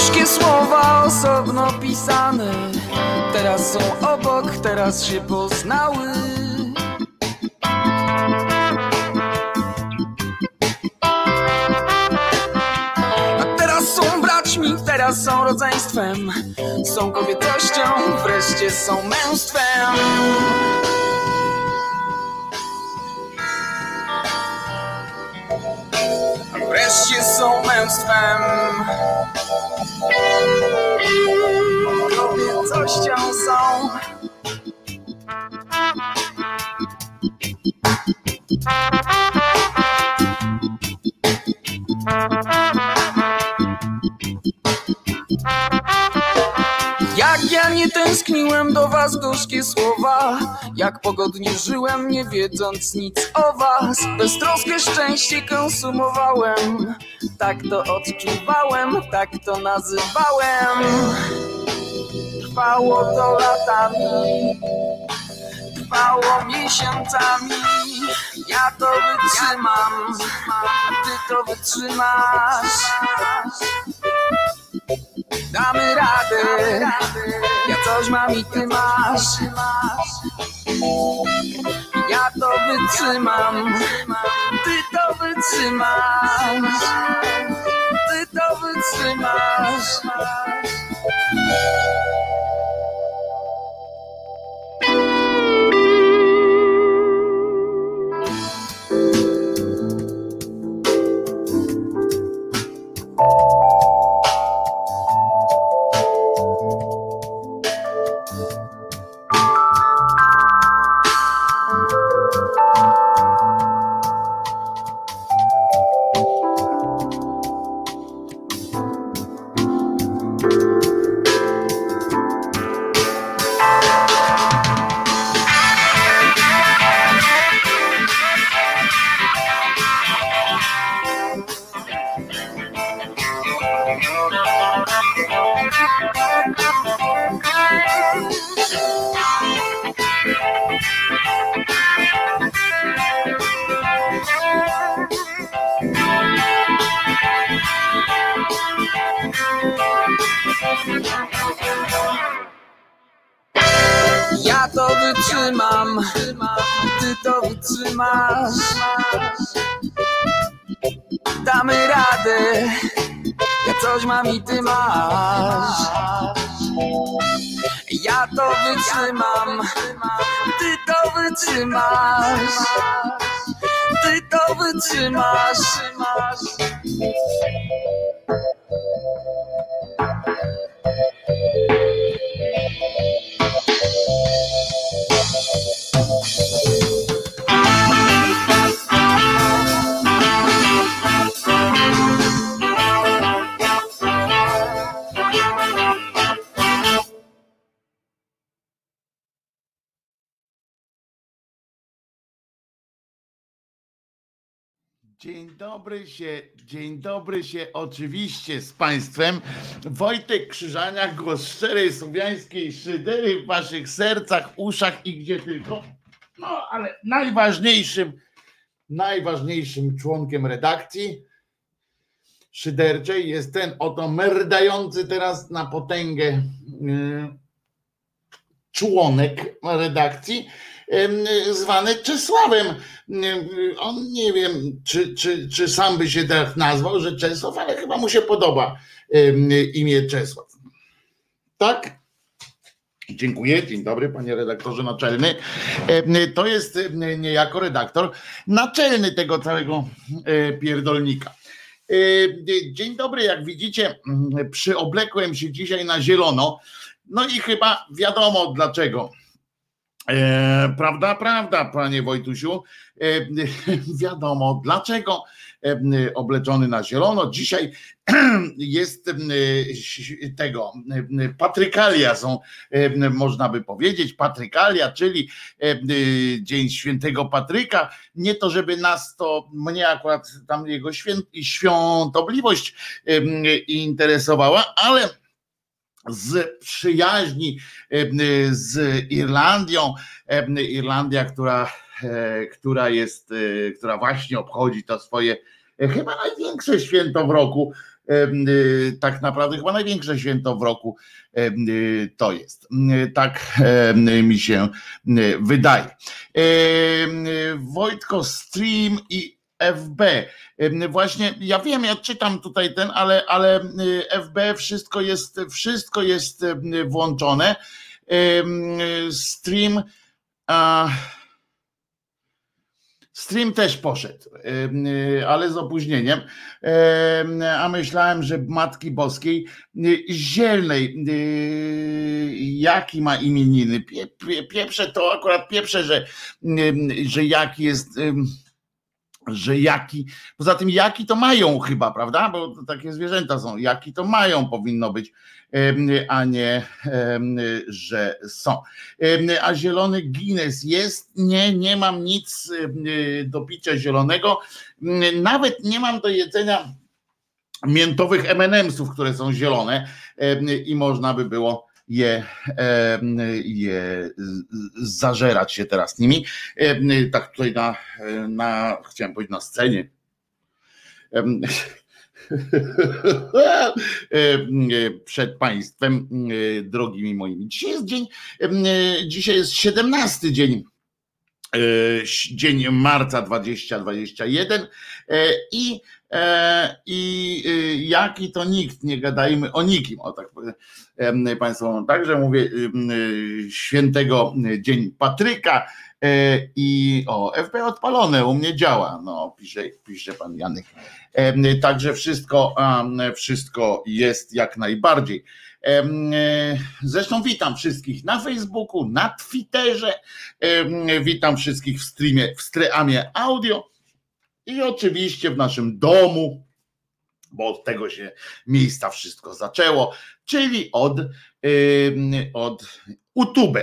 Gorzkie słowa osobno pisane, teraz są obok, teraz się poznały. A teraz są braćmi, teraz są rodzeństwem, są kobietością, wreszcie są męstwem. Wreszcie są męstwem, kobiecością są. Jak ja nie tęskniłem do was, gorzkie słowa, jak pogodnie żyłem, nie wiedząc nic o was. Beztroskie szczęście konsumowałem, tak to odczuwałem, tak to nazywałem. Trwało to latami, trwało miesiącami. Ja to wytrzymam, ty to wytrzymasz. Damy radę, ja coś mam i ty masz. Ja to wytrzymam, ty to wytrzymasz. Ty to wytrzymasz. Ja to wytrzymam, ty to wytrzymasz. Damy radę, ja coś mam i ty masz. Ja to wytrzymam, ty to wytrzymasz. Ty to wytrzymasz. Dzień dobry się oczywiście z Państwem. Wojtek Krzyżaniak, głos szczerej słowiańskiej szydery w Waszych sercach, uszach i gdzie tylko. No ale najważniejszym członkiem redakcji szyderczej jest ten oto merdający teraz na potęgę członek redakcji, zwany Czesławem. On nie wiem, czy sam by się tak nazwał, że Czesław, ale chyba mu się podoba imię Czesław. Tak? Dziękuję, dzień dobry panie redaktorze naczelny. To jest niejako redaktor naczelny tego całego pierdolnika. Dzień dobry, jak widzicie, przyoblekłem się dzisiaj na zielono, no i chyba wiadomo dlaczego. Prawda, panie Wojtusiu, wiadomo dlaczego obleczony na zielono. Dzisiaj jest tego, patrykalia są, można by powiedzieć, patrykalia, czyli Dzień Świętego Patryka. Nie to, żeby nas to, mnie akurat tam jego świątobliwość interesowała, ale z przyjaźni z Irlandią, Irlandia, która właśnie obchodzi to swoje chyba największe święto w roku, tak naprawdę chyba największe święto w roku to jest. Tak mi się wydaje. Wojtko, Stream i FB. Właśnie ja wiem, ja czytam tutaj ale FB wszystko jest włączone. Stream też poszedł, ale z opóźnieniem, a myślałem, że Matki Boskiej Zielnej, jaki ma imieniny, pieprze to akurat pieprze, że jaki jest, że jaki, poza tym jaki to mają chyba, prawda, bo takie zwierzęta są, jaki to mają powinno być, a nie, że są. A zielony Guinness jest? Nie mam nic do picia zielonego, nawet nie mam do jedzenia miętowych M&M'sów, które są zielone i można by było je zażerać się teraz nimi. Tak tutaj chciałem powiedzieć na scenie. Przed państwem, drogimi moimi. Dzisiaj jest 17 dzień marca 2021 i jaki to nikt, nie gadajmy o nikim, o tak Państwo, także mówię świętego dzień Patryka i FB odpalone, u mnie działa, no pisze pan Janek, także wszystko jest jak najbardziej. Zresztą witam wszystkich na Facebooku, na Twitterze, witam wszystkich w streamie, w Streamie Audio i oczywiście w naszym domu, bo od tego się miejsca wszystko zaczęło, czyli od YouTube.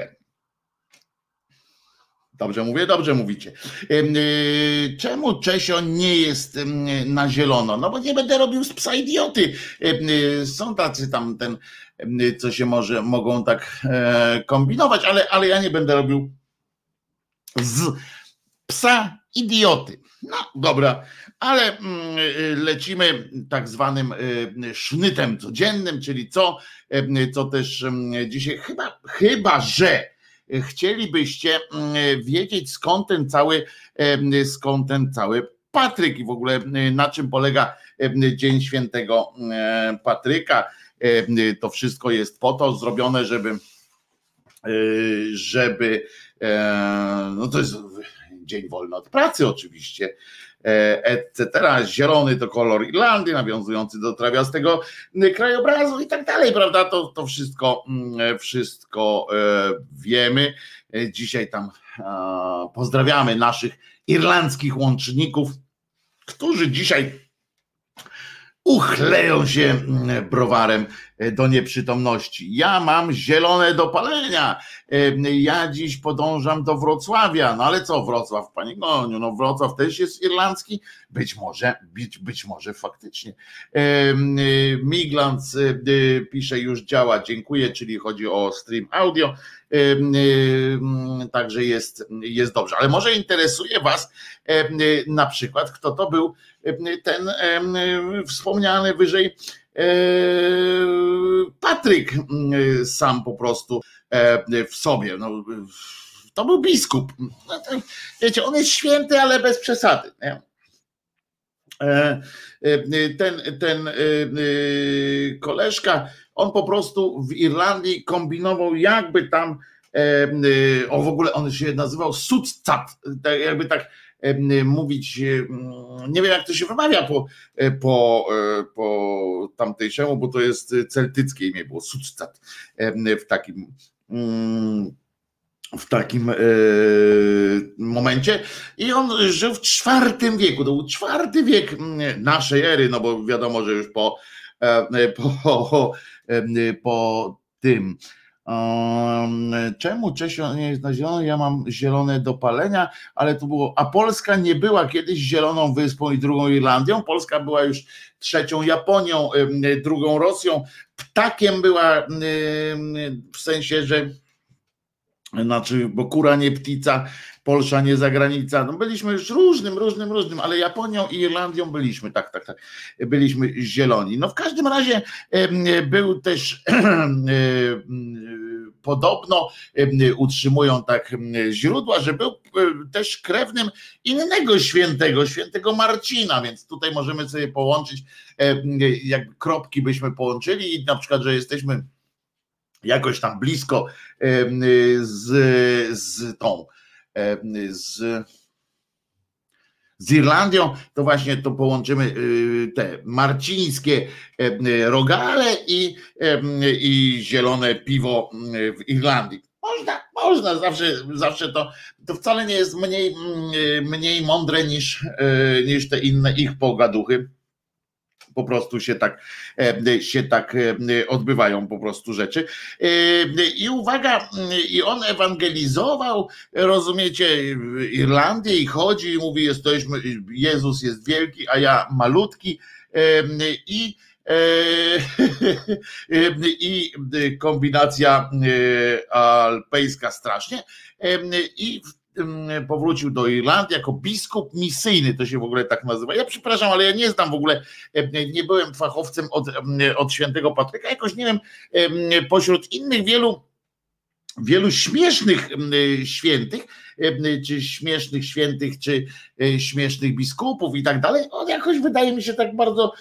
Dobrze mówię, dobrze mówicie. Czemu Czesio nie jest na zielono? No bo nie będę robił z psa idioty. Są tacy tam co się mogą tak kombinować, ale ja nie będę robił z psa idioty. No dobra, ale lecimy tak zwanym sznytem codziennym, czyli co też dzisiaj, chyba że chcielibyście wiedzieć skąd ten cały Patryk i w ogóle na czym polega Dzień Świętego Patryka. To wszystko jest po to zrobione, żeby no to jest dzień wolny od pracy oczywiście, etc. Zielony to kolor Irlandii, nawiązujący do trawiastego krajobrazu i tak dalej, prawda? To wszystko wiemy. Dzisiaj tam pozdrawiamy naszych irlandzkich łączników, którzy dzisiaj uchleją się browarem do nieprzytomności. Ja mam zielone do palenia. Ja dziś podążam do Wrocławia. No ale co Wrocław, panie Goniu? No Wrocław też jest irlandzki? Być może faktycznie. Miglans pisze, już działa, dziękuję, czyli chodzi o stream audio. Także jest dobrze. Ale może interesuje was na przykład, kto to był ten wspomniany wyżej Patryk sam po prostu w sobie. No, to był biskup. Wiecie, on jest święty, ale bez przesady. Nie? Ten koleżka, on po prostu w Irlandii kombinował, jakby tam w ogóle on się nazywał Succat, jakby tak mówić, nie wiem jak to się wymawia po tamtejszemu, bo to jest celtyckie imię, było Succat w takim momencie i on żył w IV wieku, to był IV wiek naszej ery, no bo wiadomo, że już po tym. Czemu Czesio nie jest na zielono? Ja mam zielone do palenia, ale tu było, a Polska nie była kiedyś zieloną wyspą i drugą Irlandią, Polska była już trzecią Japonią, drugą Rosją, ptakiem była w sensie, że znaczy, bo kura nie ptica, Polsza nie zagranica. No byliśmy już różnym, ale Japonią i Irlandią byliśmy, tak. Byliśmy zieloni. No w każdym razie był też podobno utrzymują tak źródła, że był też krewnym innego świętego Marcina, więc tutaj możemy sobie połączyć, jak kropki byśmy połączyli i na przykład, że jesteśmy jakoś tam blisko z tą z Irlandią, to właśnie to połączymy te marcińskie rogale i zielone piwo w Irlandii. Można zawsze to wcale nie jest mniej mądre niż te inne ich pogaduchy. Po prostu się tak odbywają po prostu rzeczy. I uwaga, i on ewangelizował, rozumiecie, Irlandię i chodzi i mówi, Jezus jest wielki, a ja malutki i i kombinacja alpejska strasznie i powrócił do Irlandii jako biskup misyjny, to się w ogóle tak nazywa. Ja przepraszam, ale ja nie znam w ogóle, nie byłem fachowcem od świętego Patryka, jakoś nie wiem, pośród innych wielu śmiesznych świętych, czy śmiesznych świętych, czy śmiesznych biskupów i tak dalej, on jakoś wydaje mi się tak bardzo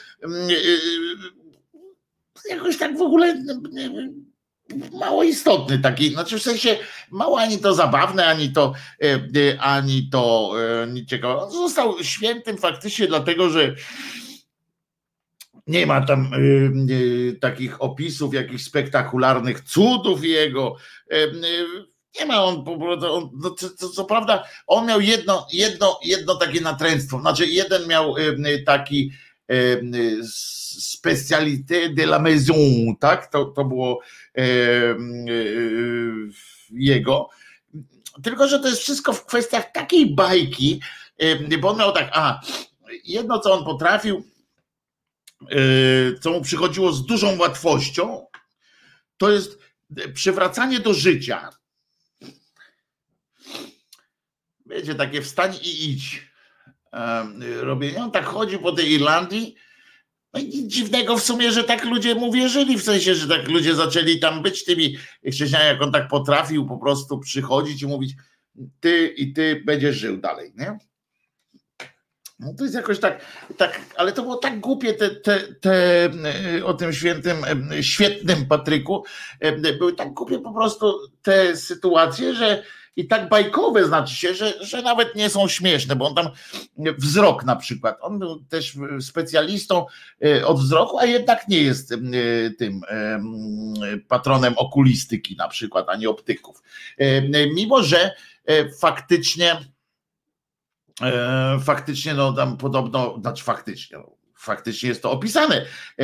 jakoś tak w ogóle mało istotny taki, znaczy w sensie mało ani to zabawne, ani to ciekawe. On został świętym faktycznie dlatego, że nie ma tam takich opisów, jakichś spektakularnych cudów jego. Nie ma on po prostu, co prawda on miał jedno takie natręctwo, znaczy jeden miał taki spécialité de la maison, tak? To było jego. Tylko że to jest wszystko w kwestiach takiej bajki, bo on miał tak, jedno co on potrafił, co mu przychodziło z dużą łatwością, to jest przywracanie do życia. Wiecie, takie wstań i idź. Robienie. On tak chodził po tej Irlandii. No i nic dziwnego w sumie, że tak ludzie mu wierzyli, w sensie, że tak ludzie zaczęli tam być tymi chrześcijanami, jak on tak potrafił po prostu przychodzić i mówić, ty będziesz żył dalej, nie? No to jest jakoś tak, ale to było tak głupie o tym świetnym Patryku, były tak głupie po prostu te sytuacje, że i tak bajkowe znaczy się, że nawet nie są śmieszne, bo on tam wzrok na przykład, on był też specjalistą od wzroku, a jednak nie jest tym patronem okulistyki na przykład, ani optyków. Mimo że faktycznie no tam podobno, znaczy faktycznie jest to opisane,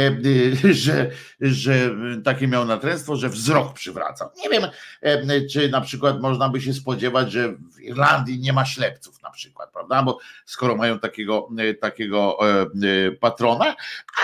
że takie miał natręctwo, że wzrok przywracał. Nie wiem, czy na przykład można by się spodziewać, że w Irlandii nie ma ślepców na przykład, prawda, bo skoro mają takiego patrona,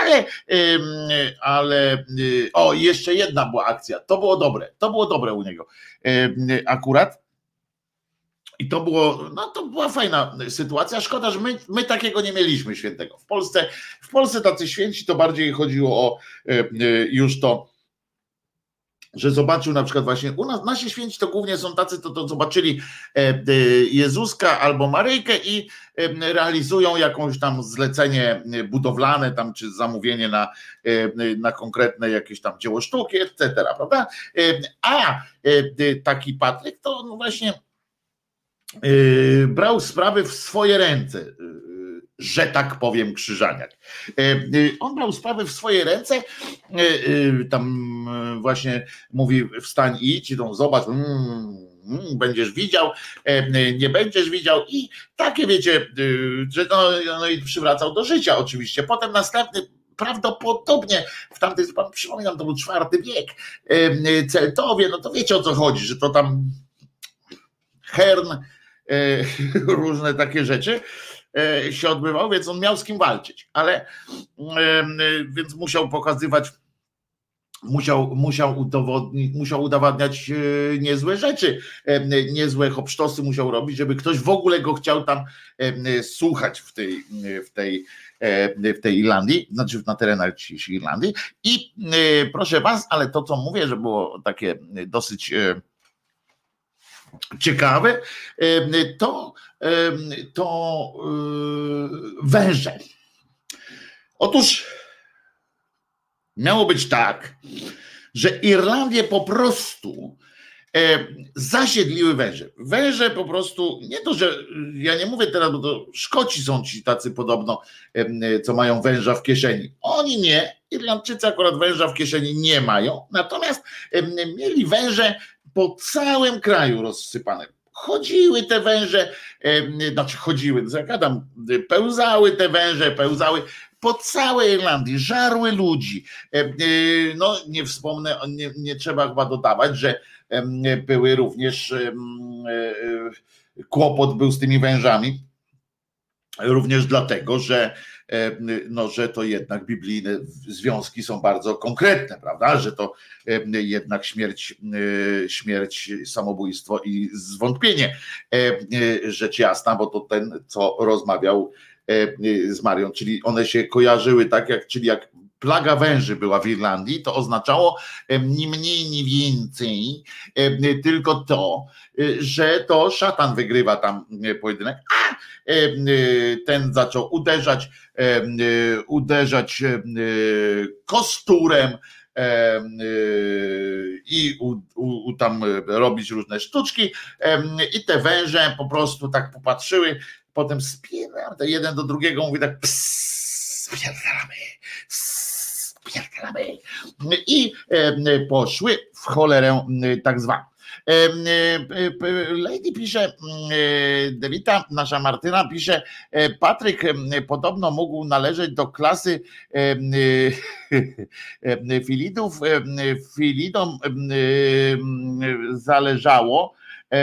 ale jeszcze jedna była akcja, to było dobre u niego akurat. I to była fajna sytuacja. Szkoda, że my takiego nie mieliśmy świętego. W Polsce tacy święci to bardziej chodziło o już to, że zobaczył na przykład właśnie u nas, nasi święci to głównie są tacy, to zobaczyli Jezuska albo Maryjkę i realizują jakąś tam zlecenie budowlane tam, czy zamówienie na konkretne jakieś tam dzieło sztuki, etc., prawda? A taki Patryk to no właśnie brał sprawy w swoje ręce, że tak powiem, Krzyżaniak. On brał sprawy w swoje ręce, tam właśnie mówi wstań i idź, zobacz, będziesz widział, nie będziesz widział i takie wiecie, że no i przywracał do życia oczywiście. Potem następny prawdopodobnie w tamtej, przypominam, to był IV wiek, Celtowie, no to wiecie o co chodzi, że to tam hern, różne takie rzeczy się odbywało, więc on miał z kim walczyć, ale więc musiał pokazywać musiał udowadniać niezłe rzeczy, niezłe hopsztosy musiał robić, żeby ktoś w ogóle go chciał tam słuchać w tej Irlandii, znaczy na terenach dzisiejszej Irlandii. I proszę was, ale to co mówię, że było takie dosyć ciekawe, to węże. Otóż miało być tak, że Irlandię po prostu zasiedliły węże. Węże po prostu, nie to, że ja nie mówię teraz, bo to Szkoci są ci tacy podobno, co mają węża w kieszeni. Oni nie, Irlandczycy akurat węża w kieszeni nie mają, natomiast mieli węże po całym kraju rozsypane. Chodziły te węże, pełzały te węże, pełzały po całej Irlandii, żarły ludzi. No nie wspomnę, nie trzeba chyba dodawać, że były również, kłopot był z tymi wężami, również dlatego, że to jednak biblijne związki są bardzo konkretne, prawda, że to jednak śmierć, samobójstwo i zwątpienie, rzecz jasna, bo to ten, co rozmawiał z Marią, czyli one się kojarzyły tak, jak plaga węży była w Irlandii, to oznaczało ni mniej, ni więcej, tylko to, że to szatan wygrywa tam pojedynek, a ten zaczął uderzać kosturem i tam robić różne sztuczki i te węże po prostu tak popatrzyły, potem jeden do drugiego mówi tak spierdalamy i poszły w cholerę tak zwaną. Lady pisze, Devita, nasza Martyna pisze, Patryk podobno mógł należeć do klasy Filidów. Filidom zależało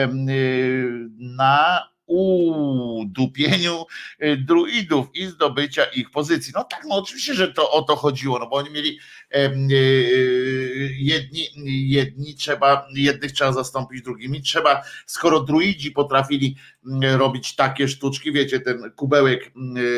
na udupieniu druidów i zdobycia ich pozycji. No tak, no oczywiście, że to o to chodziło, no bo oni mieli jednych trzeba zastąpić drugimi, skoro druidzi potrafili robić takie sztuczki, wiecie, ten kubełek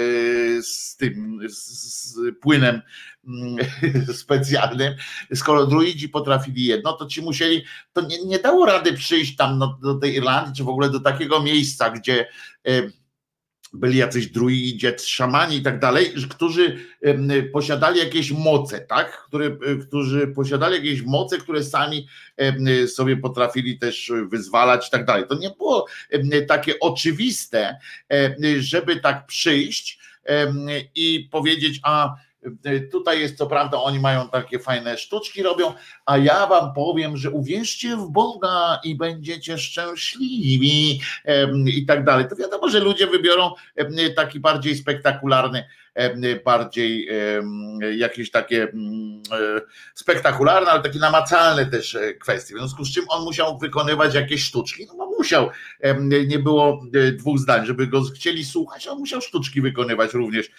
z płynem specjalnym, skoro druidzi potrafili jedno, to ci musieli, to nie dało rady przyjść tam do tej Irlandii, czy w ogóle do takiego miejsca, gdzie byli jacyś druidzi, szamani i tak dalej, którzy posiadali jakieś moce, tak? Którzy posiadali jakieś moce, które sami sobie potrafili też wyzwalać i tak dalej. To nie było takie oczywiste, żeby tak przyjść i powiedzieć, a tutaj jest co prawda, oni mają takie fajne sztuczki robią, a ja wam powiem, że uwierzcie w Boga i będziecie szczęśliwi i tak dalej. To wiadomo, że ludzie wybiorą taki bardziej spektakularny, bardziej jakieś takie spektakularne, ale takie namacalne też kwestie. W związku z czym on musiał wykonywać jakieś sztuczki. No bo musiał, nie było dwóch zdań, żeby go chcieli słuchać, on musiał sztuczki wykonywać również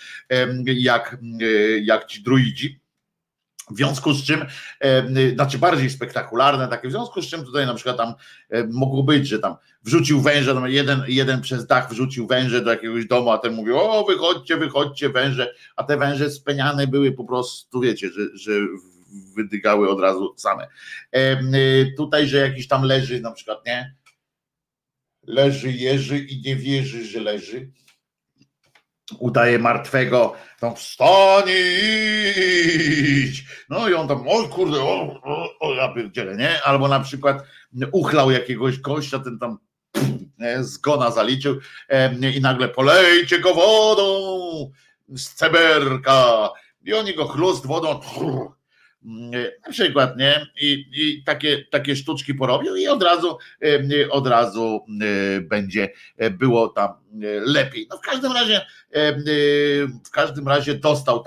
jak ci druidzi. W związku z czym, znaczy bardziej spektakularne takie, w związku z czym tutaj na przykład tam mogło być, że tam wrzucił węże, tam jeden przez dach wrzucił węże do jakiegoś domu, a ten mówił, o wychodźcie węże, a te węże speniane były po prostu, wiecie, że wydygały od razu same. Tutaj, że jakiś tam leży na przykład, nie? Leży Jerzy i nie wierzy, że leży. Udaje martwego, tam wstań i idź. No i on tam, o kurde, ja pierdzielę, nie? Albo na przykład uchlał jakiegoś gościa, ten tam zgona zaliczył i nagle polejcie go wodą z ceberka i oni go chlust wodą na przykład, nie? I takie sztuczki porobił i od razu będzie było tam lepiej. No w każdym razie dostał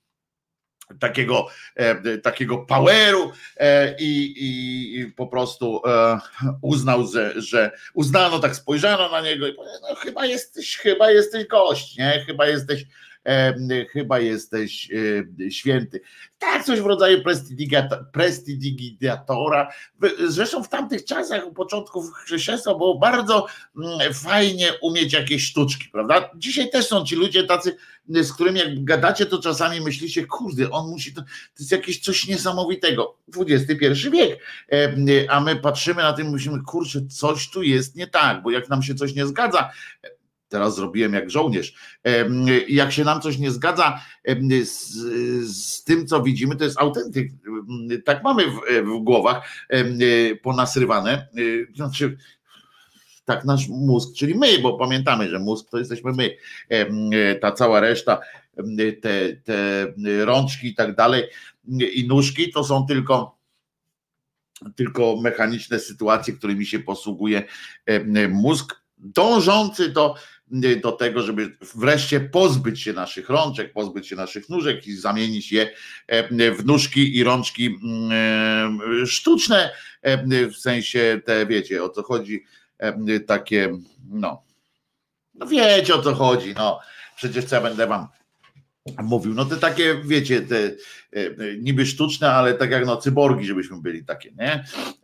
takiego poweru i po prostu uznał, że uznano, tak spojrzano na niego i powiedział, no chyba jesteś gość, nie? Chyba jesteś chyba jesteś święty. Tak, coś w rodzaju prestidigitatora. Zresztą w tamtych czasach, u początków chrześcijaństwa było bardzo fajnie umieć jakieś sztuczki, prawda? Dzisiaj też są ci ludzie tacy, z którymi jak gadacie, to czasami myślicie, kurde, on musi, to jest jakieś coś niesamowitego. XXI wiek, a my patrzymy na tym i myślimy, kurczę, coś tu jest nie tak, bo jak nam się coś nie zgadza, teraz zrobiłem jak żołnierz, jak się nam coś nie zgadza z tym, co widzimy, to jest autentyk. Tak mamy w głowach ponasrywane, znaczy tak nasz mózg, czyli my, bo pamiętamy, że mózg to jesteśmy my, ta cała reszta, te rączki i tak dalej i nóżki to są tylko mechaniczne sytuacje, którymi się posługuje mózg, dążący do tego, żeby wreszcie pozbyć się naszych rączek, pozbyć się naszych nóżek i zamienić je w nóżki i rączki sztuczne, w sensie te, wiecie o co chodzi, takie, no wiecie o co chodzi, no przecież co ja będę wam mówił, no te takie, wiecie, te niby sztuczne, ale tak jak no cyborgi, żebyśmy byli takie, nie?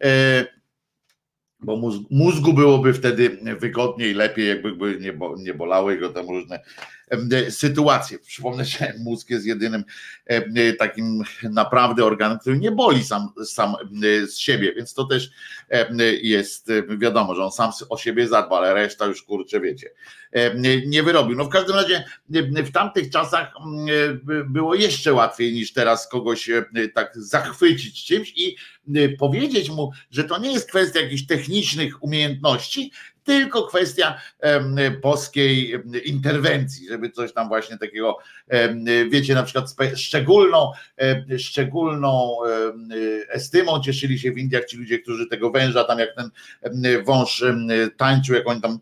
Bo mózgu byłoby wtedy wygodniej, lepiej, jakby nie bolały go tam różne sytuacje. Przypomnę, że mózg jest jedynym takim naprawdę organem, który nie boli sam z siebie, więc to też jest wiadomo, że on sam o siebie zadba, ale reszta już kurczę wiecie, nie wyrobił. No w każdym razie w tamtych czasach było jeszcze łatwiej niż teraz kogoś tak zachwycić czymś i powiedzieć mu, że to nie jest kwestia jakichś technicznych umiejętności, tylko kwestia boskiej interwencji, żeby coś tam właśnie takiego, wiecie, na przykład szczególną estymą cieszyli się w Indiach ci ludzie, którzy tego węża tam jak ten wąż tańczył, jak oni tam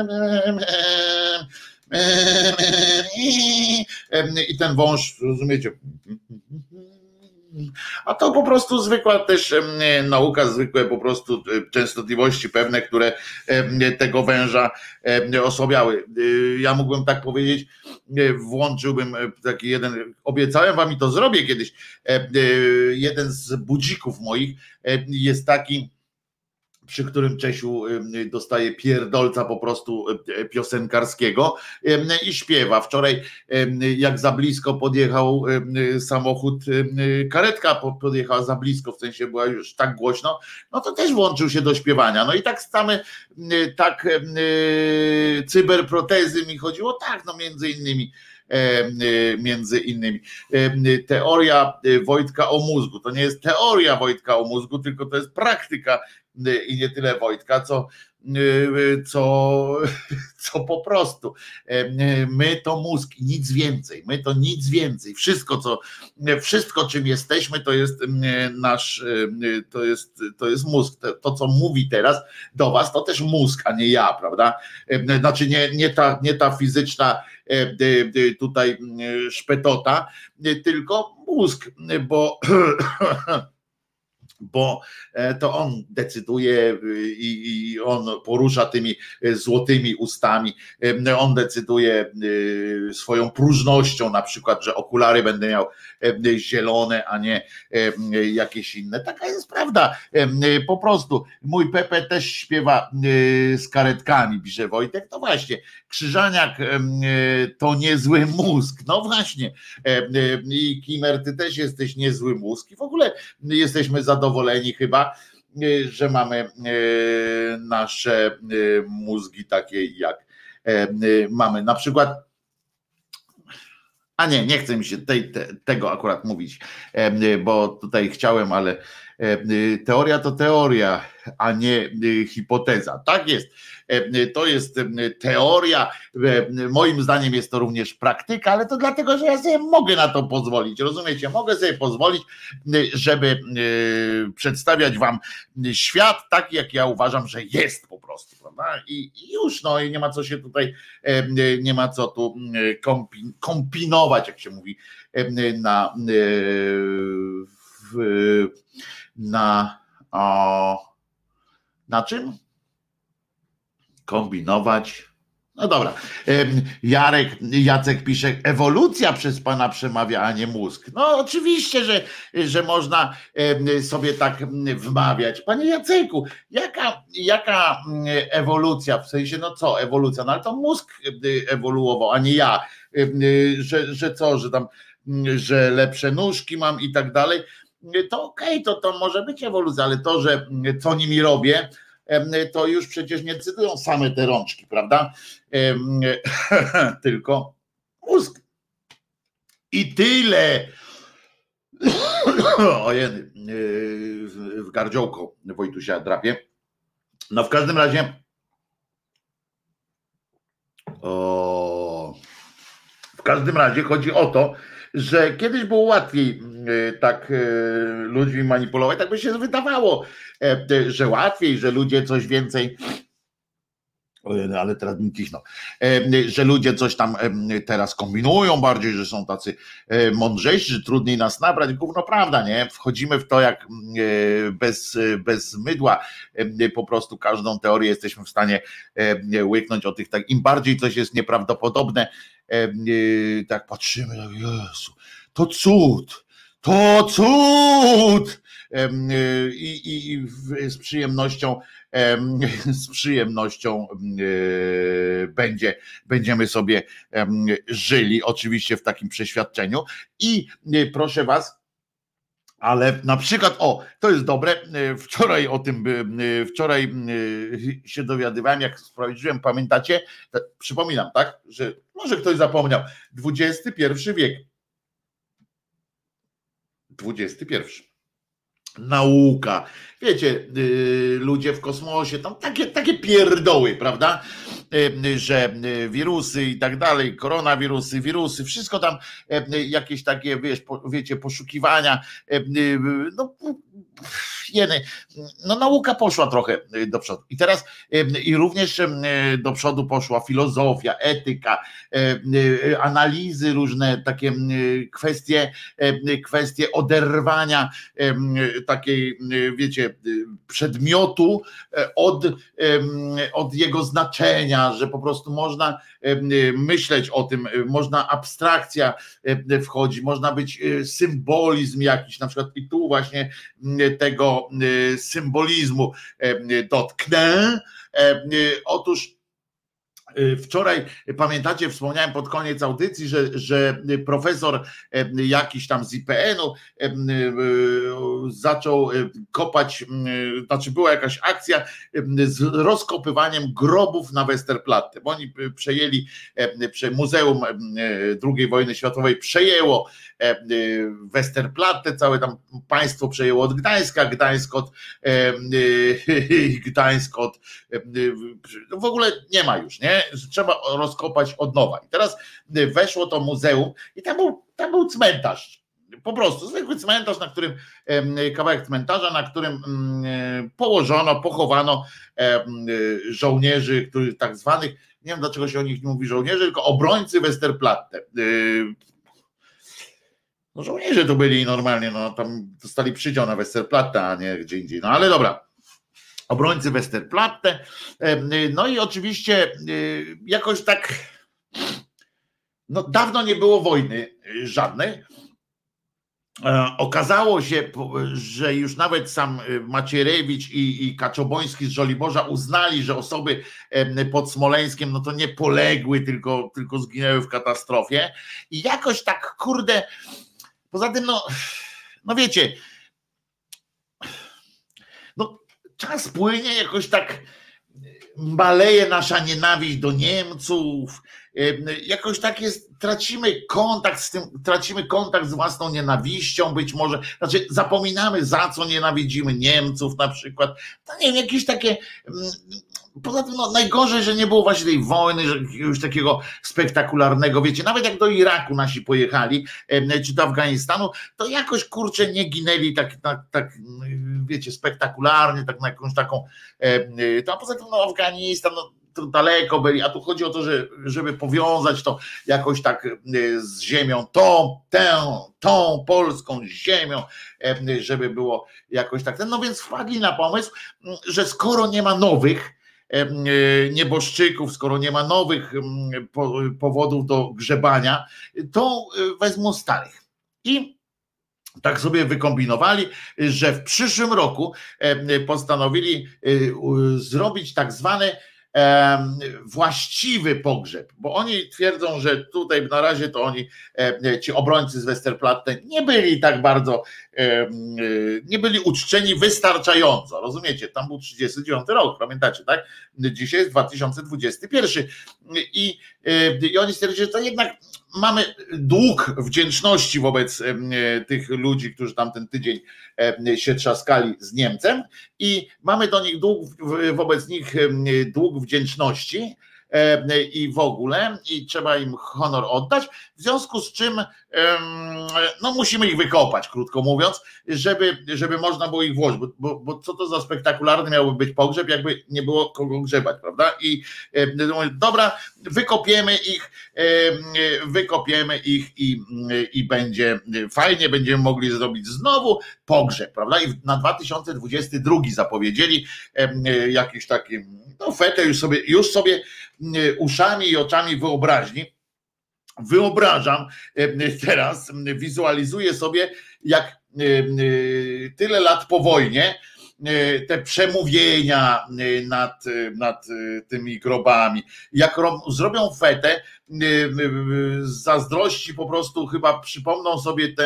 i ten wąż, rozumiecie, a to po prostu zwykła też nauka, zwykłe po prostu częstotliwości pewne, które tego węża osłabiały. Ja mógłbym tak powiedzieć, włączyłbym taki jeden, obiecałem wam i to zrobię kiedyś, jeden z budzików moich jest taki, przy którym Czesiu dostaje pierdolca po prostu piosenkarskiego i śpiewa. Wczoraj jak za blisko podjechał samochód, karetka podjechała za blisko, w sensie była już tak głośno, no to też włączył się do śpiewania. No i tak stamy, tak cyberprotezy mi chodziło, tak, no między innymi teoria Wojtka o mózgu. To nie jest teoria Wojtka o mózgu, tylko to jest praktyka i nie tyle Wojtka, co po prostu. My to mózg i nic więcej. My to nic więcej. Wszystko czym jesteśmy, to jest nasz, to jest mózg. To, co mówi teraz do was, to też mózg, a nie ja, prawda? Znaczy nie ta fizyczna tutaj szpetota, tylko mózg, bo to on decyduje i on porusza tymi złotymi ustami, on decyduje swoją próżnością, na przykład, że okulary będę miał zielone, a nie jakieś inne. Taka jest prawda, po prostu. Mój Pepe też śpiewa z karetkami, pisze Wojtek, no właśnie, Krzyżaniak to niezły mózg, no właśnie, i Kimer, ty też jesteś niezły mózg i w ogóle jesteśmy zadowoleni chyba, że mamy nasze mózgi takie jak mamy. Na przykład, a nie chcę mi się tego akurat mówić, bo tutaj chciałem, ale teoria to teoria, a nie hipoteza. Tak jest. To jest teoria. Moim zdaniem jest to również praktyka, ale to dlatego, że ja sobie mogę na to pozwolić. Rozumiecie? Mogę sobie pozwolić, żeby przedstawiać wam świat taki, jak ja uważam, że jest po prostu. Prawda? I już, no i nie ma co się tutaj, nie ma co tu kombinować, jak się mówi, na czym? Kombinować. No dobra. Jacek pisze, ewolucja przez pana przemawia, a nie mózg. No oczywiście, że można sobie tak wmawiać. Panie Jaceku, jaka ewolucja? W sensie, no co ewolucja? No ale to mózg ewoluował, a nie ja. Że co, że tam, że lepsze nóżki mam i tak dalej. To okej, to może być ewolucja, ale to, że co nimi robię, to już przecież nie decydują same te rączki, prawda? Tylko mózg. I tyle. Ojej, w gardziołko Wojtusia drapie. No w każdym razie w każdym razie chodzi o to, że kiedyś było łatwiej tak ludźmi manipulować, tak by się wydawało, że łatwiej, że ludzie coś więcej, ale teraz mi kichnął, że ludzie coś tam teraz kombinują bardziej, że są tacy mądrzejsi, że trudniej nas nabrać. Gówno prawda, nie? Wchodzimy w to jak bez mydła, po prostu każdą teorię jesteśmy w stanie łyknąć o tych, tak, im bardziej coś jest nieprawdopodobne, tak patrzymy, tak, Jezu, to cud, i z przyjemnością będziemy sobie żyli, oczywiście w takim przeświadczeniu. I proszę was, ale na przykład, to jest dobre, wczoraj się dowiadywałem, jak sprawdziłem, pamiętacie, przypominam, tak, że może ktoś zapomniał, XXI wiek, XXI. Nauka, wiecie, ludzie w kosmosie, tam takie pierdoły, prawda, że wirusy i tak dalej, koronawirusy, wirusy, wszystko tam jakieś takie, wiecie, poszukiwania, no no nauka poszła trochę do przodu i teraz i również do przodu poszła filozofia, etyka, analizy różne, takie kwestie oderwania takiej, wiecie, przedmiotu od jego znaczenia, że po prostu można myśleć o tym, można abstrakcja wchodzi, można być symbolizm jakiś, na przykład i tu właśnie tego symbolizmu dotknę. Otóż wczoraj, pamiętacie, wspomniałem pod koniec audycji, że profesor jakiś tam z IPN-u zaczął kopać, znaczy była jakaś akcja z rozkopywaniem grobów na Westerplatte, bo oni przejęli, Muzeum II wojny światowej przejęło Westerplatte, całe tam państwo przejęło od Gdańska, Gdańsk od w ogóle nie ma już, nie? Trzeba rozkopać od nowa. I teraz weszło to muzeum i tam był cmentarz. Po prostu zwykły cmentarz, na którym kawałek cmentarza, na którym pochowano żołnierzy, których tak zwanych, nie wiem dlaczego się o nich nie mówi żołnierzy, tylko obrońcy Westerplatte. No żołnierze to byli normalnie, no tam dostali przydział na Westerplatte, a nie gdzie indziej. No ale dobra. Obrońcy Westerplatte, no i oczywiście jakoś tak, no dawno nie było wojny żadnej. Okazało się, że już nawet sam Macierewicz i Kaczoboński z Żoliborza uznali, że osoby pod Smoleńskiem no to nie poległy, tylko zginęły w katastrofie i jakoś tak, kurde, poza tym no wiecie, no czas płynie, jakoś tak maleje nasza nienawiść do Niemców, jakoś tak jest, tracimy kontakt z własną nienawiścią, być może, znaczy zapominamy, za co nienawidzimy Niemców na przykład, to nie wiem, jakieś takie, poza tym no, najgorzej, że nie było właśnie tej wojny, że jakiegoś takiego spektakularnego, wiecie, nawet jak do Iraku nasi pojechali, czy do Afganistanu, to jakoś kurczę nie ginęli tak wiecie, spektakularnie, tak na jakąś taką, to a poza tym no Afganistan, no, to daleko byli, a tu chodzi o to, żeby powiązać to jakoś tak z ziemią, tą polską ziemią, żeby było jakoś tak, no więc wpadli na pomysł, że skoro nie ma nowych nieboszczyków, skoro nie ma nowych powodów do grzebania, to wezmą starych. I tak sobie wykombinowali, że w przyszłym roku postanowili zrobić tak zwany właściwy pogrzeb, bo oni twierdzą, że tutaj na razie to oni, ci obrońcy z Westerplatte, nie byli tak bardzo, nie byli uczczeni wystarczająco, rozumiecie, tam był 39 rok, pamiętacie, tak? Dzisiaj jest 2021 i oni stwierdzili, że to jednak mamy dług wdzięczności wobec tych ludzi, którzy tam ten tydzień się trzaskali z Niemcem i mamy do nich wobec nich dług wdzięczności i w ogóle i trzeba im honor oddać, w związku z czym no musimy ich wykopać, krótko mówiąc, żeby można było ich włożyć, bo co to za spektakularny miałby być pogrzeb, jakby nie było kogo grzebać, prawda? I dobra, wykopiemy ich i będzie fajnie, będziemy mogli zrobić znowu pogrzeb, prawda? I na 2022 zapowiedzieli jakiś taki, no fetę już sobie uszami i oczami wyobraźni wyobrażam teraz, wizualizuję sobie, jak tyle lat po wojnie te przemówienia nad tymi grobami, jak zrobią fetę, z zazdrości po prostu chyba przypomną sobie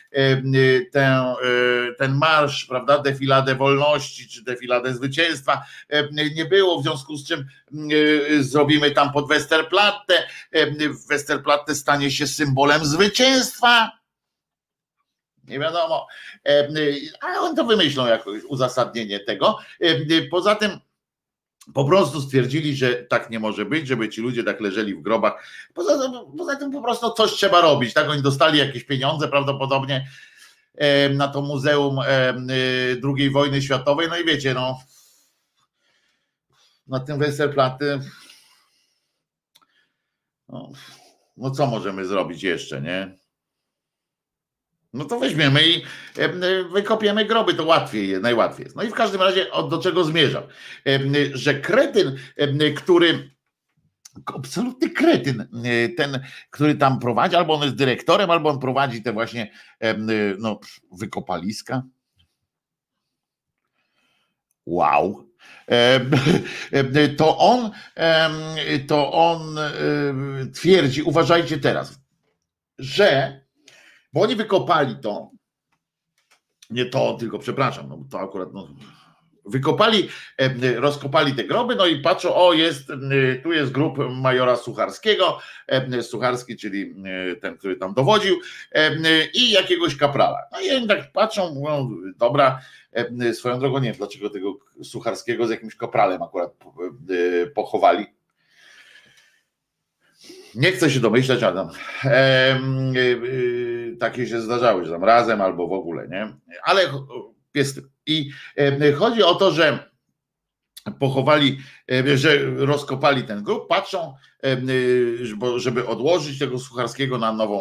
ten marsz, prawda, defiladę wolności czy defiladę zwycięstwa nie było, w związku z czym zrobimy tam pod Westerplatte. Westerplatte stanie się symbolem zwycięstwa. Nie wiadomo, ale oni to wymyślą jakoś uzasadnienie tego. Poza tym po prostu stwierdzili, że tak nie może być, żeby ci ludzie tak leżeli w grobach. Poza tym po prostu coś trzeba robić. Tak, oni dostali jakieś pieniądze prawdopodobnie na to muzeum II wojny światowej. No i wiecie, no na tym Westerplatte no co możemy zrobić jeszcze, nie? No to weźmiemy i wykopiemy groby, to najłatwiej jest. No i w każdym razie do czego zmierzam? Że kretyn, absolutny kretyn, ten, który tam prowadzi, albo on jest dyrektorem, albo on prowadzi te właśnie wykopaliska. Wow. To on twierdzi, uważajcie teraz, że bo oni wykopali to, nie to, tylko przepraszam, no to akurat rozkopali te groby, no i patrzą, tu jest grób majora Sucharskiego, Sucharski, czyli ten, który tam dowodził, i jakiegoś kaprala. No i oni tak patrzą, mówią, dobra, swoją drogą nie wiem, dlaczego tego Sucharskiego z jakimś kapralem akurat pochowali. Nie chcę się domyślać, Adam. Takie się zdarzały, że tam razem albo w ogóle, nie? Ale jest. I chodzi o to, że pochowali, że rozkopali ten grób, patrzą, żeby odłożyć tego Sucharskiego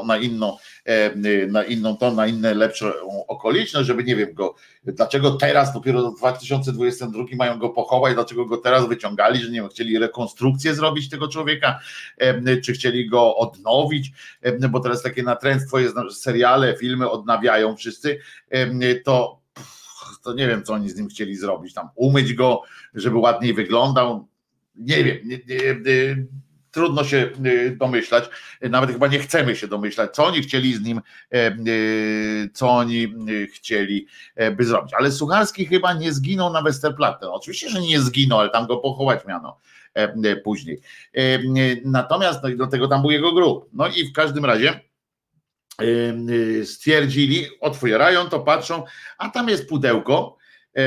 na inne lepsze okoliczność, żeby nie wiem dlaczego teraz dopiero w 2022 mają go pochować, dlaczego go teraz wyciągali, że nie wiem, chcieli rekonstrukcję zrobić tego człowieka, czy chcieli go odnowić, bo teraz takie natręctwo jest, seriale, filmy odnawiają wszyscy, to nie wiem, co oni z nim chcieli zrobić, tam umyć go, żeby ładniej wyglądał, nie wiem, trudno się domyślać, nawet chyba nie chcemy się domyślać, co oni chcieli z nim, co oni chcieli by zrobić, ale Sucharski chyba nie zginął na Westerplatte, no, oczywiście, że nie zginął, ale tam go pochować miano później, natomiast no i do tego tam był jego grób, no i w każdym razie stwierdzili, otwierają to, patrzą, a tam jest pudełko,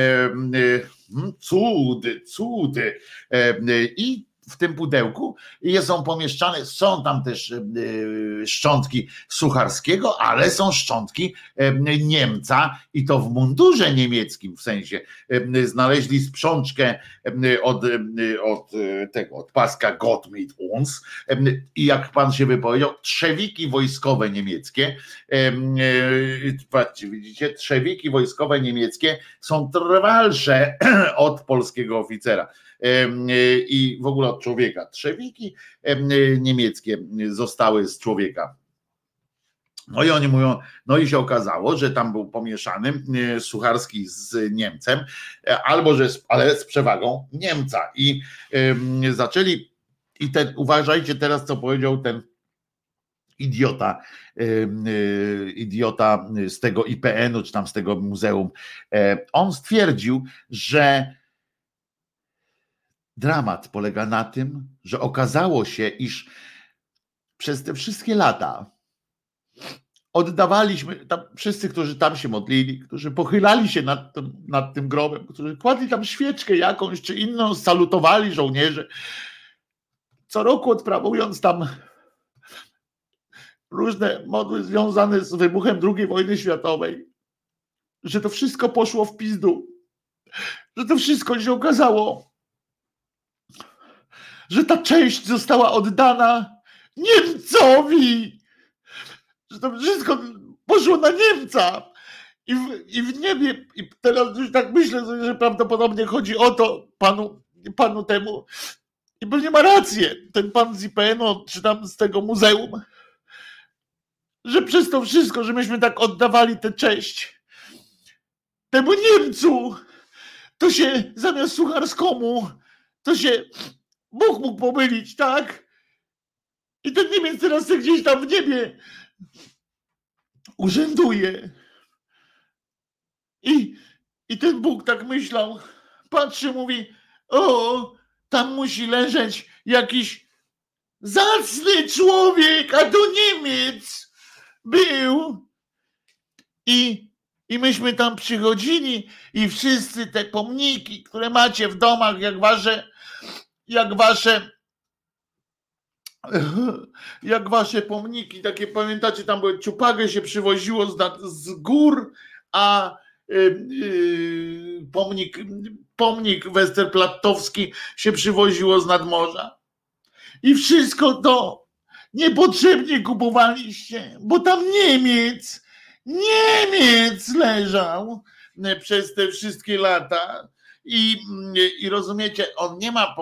cudy, i w tym pudełku są pomieszczane, są tam też szczątki Sucharskiego, ale są szczątki Niemca i to w mundurze niemieckim, w sensie znaleźli sprzączkę od paska Gott mit uns i jak pan się wypowiedział, trzewiki wojskowe niemieckie, patrzcie, widzicie, trzewiki wojskowe niemieckie są trwalsze od polskiego oficera. i w ogóle od człowieka. Trzewiki niemieckie zostały z człowieka. No i oni mówią, no i się okazało, że tam był pomieszany Sucharski z Niemcem, ale z przewagą Niemca. I zaczęli, uważajcie teraz, co powiedział ten idiota z tego IPN-u, czy tam z tego muzeum. On stwierdził, że dramat polega na tym, że okazało się, iż przez te wszystkie lata oddawaliśmy, tam wszyscy, którzy tam się modlili, którzy pochylali się nad tym grobem, którzy kładli tam świeczkę jakąś czy inną, salutowali żołnierze, co roku odprawując tam różne modły związane z wybuchem II wojny światowej, że to wszystko poszło w pizdu, że to wszystko się okazało, że ta cześć została oddana Niemcowi, że to wszystko poszło na Niemca i w niebie, i teraz już tak myślę, że prawdopodobnie chodzi o to panu temu, i pewnie ma rację, ten pan z IPN-u, czy tam z tego muzeum, że przez to wszystko, że myśmy tak oddawali tę cześć temu Niemcu, to się zamiast Sucharskomu, to się Bóg mógł pomylić, tak? I ten Niemiec teraz gdzieś tam w niebie urzęduje. I ten Bóg tak myślał, patrzy, mówi, o, tam musi leżeć jakiś zacny człowiek, a to Niemiec był. I myśmy tam przychodzili i wszyscy te pomniki, które macie w domach, jak wasze pomniki, takie pamiętacie, tam były, ciupagę się przywoziło z gór, a pomnik westerplattowski się przywoziło z nadmorza. I wszystko to niepotrzebnie kupowaliście, bo tam Niemiec leżał przez te wszystkie lata i rozumiecie, on nie ma,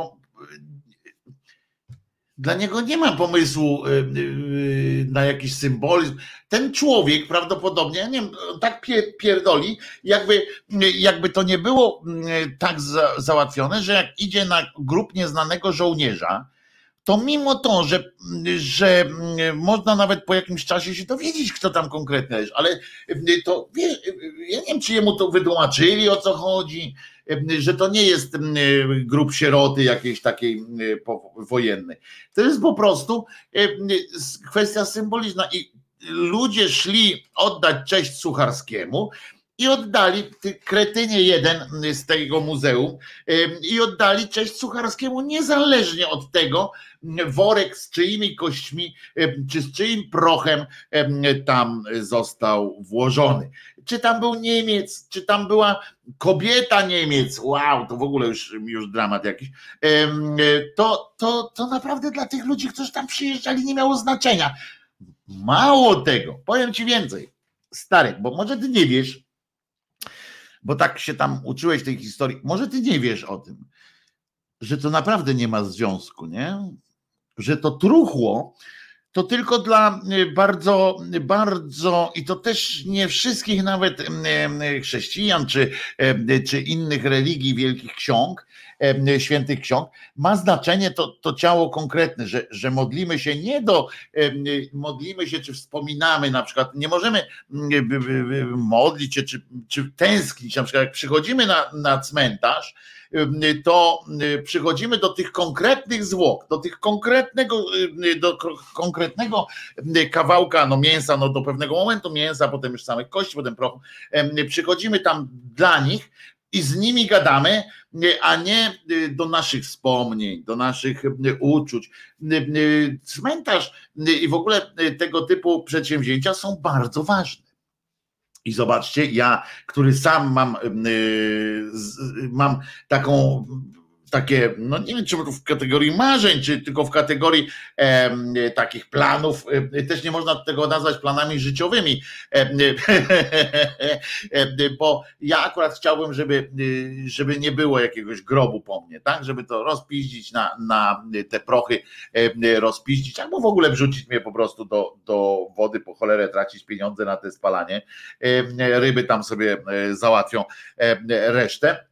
dla niego nie ma pomysłu na jakiś symbolizm. Ten człowiek prawdopodobnie, ja nie wiem, tak pierdoli, jakby to nie było tak załatwione, że jak idzie na grób nieznanego żołnierza, to mimo to, że można nawet po jakimś czasie się dowiedzieć, kto tam konkretnie jest, ale to ja nie wiem, czy jemu to wytłumaczyli, o co chodzi, że to nie jest grób sieroty jakiejś takiej wojennej. To jest po prostu kwestia symboliczna i ludzie szli oddać cześć Sucharskiemu i oddali, kretynie jeden z tego muzeum, i oddali cześć Sucharskiemu niezależnie od tego, worek z czyimi kośćmi, czy z czyim prochem tam został włożony. Czy tam był Niemiec, czy tam była kobieta Niemiec, wow, to w ogóle już dramat jakiś, to naprawdę dla tych ludzi, którzy tam przyjeżdżali, nie miało znaczenia. Mało tego, powiem ci więcej, stary, bo może ty nie wiesz, bo tak się tam uczyłeś tej historii, może ty nie wiesz o tym, że to naprawdę nie ma związku, nie? Że to truchło to tylko dla bardzo, bardzo, i to też nie wszystkich nawet chrześcijan, czy innych religii, wielkich ksiąg, świętych ksiąg, ma znaczenie to ciało konkretne, że modlimy się modlimy się, czy wspominamy na przykład, nie możemy modlić się, czy tęsknić, na przykład jak przychodzimy na cmentarz, to przychodzimy do tych konkretnych zwłok, do konkretnego kawałka mięsa, do pewnego momentu mięsa, potem już samych kości, potem prochu. Przychodzimy tam dla nich i z nimi gadamy, a nie do naszych wspomnień, do naszych uczuć. Cmentarz i w ogóle tego typu przedsięwzięcia są bardzo ważne. I zobaczcie, ja, który sam mam takie, no nie wiem, czy w kategorii marzeń, czy tylko w kategorii takich planów, też nie można tego nazwać planami życiowymi, bo ja akurat chciałbym, żeby nie było jakiegoś grobu po mnie, tak, żeby to rozpiździć na te prochy, rozpiździć, albo w ogóle wrzucić mnie po prostu do wody, po cholerę tracić pieniądze na te spalanie, ryby tam sobie załatwią resztę.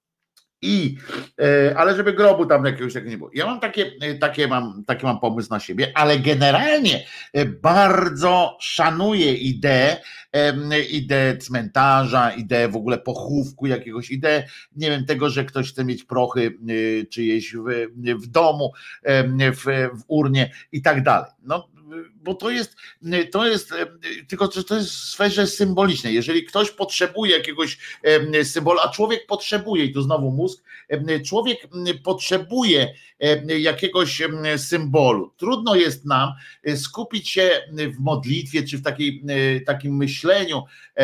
Ale żeby grobu tam jakiegoś takiego nie było. Ja mam taki mam pomysł na siebie, ale generalnie bardzo szanuję ideę cmentarza, ideę w ogóle pochówku jakiegoś, ideę, nie wiem, tego, że ktoś chce mieć prochy czyjeś w domu, w urnie i tak dalej. No, bo to jest tylko że to jest w sferze symbolicznej. Jeżeli ktoś potrzebuje jakiegoś symbolu, a człowiek potrzebuje, i tu znowu mózg, człowiek potrzebuje jakiegoś symbolu. Trudno jest nam skupić się w modlitwie, czy w takim myśleniu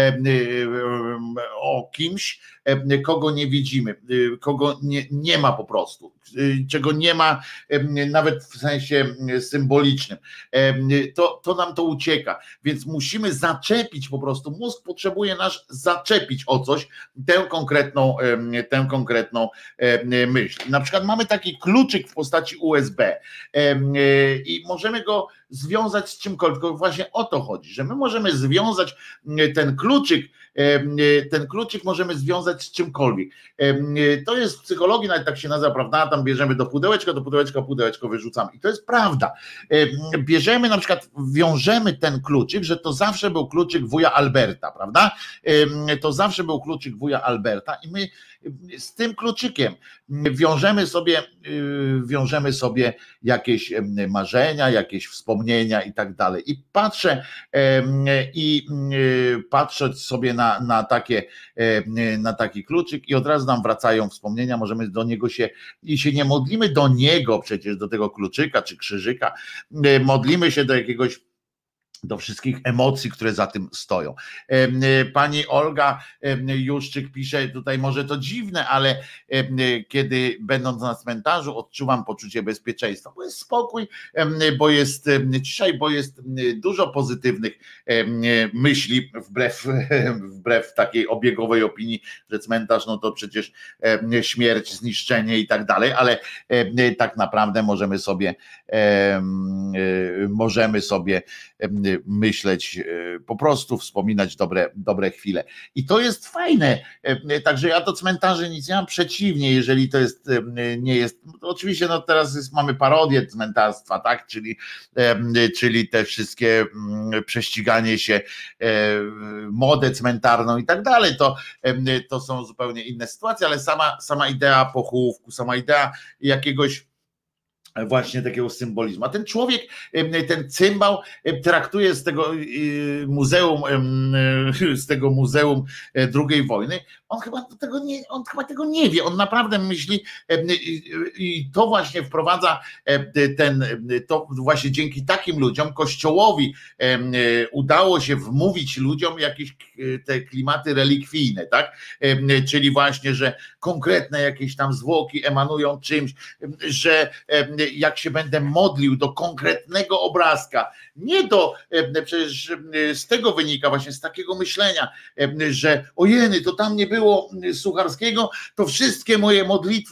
o kimś, kogo nie widzimy, kogo nie ma po prostu, czego nie ma nawet w sensie symbolicznym. To nam to ucieka, więc musimy zaczepić po prostu, mózg potrzebuje nas zaczepić o coś, tę konkretną myśl. Na przykład mamy taki kluczyk w postaci USB i możemy go związać z czymkolwiek, tylko właśnie o to chodzi, że my możemy związać ten kluczyk możemy związać z czymkolwiek. To jest w psychologii, nawet tak się nazywa, prawda? Tam bierzemy do pudełeczko wyrzucamy. I to jest prawda. Bierzemy na przykład, wiążemy ten kluczyk, że to zawsze był kluczyk wuja Alberta, prawda? To zawsze był kluczyk wuja Alberta i my z tym kluczykiem wiążemy sobie jakieś marzenia, jakieś wspomnienia i tak dalej. I patrzeć sobie na taki kluczyk i od razu nam wracają wspomnienia, możemy do niego się nie modlimy do niego przecież, do tego kluczyka czy krzyżyka, modlimy się do wszystkich emocji, które za tym stoją. Pani Olga Juszczyk pisze tutaj, może to dziwne, ale kiedy będąc na cmentarzu odczuwam poczucie bezpieczeństwa, bo jest spokój, bo jest dzisiaj, bo jest dużo pozytywnych myśli, wbrew takiej obiegowej opinii, że cmentarz no to przecież śmierć, zniszczenie i tak dalej, ale tak naprawdę możemy sobie myśleć, po prostu wspominać dobre chwile. I to jest fajne. Także ja do cmentarzy nic nie mam, przeciwnie, jeżeli to nie jest, oczywiście no teraz mamy parodię cmentarstwa, tak, czyli te wszystkie prześciganie się, modę cmentarną i tak dalej, to są zupełnie inne sytuacje, ale sama idea pochówku, sama idea jakiegoś właśnie takiego symbolizmu. A ten człowiek, ten cymbał traktuje z tego muzeum II wojny, on chyba tego nie wie, on naprawdę myśli i to właśnie wprowadza to właśnie dzięki takim ludziom, Kościołowi udało się wmówić ludziom jakieś te klimaty relikwijne, tak? Czyli właśnie, że konkretne jakieś tam zwłoki emanują czymś, że jak się będę modlił do konkretnego obrazka, przecież z tego wynika właśnie, z takiego myślenia, że ojeny, to tam nie było Sucharskiego, to wszystkie moje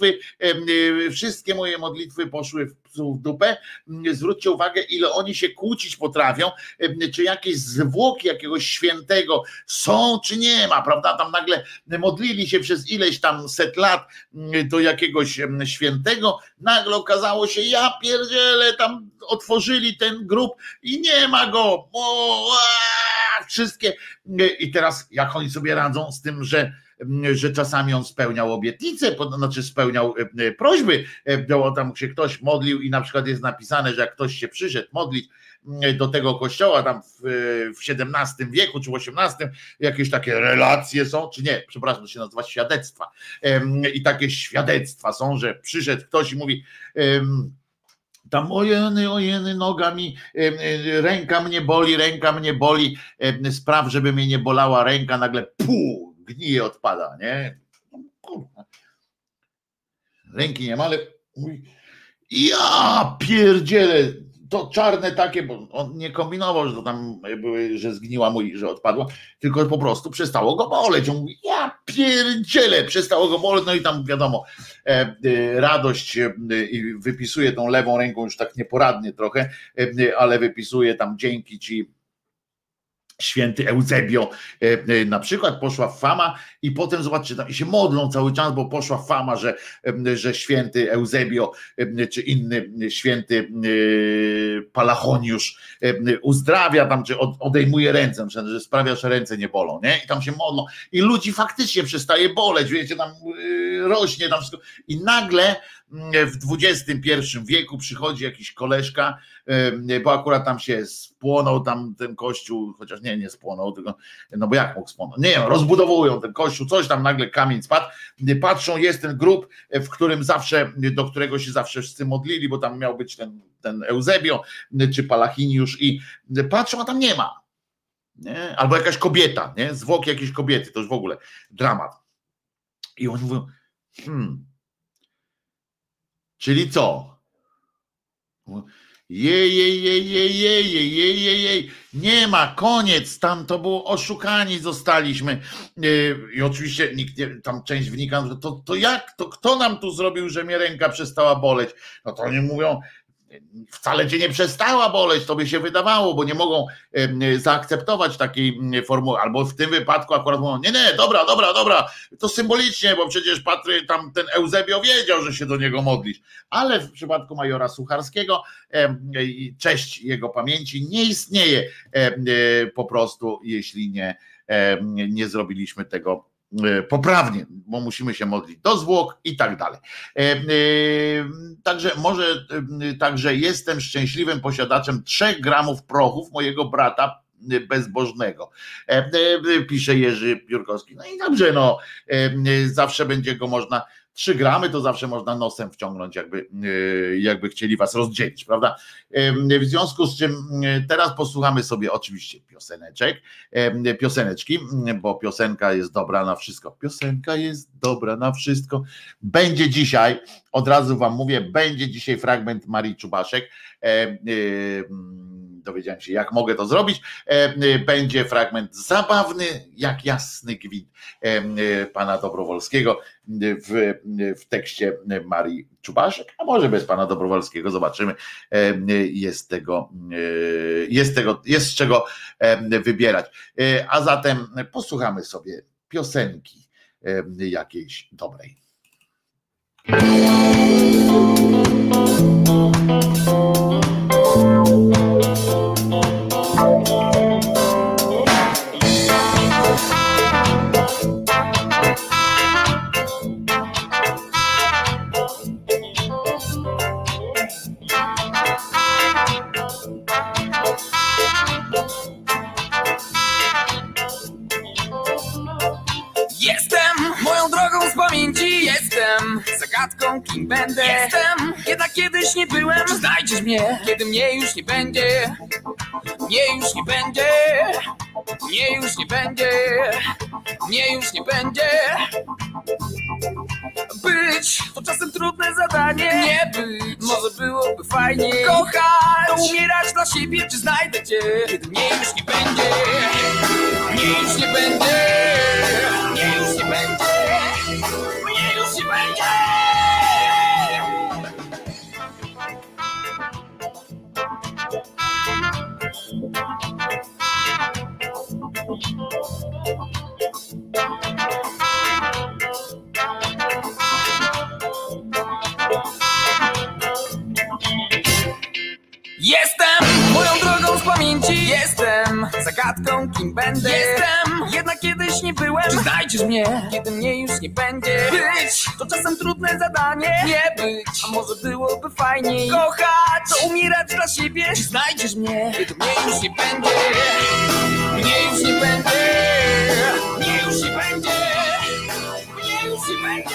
modlitwy poszły w dupę. Zwróćcie uwagę, ile oni się kłócić potrafią, czy jakieś zwłoki jakiegoś świętego są, czy nie ma, prawda? Tam nagle modlili się przez ileś tam set lat do jakiegoś świętego, nagle okazało się, ja pierdzielę, tam otworzyli ten grób i nie ma go. Wszystkie. I teraz jak oni sobie radzą z tym, że czasami on spełniał obietnice, znaczy spełniał prośby, bo tam się ktoś modlił i na przykład jest napisane, że jak ktoś się przyszedł modlić do tego kościoła tam w XVII wieku czy w XVIII, jakieś takie relacje są, czy nie, przepraszam, to się nazywa świadectwa. I takie świadectwa są, że przyszedł ktoś i mówi tam ojeny, noga mi, ręka mnie boli, spraw, żeby mnie nie bolała ręka, nagle gnije odpada, nie? ręki nie ma, ale mówi, ja pierdzielę, to czarne takie, bo on nie kombinował, że to tam były, że zgniła mu i że odpadła, tylko po prostu przestało go boleć. On mówi, ja pierdzielę, przestało go boleć, no i tam wiadomo, radość i wypisuje tą lewą ręką już tak nieporadnie trochę, ale wypisuje tam dzięki ci święty Eusebio, na przykład poszła fama i potem zobaczcie, tam i się modlą cały czas, bo poszła fama, że święty Eusebio czy inny święty Palachoniusz uzdrawia tam, czy odejmuje ręce, że sprawia, że ręce nie bolą, nie? I tam się modlą i ludzi faktycznie przestaje boleć, wiecie, tam rośnie tam wszystko i nagle w XXI wieku przychodzi jakiś koleżka, bo akurat tam się spłonął tam ten kościół, chociaż nie spłonął, tylko, no bo jak mógł spłonąć? Nie wiem, rozbudowują ten kościół, coś tam nagle kamień spadł, patrzą, jest ten grób, w którym zawsze, do którego się zawsze wszyscy modlili, bo tam miał być ten Eusebio, czy Palachiniusz i patrzą, a tam nie ma. Nie? Albo jakaś kobieta, nie? Zwłoki jakiejś kobiety, to już w ogóle dramat. I oni mówią, czyli co? Jej, nie ma, koniec, tam to było oszukani zostaliśmy. I oczywiście nikt nie, tam część wnika, że to jak, to kto nam tu zrobił, że mnie ręka przestała boleć? No to oni mówią, wcale cię nie przestała boleć, to by się wydawało, bo nie mogą zaakceptować takiej formuły, albo w tym wypadku akurat mówią, nie, dobra, to symbolicznie, bo przecież tam ten Eusebio wiedział, że się do niego modlisz, ale w przypadku majora Sucharskiego, cześć jego pamięci, nie istnieje po prostu, jeśli nie zrobiliśmy tego poprawnie, bo musimy się modlić do zwłok i tak dalej. Także jestem szczęśliwym posiadaczem 3 gramów prochów mojego brata bezbożnego. Pisze Jerzy Piórkowski. No i dobrze, no zawsze będzie go można 3 gramy, to zawsze można nosem wciągnąć, jakby chcieli was rozdzielić, prawda? W związku z czym teraz posłuchamy sobie oczywiście pioseneczki, bo piosenka jest dobra na wszystko. Piosenka jest dobra na wszystko. Będzie dzisiaj, od razu wam mówię, będzie dzisiaj fragment Marii Czubaszek. Dowiedziałem się, jak mogę to zrobić. Będzie fragment zabawny, jak jasny gwint pana Dobrowolskiego w tekście Marii Czubaszek, a może bez pana Dobrowolskiego, zobaczymy. Jest z czego wybierać. A zatem posłuchamy sobie piosenki jakiejś dobrej. Zagadką, kim będę. Jestem, jednak kiedyś nie byłem. Czy znajdziesz mnie, kiedy mnie już nie będzie? Mnie już nie będzie. Mnie już nie będzie. Mnie już nie będzie. Być to czasem trudne zadanie. Nie być, może byłoby fajnie. Kochać, to umierać dla siebie. Czy znajdę cię, kiedy mnie już nie będzie? Mnie już nie będzie. Mnie już nie będzie. Mnie już nie będzie. Jestem moją drogą z pamięci. Jestem zagadką, kim będę. Jestem, jednak kiedyś nie byłem. Czy znajdziesz mnie, kiedy mnie już nie będzie? Być to czasem trudne zadanie. Nie być, a może byłoby fajniej. Kochać, to umierać dla siebie. Czy znajdziesz mnie, kiedy mnie już nie będzie? Mnie już nie będzie. Mnie już nie będzie. Mnie już nie będzie.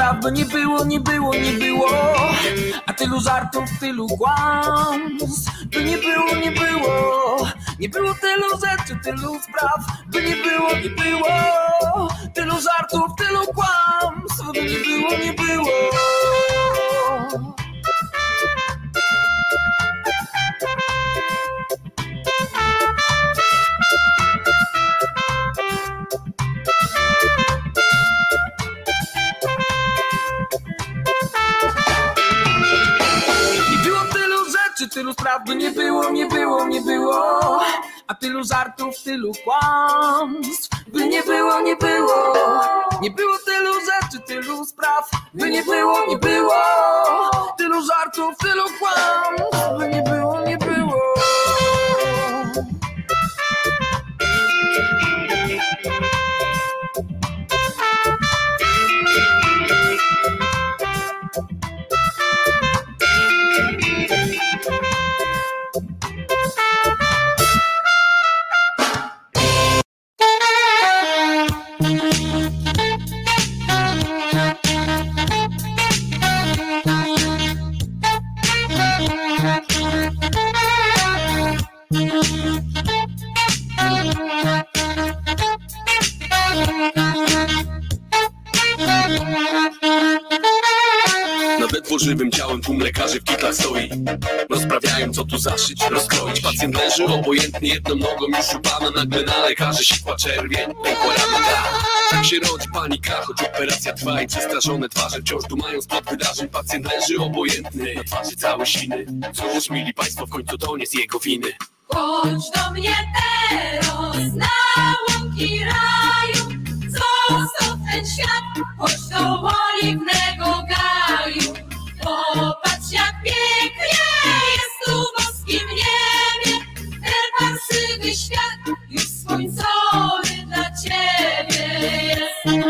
prawdy nie było, nie było, nie było. A tylu żartów, tylu kłamstw. By nie było, nie było. Nie było tylu rzeczy, tylu spraw. By nie było, nie było. Tylu żartów, tylu kłamstw. By nie było, nie było. Tylu spraw by nie było, nie było, nie było. A tylu żartów, tylu kłamstw. By nie było, nie było. Nie było tylu rzeczy, tylu spraw. By nie było, nie było. Tylu żartów, tylu kłamstw. By nie było, nie było. Żywym ciałem tłum lekarzy w kitlach stoi. Rozprawiają co tu zaszyć, rozkroić. Pacjent leży obojętnie jedną nogą już u pana. Nagle na lekarzy sikła czerwień, pękła rana. Tak się rodzi panika, choć operacja trwa i przestraszone twarze wciąż dumają spod wydarzeń. Pacjent leży obojętny, na twarzy całe siny. Cóż, mili państwo, w końcu to nie z jego winy. Chodź do mnie teraz na łąki raju. Zostaw ten świat, chodź do oliwnego gaju. Popatrz jak pięknie jest tu w boskim niebie. Ten parsywy świat już słońcowy dla ciebie jest.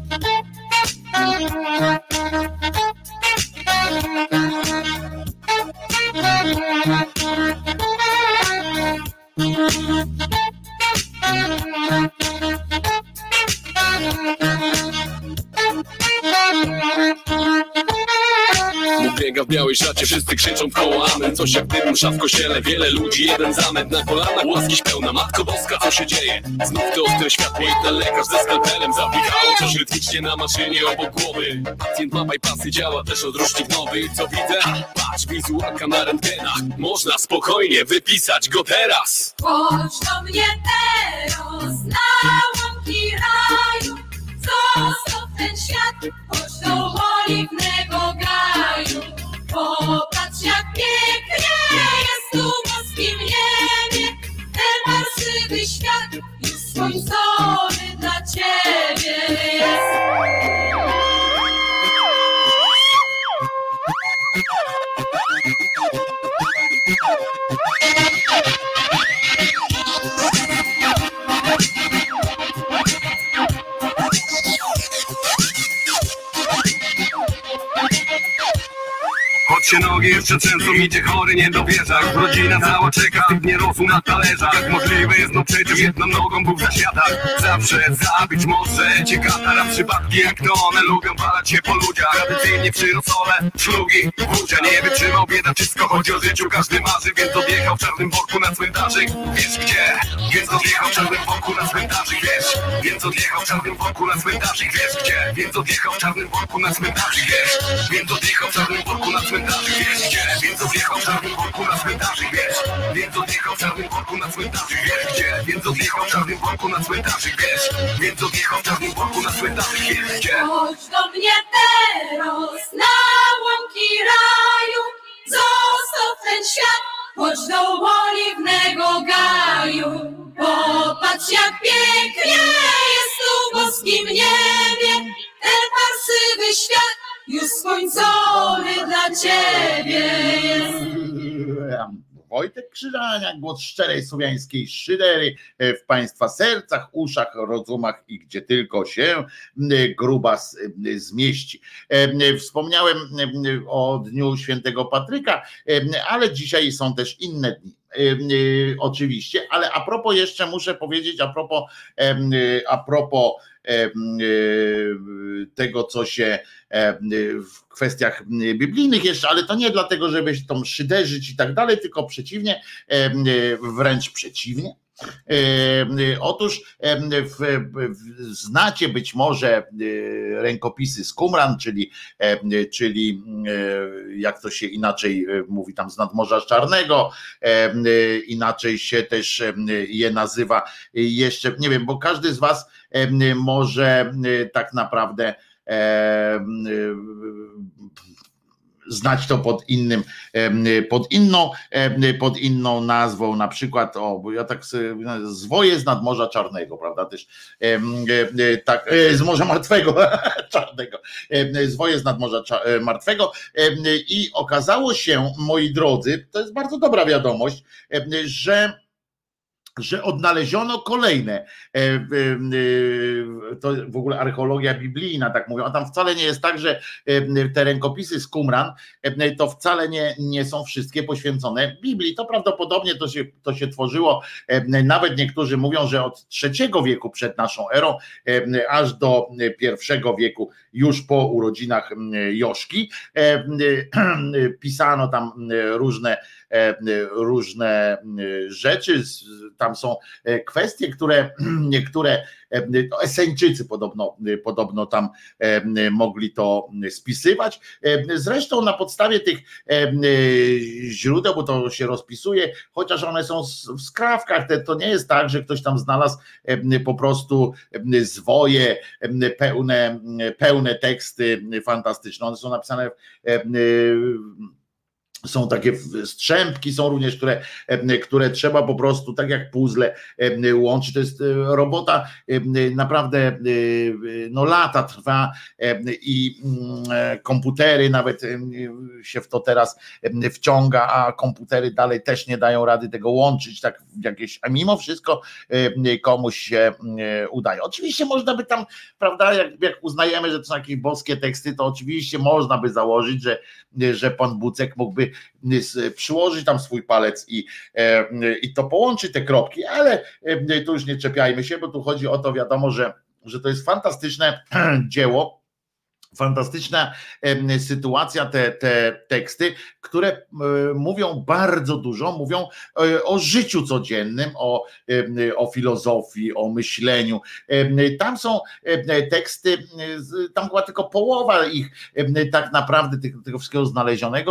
Biega w białej szacie, wszyscy krzyczą w koło amen. Coś jak dym msza w kościele, wiele ludzi, jeden zamęt. Na kolanach łaskiś pełna, Matko Boska, co się dzieje? Znów to ostre światło i ten lekarz ze skalpelem zapikało coś rytmicznie na maszynie obok głowy. Pacjent ma bypassy, działa też odrusznik nowy. Co widzę? Patrz, wizualka na rentgenach. Można spokojnie wypisać go teraz. Chodź do mnie teraz na łąki raju. Zostaw ten świat, chodź do oliwnego gaju. Popatrz jak pięknie jest tu w boskim niebie. Ten parsywy świat już słońcowy dla ciebie jest. Się nogi jeszcze często idzie chory, nie dowierza. Rodzina cała czeka, nie rosł na talerzach. Jak możliwe jest, no przecież jedną nogą był za światach. Zawsze zabić może cię katara. Przypadki jak to one lubią walać się po ludziach. Tradycyjnie przy rosole, szlugi, wódzia. Nie wytrzymał bieda, wszystko chodzi o życiu. Każdy marzy, więc odjechał w czarnym worku na cmentarzyk. Wiesz gdzie? Więc odjechał w czarnym worku na cmentarzyk, wiesz? Więc odjechał w czarnym worku na cmentarzyk, wiesz gdzie? Więc odjechał w czarnym worku na cmentarzyk, wiesz? Więc odjechał w czarnym worku na cmentarzyk. Wiesz gdzie? Więc odjechał w czarnym worku na cmentarzyk, wiesz? Więc odjechał w czarnym worku na cmentarzyk, wiesz gdzie? Więc odjechał w czarnym worku na cmentarzyk, wiesz? Więc odjechał w czarnym worku na cmentarzyk, wiesz gdzie? Chodź do mnie teraz na łąki raju. Zostaw ten świat, chodź do oliwnego gaju. Popatrz jak pięknie jest tu w boskim niebie. Ten parsywy świat już skończony dla ciebie jest. Wojtek Krzyżaniak, głos szczerej słowiańskiej szydery w państwa sercach, uszach, rozumach i gdzie tylko się grubas zmieści. Wspomniałem o Dniu Świętego Patryka, ale dzisiaj są też inne dni. Oczywiście, ale a propos jeszcze muszę powiedzieć, a propos tego, co się w kwestiach biblijnych jeszcze, ale to nie dlatego, żeby się tam szyderzyć i tak dalej, tylko przeciwnie, wręcz przeciwnie. Otóż znacie być może rękopisy z Qumran, czyli jak to się inaczej mówi tam z nadmorza Czarnego, inaczej się też je nazywa jeszcze, nie wiem, bo każdy z was może tak naprawdę znać to pod inną nazwą, na przykład, bo ja tak zwoje z nadmorza Czarnego, prawda, też tak, z Morza Martwego, Czarnego, zwoje z nadmorza Martwego i okazało się, moi drodzy, to jest bardzo dobra wiadomość, że odnaleziono kolejne, to w ogóle archeologia biblijna, tak mówią, a tam wcale nie jest tak, że te rękopisy z Qumran to wcale nie są wszystkie poświęcone Biblii, to prawdopodobnie to się tworzyło, nawet niektórzy mówią, że od III wieku przed naszą erą, aż do I wieku, już po urodzinach Joszki, pisano tam różne rzeczy, tam są kwestie, które niektóre Eseńczycy podobno tam mogli to spisywać. Zresztą na podstawie tych źródeł, bo to się rozpisuje, chociaż one są w skrawkach, to nie jest tak, że ktoś tam znalazł po prostu zwoje, pełne teksty fantastyczne. One są napisane są takie strzępki, są również, które trzeba po prostu, tak jak puzzle, łączyć. To jest robota naprawdę, no lata trwa i komputery nawet się w to teraz wciąga, a komputery dalej też nie dają rady tego łączyć, tak jakieś, a mimo wszystko komuś się udaje. Oczywiście można by tam, prawda, jak uznajemy, że to są jakieś boskie teksty, to oczywiście można by założyć, że pan Bucek mógłby przyłożyć tam swój palec i to połączy te kropki, ale tu już nie czepiajmy się, bo tu chodzi o to, wiadomo, że to jest fantastyczne dzieło, fantastyczna sytuacja, te teksty, które mówią bardzo dużo, mówią o życiu codziennym, o filozofii, o myśleniu. Tam są teksty, tam była tylko połowa ich tak naprawdę tego wszystkiego znalezionego,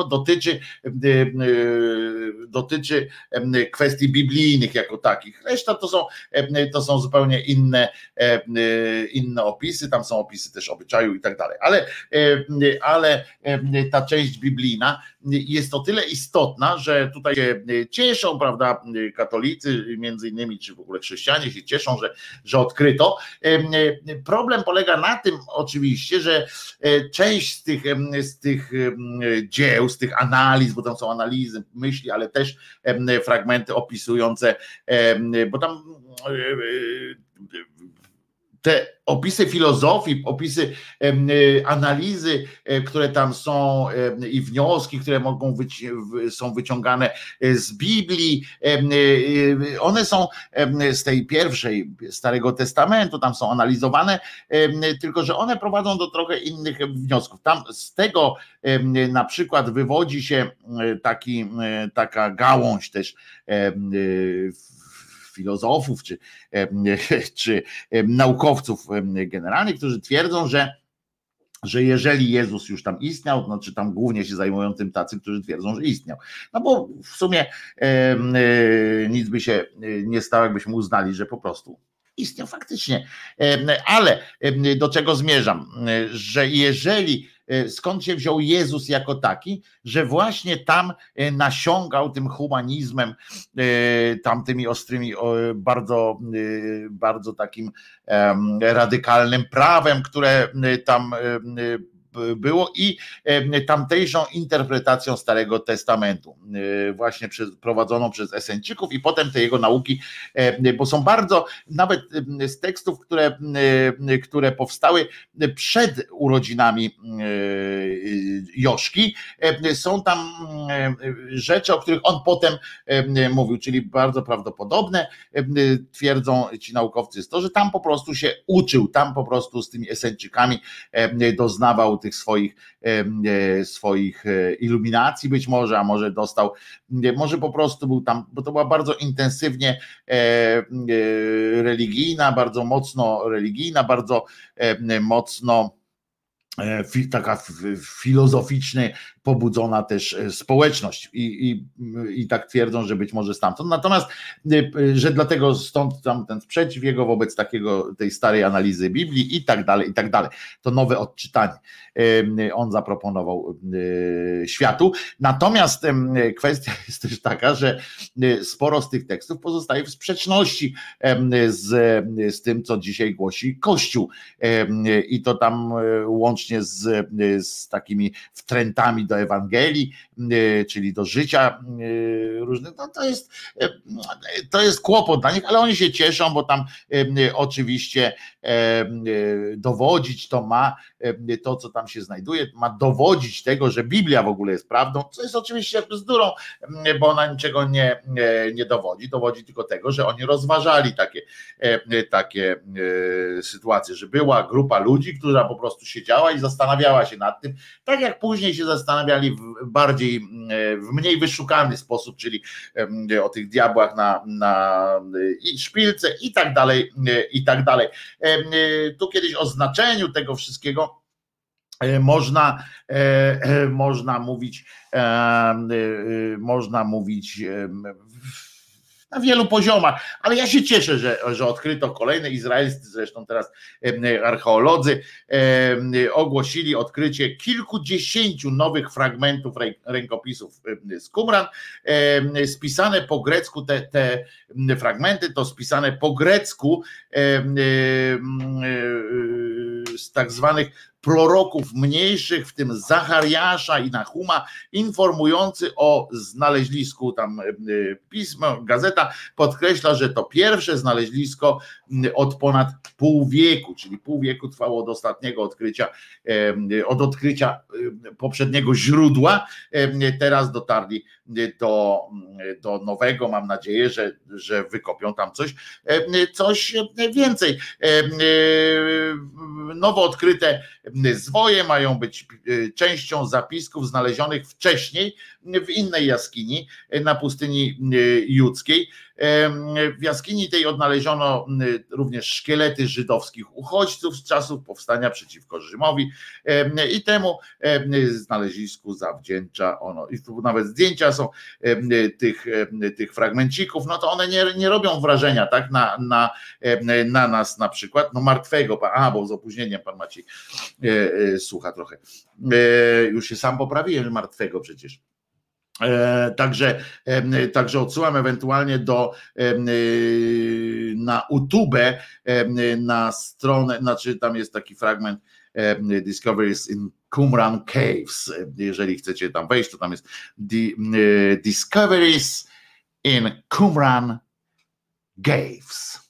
dotyczy kwestii biblijnych jako takich. Reszta to są zupełnie inne opisy, tam są opisy też obyczaju i tak dalej. Ale ta część biblijna jest o tyle istotna, że tutaj się cieszą, prawda, katolicy między innymi, czy w ogóle chrześcijanie się cieszą, że odkryto. Problem polega na tym oczywiście, że część z tych dzieł, z tych analiz, bo tam są analizy myśli, ale też fragmenty opisujące, bo tam te opisy filozofii, opisy analizy, które tam są i wnioski, które są wyciągane z Biblii, one są z tej pierwszej Starego Testamentu, tam są analizowane, tylko że one prowadzą do trochę innych wniosków. Tam z tego na przykład wywodzi się taka gałąź też filozofów czy naukowców generalnie, którzy twierdzą, że jeżeli Jezus już tam istniał, to znaczy tam głównie się zajmują tym tacy, którzy twierdzą, że istniał. No bo w sumie nic by się nie stało, jakbyśmy uznali, że po prostu istniał faktycznie. Ale do czego zmierzam? Że jeżeli skąd się wziął Jezus jako taki, że właśnie tam nasiągał tym humanizmem, tamtymi ostrymi, bardzo, bardzo takim radykalnym prawem, które tam było i tamtejszą interpretacją Starego Testamentu, właśnie prowadzoną przez Eseńczyków i potem te jego nauki, bo są bardzo, nawet z tekstów, które powstały przed urodzinami Joszki, są tam rzeczy, o których on potem mówił, czyli bardzo prawdopodobne, twierdzą ci naukowcy, jest to, że tam po prostu się uczył, tam po prostu z tymi Eseńczykami doznawał tych swoich iluminacji być może, a może dostał, może po prostu był tam, bo to była bardzo intensywnie religijna, bardzo mocno religijna, bardzo mocno taka filozoficznie pobudzona też społeczność i tak twierdzą, że być może stamtąd. Natomiast, że dlatego stąd tam ten sprzeciw jego wobec tej starej analizy Biblii i tak dalej. To nowe odczytanie on zaproponował światu. Natomiast kwestia jest też taka, że sporo z tych tekstów pozostaje w sprzeczności z tym, co dzisiaj głosi Kościół. I to tam łącznie z takimi wtrętami do Ewangelii, czyli do życia różnych, no to jest kłopot dla nich, ale oni się cieszą, bo tam oczywiście dowodzić to ma, to co tam się znajduje, ma dowodzić tego, że Biblia w ogóle jest prawdą, co jest oczywiście bzdurą, bo ona niczego nie dowodzi tylko tego, że oni rozważali takie sytuacje, że była grupa ludzi, która po prostu siedziała i zastanawiała się nad tym, tak jak później się zastanawiali w mniej wyszukany sposób, czyli o tych diabłach na szpilce i tak dalej, i tak dalej. Tu kiedyś o znaczeniu tego wszystkiego można mówić na wielu poziomach, ale ja się cieszę, że odkryto kolejne izraelscy, zresztą teraz archeolodzy ogłosili odkrycie kilkudziesięciu nowych fragmentów rękopisów z Qumran, spisane po grecku, te fragmenty to spisane po grecku z tak zwanych proroków mniejszych, w tym Zachariasza i Nahuma, informujący o znaleźlisku, tam pismo, gazeta podkreśla, że to pierwsze znaleźlisko od ponad pół wieku, czyli pół wieku trwało od ostatniego odkrycia, od odkrycia poprzedniego źródła, teraz dotarli do nowego, mam nadzieję, że wykopią tam coś więcej. Nowo odkryte zwoje mają być częścią zapisków znalezionych wcześniej w innej jaskini na pustyni judzkiej. W jaskini tej odnaleziono również szkielety żydowskich uchodźców z czasów powstania przeciwko Rzymowi i temu znalezisku zawdzięcza ono. I tu nawet zdjęcia są tych fragmencików, no to one nie robią wrażenia, tak, na nas na przykład, no martwego, bo z opóźnieniem pan Maciej słucha trochę. Już się sam poprawiłem, martwego przecież. Także odsyłam ewentualnie na YouTube, na stronę, znaczy tam jest taki fragment Discoveries in Qumran Caves. Jeżeli chcecie tam wejść, to tam jest Discoveries in Qumran Caves.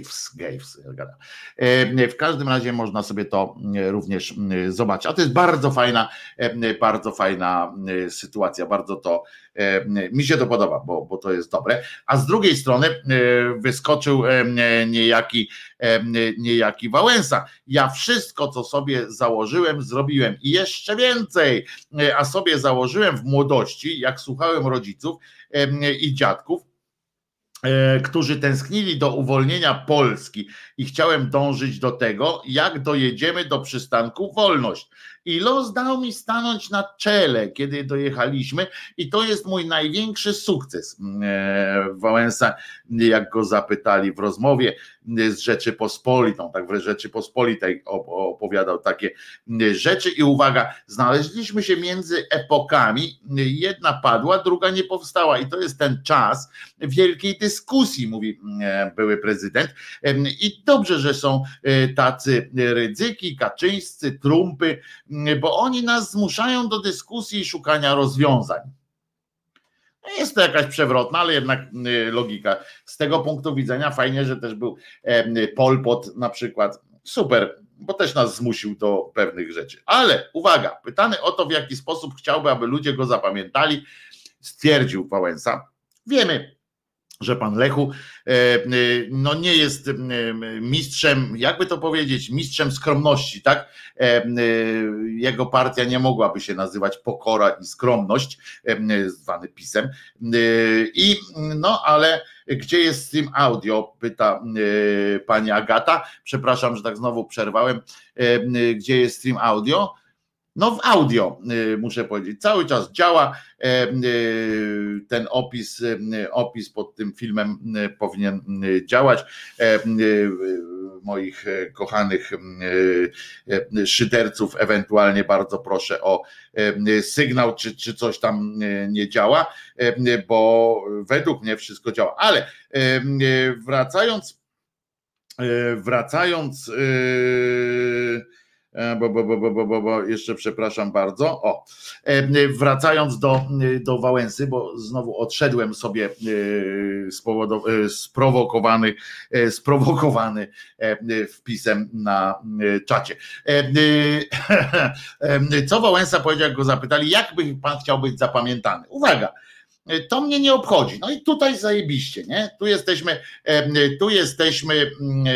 W każdym razie można sobie to również zobaczyć. A to jest bardzo fajna sytuacja. Bardzo to mi się to podoba, bo to jest dobre. A z drugiej strony wyskoczył niejaki Wałęsa. Ja wszystko, co sobie założyłem, zrobiłem i jeszcze więcej. A sobie założyłem w młodości, jak słuchałem rodziców i dziadków, którzy tęsknili do uwolnienia Polski i chciałem dążyć do tego, jak dojedziemy do przystanku Wolność. I los dał mi stanąć na czele, kiedy dojechaliśmy i to jest mój największy sukces. Wałęsa, jak go zapytali w rozmowie z Rzeczypospolitą, tak w Rzeczypospolitej opowiadał takie rzeczy i uwaga, znaleźliśmy się między epokami, jedna padła, druga nie powstała i to jest ten czas wielkiej dyskusji, mówi były prezydent i dobrze, że są tacy Rydzyki, Kaczyńscy, Trumpy bo oni nas zmuszają do dyskusji i szukania rozwiązań. Jest to jakaś przewrotna, ale jednak logika. Z tego punktu widzenia fajnie, że też był Pol Pot na przykład. Super, bo też nas zmusił do pewnych rzeczy. Ale uwaga, pytany o to, w jaki sposób chciałby, aby ludzie go zapamiętali, stwierdził Wałęsa. Wiemy, że pan Lechu no nie jest mistrzem, jakby to powiedzieć, mistrzem skromności, tak? Jego partia nie mogłaby się nazywać Pokora i Skromność, zwany PiS-em. I no ale gdzie jest stream audio? Pyta pani Agata. Przepraszam, że tak znowu przerwałem. Gdzie jest stream audio? No w audio, muszę powiedzieć, cały czas działa. Ten opis pod tym filmem powinien działać. Moich kochanych szyderców ewentualnie bardzo proszę o sygnał, czy coś tam nie działa, bo według mnie wszystko działa. Ale wracając bo jeszcze przepraszam bardzo. Wracając do Wałęsy, bo znowu odszedłem sobie sprowokowany wpisem na czacie. Co Wałęsa powiedział, jak go zapytali, jak by pan chciał być zapamiętany? Uwaga, to mnie nie obchodzi. No i tutaj zajebiście, nie? Tu jesteśmy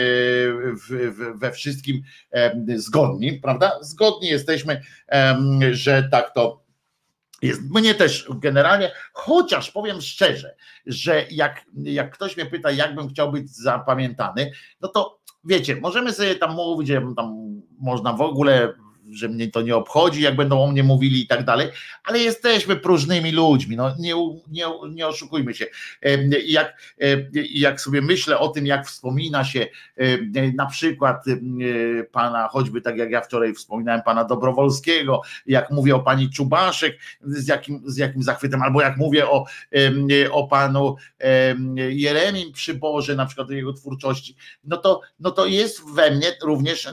we wszystkim zgodni, prawda? Zgodni jesteśmy, że tak to jest. Mnie też generalnie, chociaż powiem szczerze, że jak ktoś mnie pyta, jak bym chciał być zapamiętany, no to wiecie, możemy sobie tam mówić, że tam można w ogóle, że mnie to nie obchodzi, jak będą o mnie mówili i tak dalej, ale jesteśmy próżnymi ludźmi, no nie oszukujmy się. Jak sobie myślę o tym, jak wspomina się na przykład pana, choćby tak jak ja wczoraj wspominałem pana Dobrowolskiego, jak mówię o pani Czubaszek, z jakim zachwytem, albo jak mówię o panu Jeremim Przyborze, na przykład o jego twórczości, no to jest we mnie również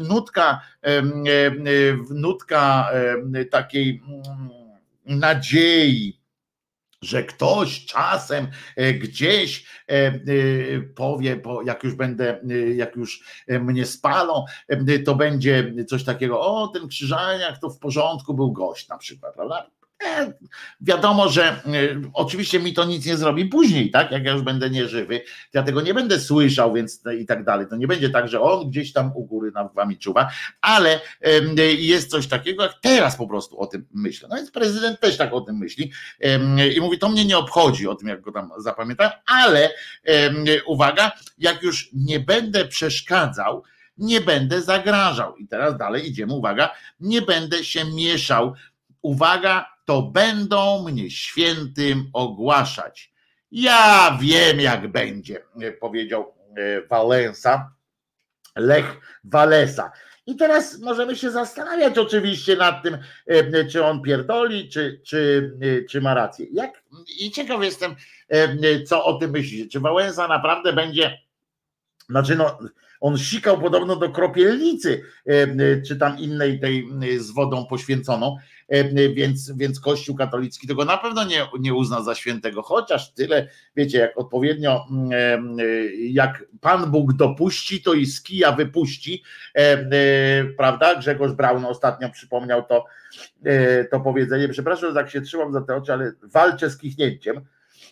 nutka takiej nadziei, że ktoś czasem gdzieś powie, bo jak już mnie spalą, to będzie coś takiego, o ten Krzyżaniak to w porządku był gość na przykład, prawda? Wiadomo, że oczywiście mi to nic nie zrobi później, tak? Jak ja już będę nieżywy, to ja tego nie będę słyszał, więc i tak dalej. To nie będzie tak, że on gdzieś tam u góry nad wami czuwa, ale jest coś takiego, jak teraz po prostu o tym myślę. No więc prezydent też tak o tym myśli i mówi, to mnie nie obchodzi o tym, jak go tam zapamiętam, ale uwaga, jak już nie będę przeszkadzał, nie będę zagrażał. I teraz dalej idziemy, uwaga, nie będę się mieszał. Uwaga, to będą mnie świętym ogłaszać. Ja wiem, jak będzie, powiedział Wałęsa, Lech Walesa. I teraz możemy się zastanawiać oczywiście nad tym, czy on pierdoli, czy ma rację. I ciekaw jestem, co o tym myślicie. Czy Wałęsa naprawdę będzie, znaczy no, on sikał podobno do Kropielnicy, czy tam innej tej z wodą poświęconą, więc Kościół katolicki tego na pewno nie uzna za świętego, chociaż tyle, wiecie, jak odpowiednio, jak Pan Bóg dopuści, to i z kija wypuści, prawda? Grzegorz Braun ostatnio przypomniał to powiedzenie, przepraszam, że tak się trzymam za te oczy, ale walczę z kichnięciem.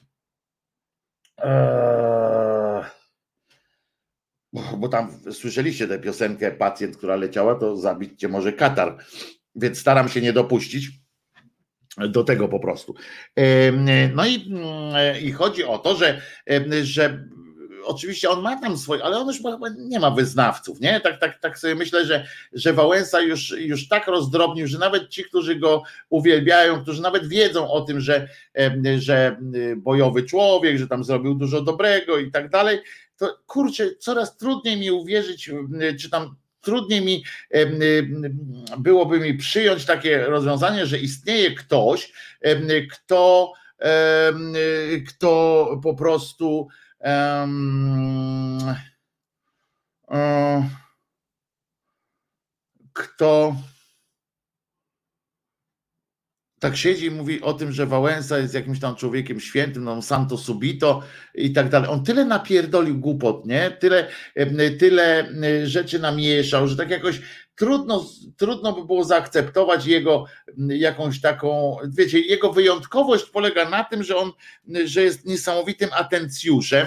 Bo tam słyszeliście tę piosenkę Pacjent, która leciała, to zabić cię może katar, więc staram się nie dopuścić do tego po prostu. No i chodzi o to, że oczywiście on ma tam swoje, ale on już chyba nie ma wyznawców, nie? Tak sobie myślę, że Wałęsa już tak rozdrobnił, że nawet ci, którzy go uwielbiają, którzy nawet wiedzą o tym, że bojowy człowiek, że tam zrobił dużo dobrego i tak dalej, to kurczę, coraz trudniej mi uwierzyć, czy tam trudniej mi byłoby mi przyjąć takie rozwiązanie, że istnieje ktoś, kto po prostu kto tak siedzi i mówi o tym, że Wałęsa jest jakimś tam człowiekiem świętym, no santo subito i tak dalej. On tyle napierdolił głupot, nie? Tyle rzeczy namieszał, że tak jakoś trudno by było zaakceptować jego jakąś taką, wiecie, jego wyjątkowość polega na tym, że jest niesamowitym atencjuszem,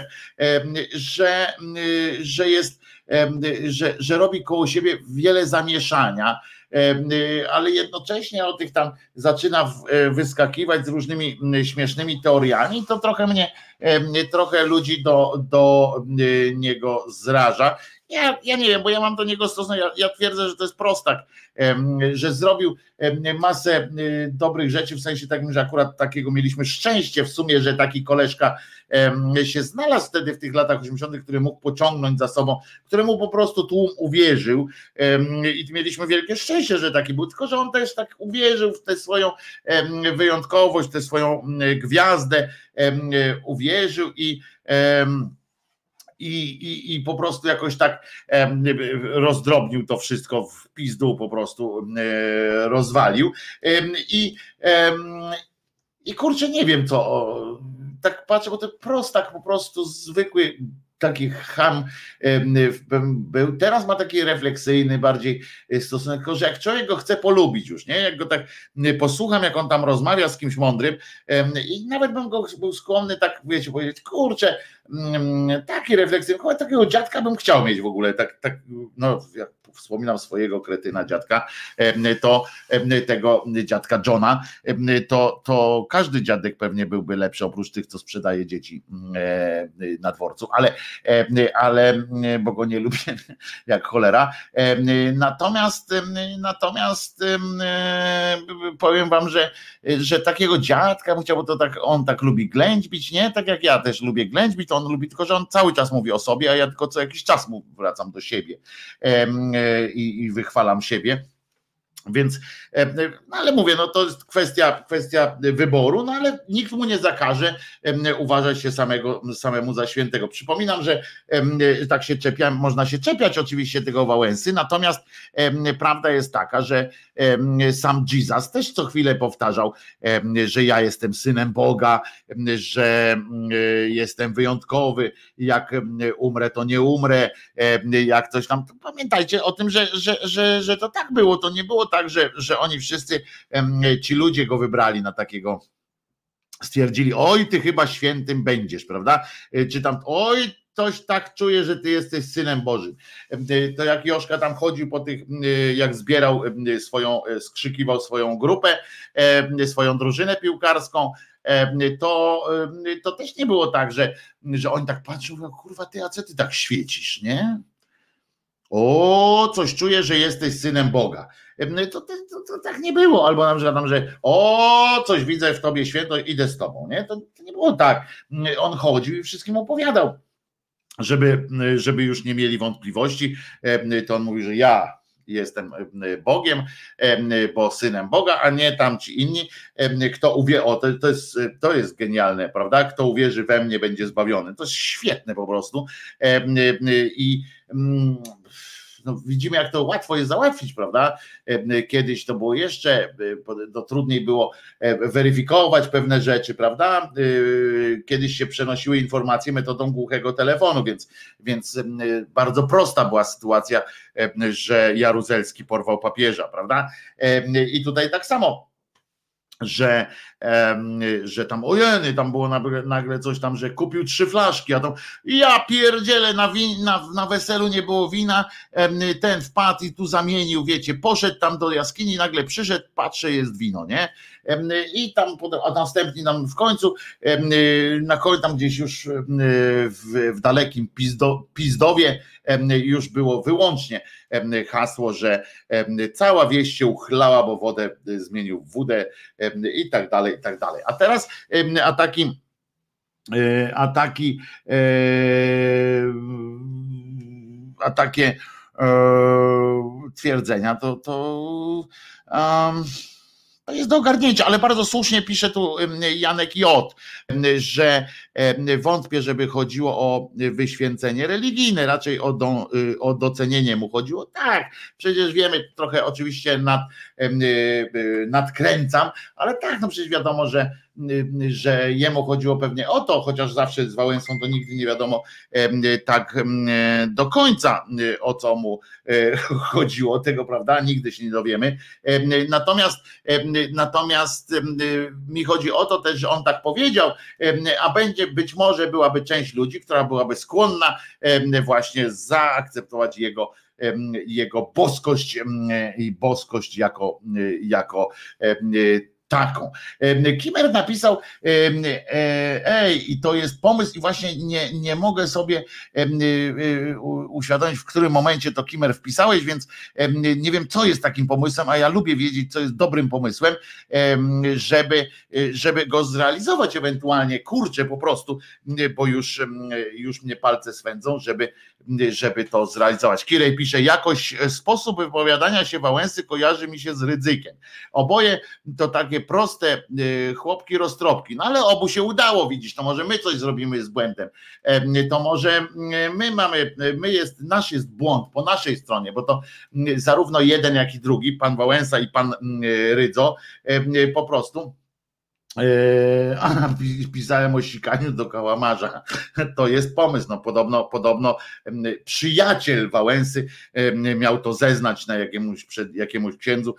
że jest, że robi koło siebie wiele zamieszania, ale jednocześnie o tych tam zaczyna wyskakiwać z różnymi śmiesznymi teoriami, to trochę ludzi do niego zraża. Ja nie wiem, bo ja mam do niego stosunek, ja twierdzę, że to jest prostak, że zrobił masę dobrych rzeczy, w sensie takim, że akurat takiego mieliśmy szczęście w sumie, że taki koleżka się znalazł wtedy w tych latach 80., który mógł pociągnąć za sobą, któremu po prostu tłum uwierzył i mieliśmy wielkie szczęście, że taki był, tylko że on też tak uwierzył w tę swoją wyjątkowość, tę swoją gwiazdę, uwierzył i po prostu jakoś tak rozdrobnił to wszystko w pizdu, po prostu rozwalił i kurczę, nie wiem co, tak patrzę, bo to prostak po prostu zwykły taki cham był, teraz ma taki refleksyjny bardziej stosunek, tylko że jak człowiek go chce polubić już, nie? Jak go tak posłucham, jak on tam rozmawia z kimś mądrym i nawet bym go był skłonny tak, wiecie, powiedzieć, kurczę, taki refleksyjny, chyba takiego dziadka bym chciał mieć w ogóle, tak no jak wspominam swojego kretyna dziadka, to tego dziadka Johna, to każdy dziadek pewnie byłby lepszy, oprócz tych, co sprzedaje dzieci na dworcu, ale bo go nie lubię jak cholera. Natomiast powiem wam, że takiego dziadka bym chciał, bo to tak, on tak lubi ględźbić, nie? Tak jak ja też lubię ględźbić, to on lubi, tylko że on cały czas mówi o sobie, a ja tylko co jakiś czas mu wracam do siebie i wychwalam siebie. Więc, no ale mówię, no to jest kwestia wyboru, no ale nikt mu nie zakaże uważać się samemu za świętego. Przypominam, że tak się czepiam, można się czepiać oczywiście tego Wałęsy, natomiast prawda jest taka, że sam Jesus też co chwilę powtarzał, że ja jestem synem Boga, że jestem wyjątkowy, jak umrę, to nie umrę, jak coś tam. Pamiętajcie o tym, że to tak było, to nie było tak, że oni wszyscy, ci ludzie go wybrali na takiego, stwierdzili, oj, ty chyba świętym będziesz, prawda? Czy tam, oj, coś tak czuje, że ty jesteś synem Bożym. To jak Joszka tam chodził po tych, jak zbierał skrzykiwał swoją grupę, swoją drużynę piłkarską, to też nie było tak, że oni tak patrzą, mówią, kurwa, ty, a co ty tak świecisz, nie? O, coś czuję, że jesteś synem Boga. To tak nie było. Albo na przykład, że o, coś widzę w tobie święto, idę z tobą. Nie? To nie było tak. On chodził i wszystkim opowiadał, żeby już nie mieli wątpliwości. To on mówi, że ja jestem Bogiem, bo synem Boga, a nie tamci inni. Kto uwierzy, to jest genialne, prawda? Kto uwierzy we mnie, będzie zbawiony. To jest świetne po prostu. I no widzimy, jak to łatwo jest załatwić, prawda? Kiedyś to było jeszcze, to trudniej było weryfikować pewne rzeczy, prawda? Kiedyś się przenosiły informacje metodą głuchego telefonu, więc bardzo prosta była sytuacja, że Jaruzelski porwał papieża, prawda? I tutaj tak samo, że tam ojeny, tam było nagle coś tam, że kupił 3 flaszki, a to ja pierdzielę, na weselu nie było wina, ten wpadł i tu zamienił, wiecie, poszedł tam do jaskini, nagle przyszedł, patrzę, jest wino, nie? I tam, a następnie tam w końcu, na końcu tam gdzieś już w dalekim Pizdowie już było wyłącznie hasło, że cała wieś się uchlała, bo wodę zmienił w wódę i tak dalej, i tak dalej. A teraz takie twierdzenia to To jest do ogarnięcia, ale bardzo słusznie pisze tu Janek J., że wątpię, żeby chodziło o wyświęcenie religijne, raczej o docenienie mu chodziło. Tak, przecież wiemy, trochę oczywiście nadkręcam, ale tak, no przecież wiadomo, że jemu chodziło pewnie o to, chociaż zawsze z Wałęsą to nigdy nie wiadomo tak do końca, o co mu chodziło, tego, prawda, nigdy się nie dowiemy. Natomiast mi chodzi o to też, że on tak powiedział, a być może byłaby część ludzi, która byłaby skłonna właśnie zaakceptować jego boskość i boskość jako taką. Kimer napisał, i to jest pomysł i właśnie nie mogę sobie uświadomić, w którym momencie to, Kimer, wpisałeś, więc nie wiem, co jest takim pomysłem, a ja lubię wiedzieć, co jest dobrym pomysłem, żeby go zrealizować ewentualnie, kurczę, po prostu, bo już mnie palce swędzą, żeby to zrealizować. Kirej pisze, jakoś sposób wypowiadania się Wałęsy kojarzy mi się z Rydzykiem. Oboje to takie proste chłopki roztropki, no ale obu się udało, widzisz, to może my coś zrobimy z błędem, to może nasz jest błąd po naszej stronie, bo to zarówno jeden, jak i drugi, pan Wałęsa i pan Rydzo, po prostu pisałem o sikaniu do kałamarza. To jest pomysł. No, podobno przyjaciel Wałęsy miał to zeznać na jakiemuś księdzu,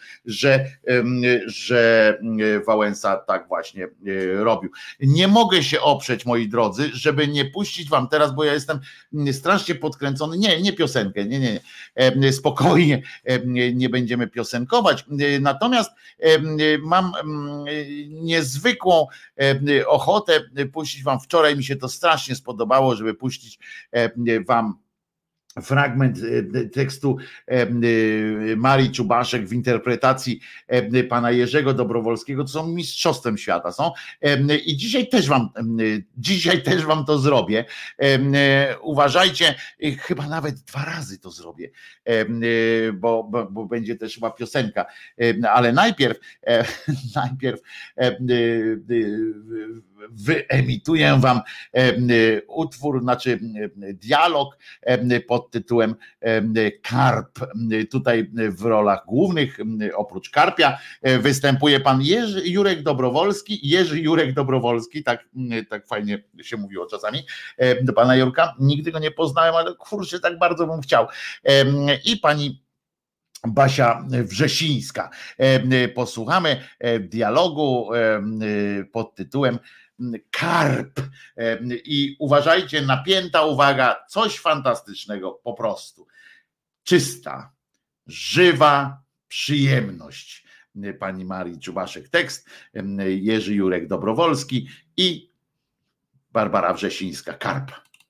że Wałęsa tak właśnie robił. Nie mogę się oprzeć, moi drodzy, żeby nie puścić wam teraz, bo ja jestem strasznie podkręcony. Nie piosenkę, nie. Spokojnie, nie będziemy piosenkować. Natomiast mam niezwykłą ochotę puścić wam. Wczoraj mi się to strasznie spodobało, żeby puścić wam fragment tekstu Marii Czubaszek w interpretacji pana Jerzego Dobrowolskiego. To są mistrzostwem świata. I dzisiaj też wam to zrobię. Uważajcie, chyba nawet 2 razy to zrobię, bo będzie też chyba piosenka. Ale najpierw wyemituję wam utwór, znaczy dialog pod tytułem Karp. Tutaj w rolach głównych oprócz Karpia występuje pan Jerzy Jurek Dobrowolski, tak fajnie się mówiło czasami do pana Jurka. Nigdy go nie poznałem, ale kurczę, tak bardzo bym chciał. I pani Basia Wrzesińska. Posłuchamy dialogu pod tytułem Karp. I uważajcie, napięta uwaga, coś fantastycznego po prostu. Czysta, żywa przyjemność pani Marii Czubaszek. Tekst Jerzy Jurek Dobrowolski i Barbara Wrzesińska. Karp.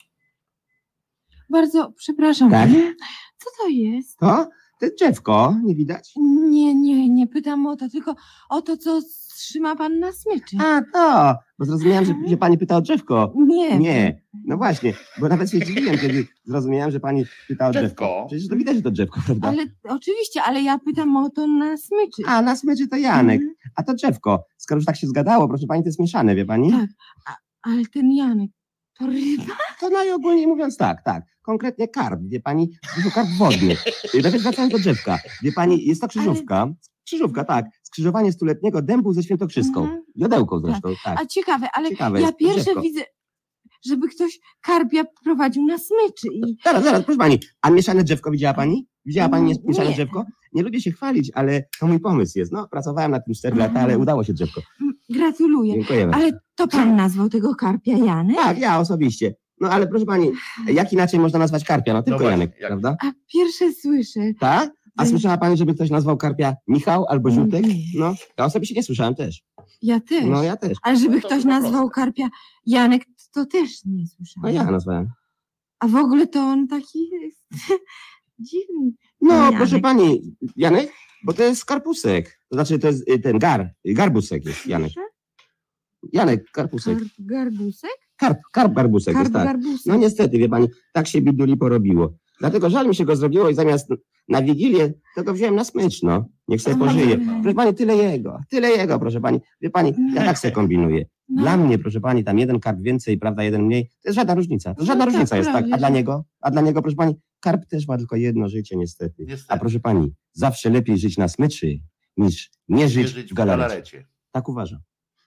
Bardzo przepraszam. Tak? Co to jest? To jest drzewko, nie widać? Nie pytam o to, tylko o to, co trzyma pan na smyczy. A, to, bo zrozumiałem, że pani pyta o drzewko. Nie. No właśnie, bo nawet się dziwiłem, kiedy zrozumiałem, że pani pyta o drzewko. Przecież to widać, że to drzewko, prawda? Oczywiście, ale ja pytam o to na smyczy. A, na smyczy to Janek, a to drzewko. Skoro już tak się zgadało, proszę pani, to jest mieszane, wie pani? Tak, ale ten Janek, to ryba? To najogólniej mówiąc tak. Konkretnie karp, wie pani, to karp wodny. Nawet wracając do drzewka, wie pani, jest to krzyżówka. Krzyżówka, tak. Skrzyżowanie stuletniego dębu ze świętokrzyską. Jodełką zresztą, tak. A ciekawe, ale ciekawe ja jest, pierwsze drzewko. widzę, żeby ktoś karpia prowadził na smyczy. Zaraz, proszę pani, a mieszane drzewko widziała pani? Widziała pani mieszane Nie. drzewko? Nie lubię się chwalić, ale to mój pomysł jest. No, pracowałem nad tym 4 lata, ale udało się drzewko. Gratuluję. Dziękujemy. Ale to pan nazwał tego karpia Janek? Tak, ja osobiście. No ale proszę pani, jak inaczej można nazwać karpia? No tylko właśnie, Janek, jak? prawda? A pierwsze słyszę. Tak? A słyszała pani, żeby ktoś nazwał karpia Michał albo Ziutek? Nie. No, ja osobiście nie słyszałem też. Ja też. No ja też. Ale żeby No to ktoś chyba nazwał proste. karpia Janek, to też nie No słyszałam. ja nazwałem. A w ogóle to on taki jest dziwny. No, Janek. proszę pani, Janek, bo to jest karpusek. To znaczy to jest ten garbusek jest Janek. Janek, karpusek. Garbusek? Karp garbusek Karp jest, tak. garbusek. No niestety, wie pani, tak się biduli porobiło. Dlatego żal mi się go zrobiło i zamiast na Wigilię, to go wziąłem na smycz, no. Niech sobie pożyje. Proszę pani, tyle jego, proszę pani. Wie pani, ja tak sobie kombinuję. Dla mnie, proszę pani, tam jeden karp więcej, prawda, jeden mniej, to jest żadna różnica. To żadna różnica jest, tak? A dla niego, proszę pani, karp też ma tylko jedno życie, niestety. A proszę pani, zawsze lepiej żyć na smyczy, niż nie żyć w galarecie. Tak uważam.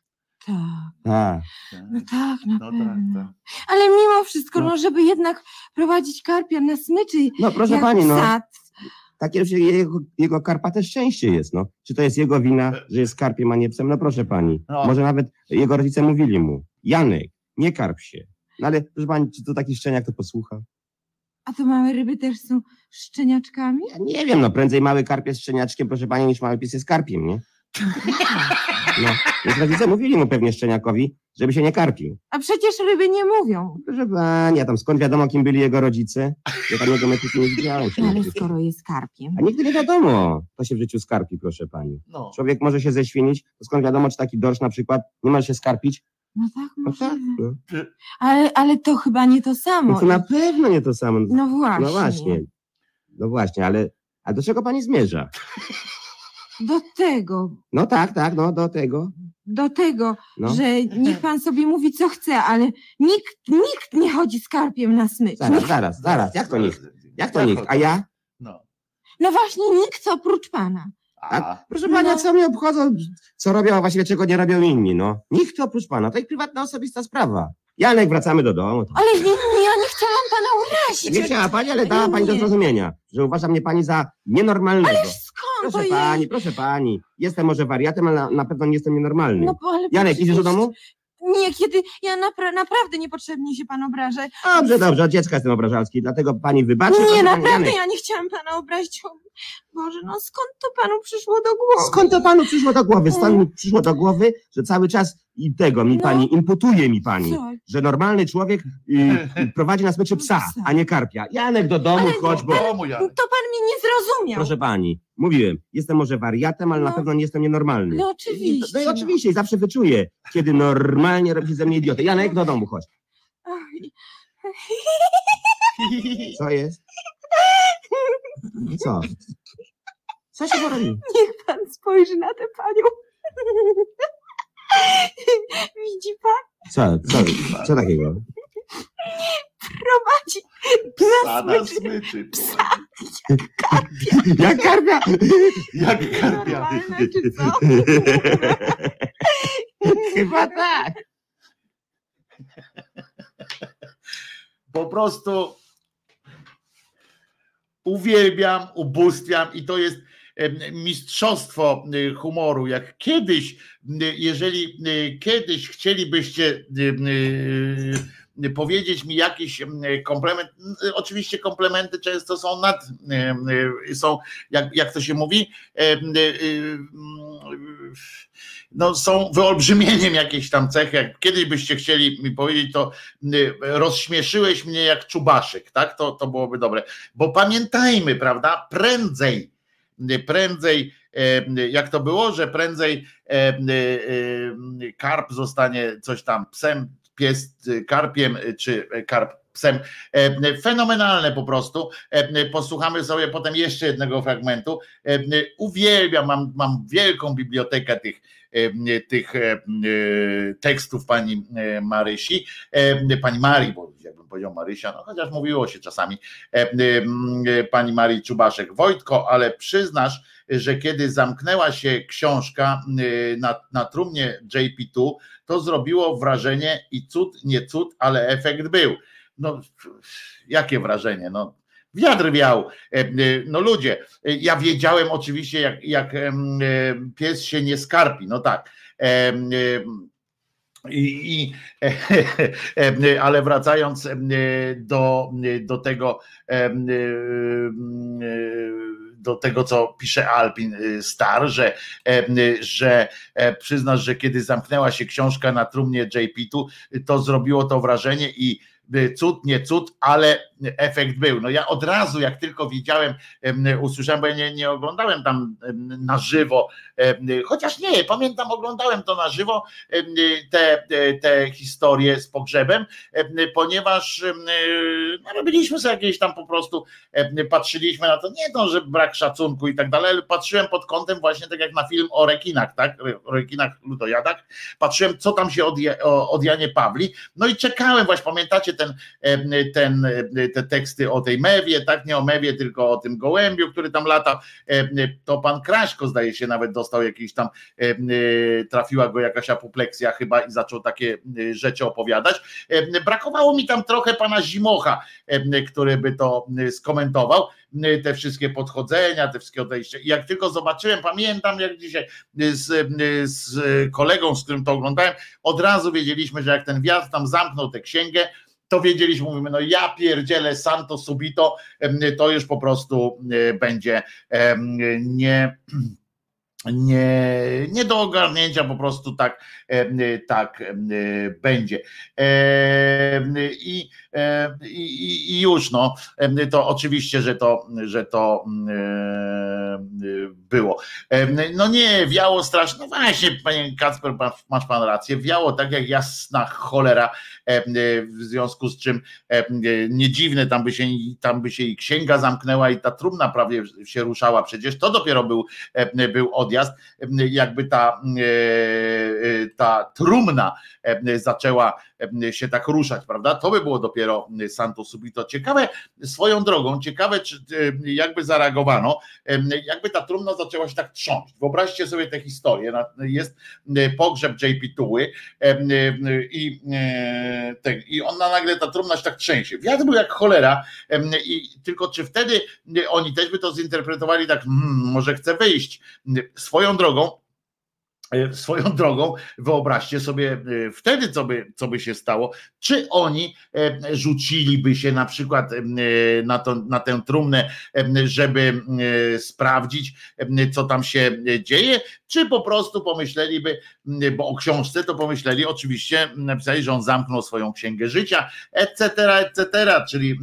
Tak. No tak, na No pewno. tak. Ale mimo wszystko, no żeby jednak prowadzić karpia na smyczy, No proszę jak pani, no. sad. Takie jego karpate szczęście jest, no. Czy to jest jego wina, że jest karpiem, a nie psem? No proszę pani. No. Może nawet jego rodzice mówili mu, Janek, nie karp się. No ale proszę pani, czy to taki szczeniak to posłucha? A to małe ryby też są szczeniaczkami? Ja nie wiem, no prędzej mały karp jest szczeniaczkiem, proszę pani, niż mały pies jest karpiem, nie? No, więc rodzice mówili mu pewnie szczeniakowi, żeby się nie karpił. A przecież ryby nie mówią. Proszę pani, a tam skąd wiadomo, kim byli jego rodzice? Ja tam jego metyki nie widziałem. No, ale skoro jest karpiem. A nigdy nie wiadomo, to się w życiu skarpi, proszę pani. No. Człowiek może się ześwinić, to skąd wiadomo, czy taki dorsz na przykład nie może się skarpić? No tak, No może. tak, no. Ale to chyba nie to samo. No to na pewno nie to samo. No właśnie. No właśnie. No właśnie, ale a do czego pani zmierza? Do tego, No tak, no do tego. No. że niech pan sobie mówi, co chce, ale nikt nie chodzi z karpiem na smycz. Zaraz, jak to nikt? Jak to nikt? A ja? No. No właśnie nikt oprócz pana. A, proszę pani, a co mnie obchodzą, co robią, a właściwie czego nie robią inni, no. Nikt oprócz pana, to ich prywatna, osobista sprawa. Janek, wracamy do domu. Ale ja nie chciałam pana urazić. Nie chciała pani, ale dała pani do zrozumienia, że uważa mnie pani za nienormalnego. Ależ skąd to jest? Proszę pani, jestem może wariatem, ale na pewno nie jestem nienormalny. No, ale Janek, idziesz do domu? Nie, kiedy ja naprawdę niepotrzebnie się pan obraża. Dobrze, od dziecka jestem obrażalski, dlatego pani wybaczy. Nie, naprawdę Janek. ja nie chciałam pana obrazić. O Boże, no skąd to panu przyszło do głowy? Skąd to panu przyszło do głowy? Stąd mi przyszło do głowy, że cały czas i tego mi pani, imputuje mi pani, Co? że normalny człowiek prowadzi na smyczy psa, a nie karpia. Janek, do domu chodź, bo... Janek. To pan mnie nie zrozumiał. Proszę pani, mówiłem, jestem może wariatem, ale na pewno nie jestem nienormalny. No oczywiście. No i oczywiście, i zawsze wyczuję, kiedy normalnie robi się ze mnie idiotę. Janek, do domu chodź. Oj. Co jest? Co? Co się porobi? Niech pan spojrzy na tę panią. Widzi pan? Co takiego? Prowadzi Psa na smyczy. Jak karpia! Jak karpia. Normalne, czy co? Chyba tak. Po prostu uwielbiam, ubóstwiam i to jest mistrzostwo humoru. Jak kiedyś, jeżeli kiedyś chcielibyście powiedzieć mi jakiś komplement, oczywiście komplementy często są są, jak to się mówi, no są wyolbrzymieniem jakiejś tam cechy. Jak kiedyś byście chcieli mi powiedzieć, to rozśmieszyłeś mnie jak czubaszek, tak? To byłoby dobre. Bo pamiętajmy, prawda, prędzej, jak to było, że prędzej karp zostanie coś tam psem, pies karpiem, czy karp psem. Fenomenalne po prostu. Posłuchamy sobie potem jeszcze jednego fragmentu. Uwielbiam, mam wielką bibliotekę tych tekstów pani Marysi, pani Marii, bo jakbym powiedział Marysia, no chociaż mówiło się czasami, pani Marii Czubaszek. Wojtko, ale przyznasz, że kiedy zamknęła się książka na trumnie JP2, to zrobiło wrażenie i cud, nie cud, ale efekt był. No, jakie wrażenie, no. Wiatr wiał, no ludzie, ja wiedziałem oczywiście jak pies się nie skarpi, no tak, ale wracając do tego, co pisze Alpin Star, że przyznasz, że kiedy zamknęła się książka na trumnie JP2, to zrobiło to wrażenie i cud, nie cud, ale efekt był. No ja od razu, jak tylko widziałem, usłyszałem, bo ja nie oglądałem tam na żywo, chociaż nie, pamiętam, oglądałem to na żywo, te historie z pogrzebem, ponieważ no, robiliśmy sobie jakieś tam po prostu, patrzyliśmy na to, nie to, że brak szacunku i tak dalej, ale patrzyłem pod kątem właśnie tak jak na film o rekinach, tak, o rekinach ludojadach, patrzyłem, co tam się od Janie Pawli, no i czekałem właśnie, pamiętacie te teksty o tej mewie, tak, nie o mewie, tylko o tym gołębiu, który tam lata, to pan Kraśko zdaje się nawet dostał jakiś tam, trafiła go jakaś apopleksja chyba i zaczął takie rzeczy opowiadać. Brakowało mi tam trochę pana Zimocha, który by to skomentował, te wszystkie podchodzenia, te wszystkie odejścia. I jak tylko zobaczyłem, pamiętam jak dzisiaj z kolegą, z którym to oglądałem, od razu wiedzieliśmy, że jak ten wiatr tam zamknął tę księgę, to wiedzieliśmy, mówimy, no ja pierdzielę santo subito, to już po prostu będzie nie do ogarnięcia, po prostu tak będzie. I już no, to oczywiście, że to było. No nie, wiało strasznie, no właśnie, panie Kacper, masz pan rację, wiało tak jak jasna cholera, w związku z czym nie dziwne, tam by się i księga zamknęła i ta trumna prawie się ruszała, przecież to dopiero był odjazd, jakby ta trumna zaczęła się tak ruszać, prawda? To by było dopiero santo subito. Ciekawe, swoją drogą, ciekawe, czy jakby zareagowano, jakby ta trumna zaczęła się tak trząść. Wyobraźcie sobie tę historię. Jest pogrzeb JP Tuły i ona nagle, ta trumna się tak trzęsie. Wiatr był jak cholera, i tylko czy wtedy oni też by to zinterpretowali tak, może chce wyjść. Swoją drogą, wyobraźcie sobie wtedy, co by się stało, czy oni rzuciliby się na przykład na tę trumnę, żeby sprawdzić, co tam się dzieje, czy po prostu pomyśleliby, bo o książce to pomyśleli, oczywiście napisali, że on zamknął swoją księgę życia, etc., czyli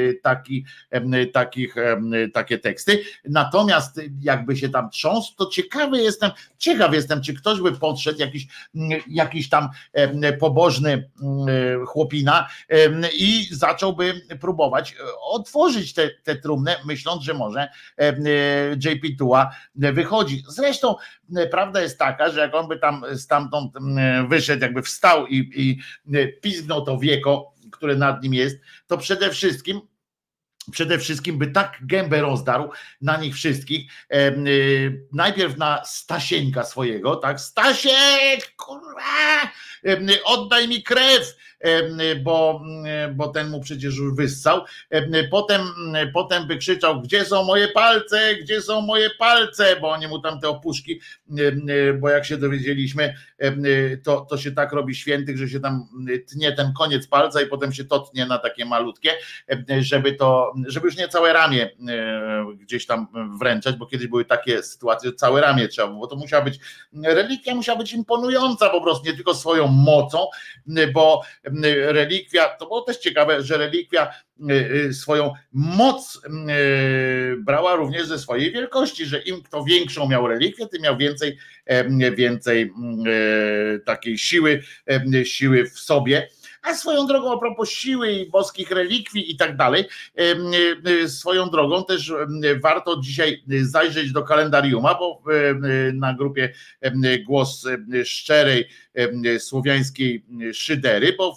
takie teksty. Natomiast jakby się tam trząsł, to ciekaw jestem, czy ktoś by podszedł, jakiś tam pobożny chłopina i zacząłby próbować otworzyć tę trumnę, myśląc, że może JP Tuła wychodzi. Zresztą prawda jest taka, że jak on by tam stamtąd wyszedł, jakby wstał i pizgnął to wieko, które nad nim jest, to przede wszystkim by tak gębę rozdarł na nich wszystkich, najpierw na Stasieńka swojego, tak, Stasiek, kurwa, oddaj mi krew, bo ten mu przecież już wyssał, potem by krzyczał, gdzie są moje palce, bo oni mu tam te opuszki, bo jak się dowiedzieliśmy, to się tak robi świętych, że się tam tnie ten koniec palca i potem się to tnie na takie malutkie, żeby już nie całe ramię gdzieś tam wręczać, bo kiedyś były takie sytuacje, że całe ramię trzeba, bo to relikwia musiała być imponująca po prostu, nie tylko swoją mocą, bo relikwia, to było też ciekawe, że relikwia swoją moc brała również ze swojej wielkości, że im kto większą miał relikwię, tym miał więcej takiej siły w sobie. A swoją drogą, a propos siły i boskich relikwii i tak dalej, swoją drogą też warto dzisiaj zajrzeć do kalendariuma, bo na grupie Głos Szczerej Słowiańskiej Szydery, bo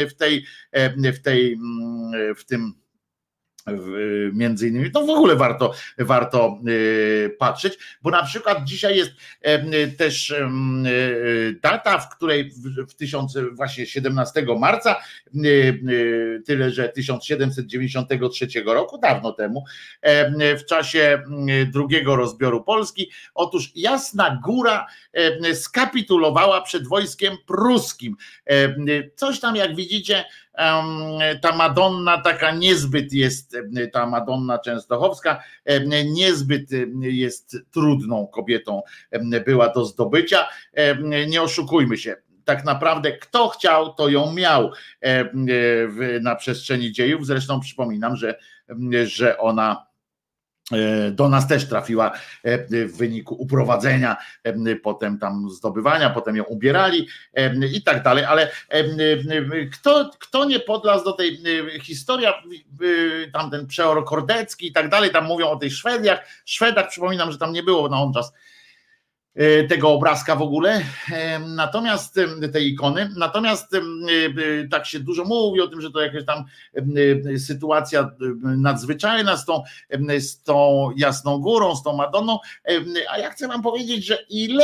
w tym między innymi, to w ogóle warto patrzeć, bo na przykład dzisiaj jest też data, w której właśnie 17 marca, tyle że 1793 roku, dawno temu, w czasie drugiego rozbioru Polski, otóż Jasna Góra skapitulowała przed wojskiem pruskim. Coś tam, jak widzicie, ta Madonna taka niezbyt jest, ta Madonna Częstochowska niezbyt jest trudną kobietą była do zdobycia, nie oszukujmy się. tak naprawdę kto chciał, to ją miał na przestrzeni dziejów. Zresztą przypominam, że ona do nas też trafiła w wyniku uprowadzenia, potem tam zdobywania, potem ją ubierali i tak dalej, ale kto nie podlazł do tej historii, tam ten przeor kordecki i tak dalej, tam mówią o tych Szwedach, przypominam, że tam nie było na on czas tego obrazka w ogóle, natomiast tej ikony, natomiast tak się dużo mówi o tym, że to jakaś tam sytuacja nadzwyczajna z tą Jasną Górą, z tą Madonną, a ja chcę wam powiedzieć, że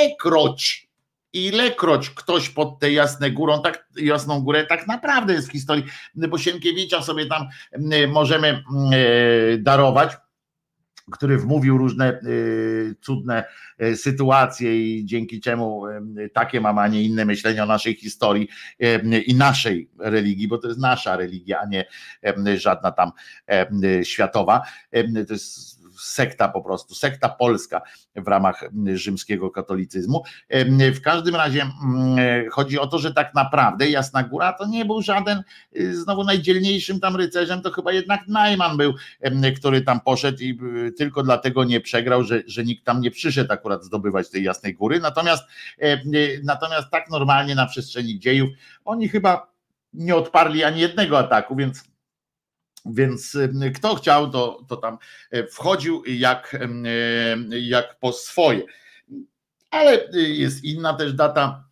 ilekroć ktoś pod tę Jasną Górę tak naprawdę jest w historii, bo Sienkiewicza sobie tam możemy darować, który wmówił różne cudne sytuacje i dzięki czemu takie mam, a nie inne myślenie o naszej historii i naszej religii, bo to jest nasza religia, a nie żadna tam światowa. To jest sekta po prostu, sekta polska w ramach rzymskiego katolicyzmu. W każdym razie chodzi o to, że tak naprawdę Jasna Góra to nie był żaden, znowu najdzielniejszym tam rycerzem, to chyba jednak Najman był, który tam poszedł i tylko dlatego nie przegrał, że nikt tam nie przyszedł akurat zdobywać tej Jasnej Góry. Natomiast tak normalnie na przestrzeni dziejów oni chyba nie odparli ani jednego ataku, więc kto chciał, to tam wchodził jak po swoje. Ale jest inna też data.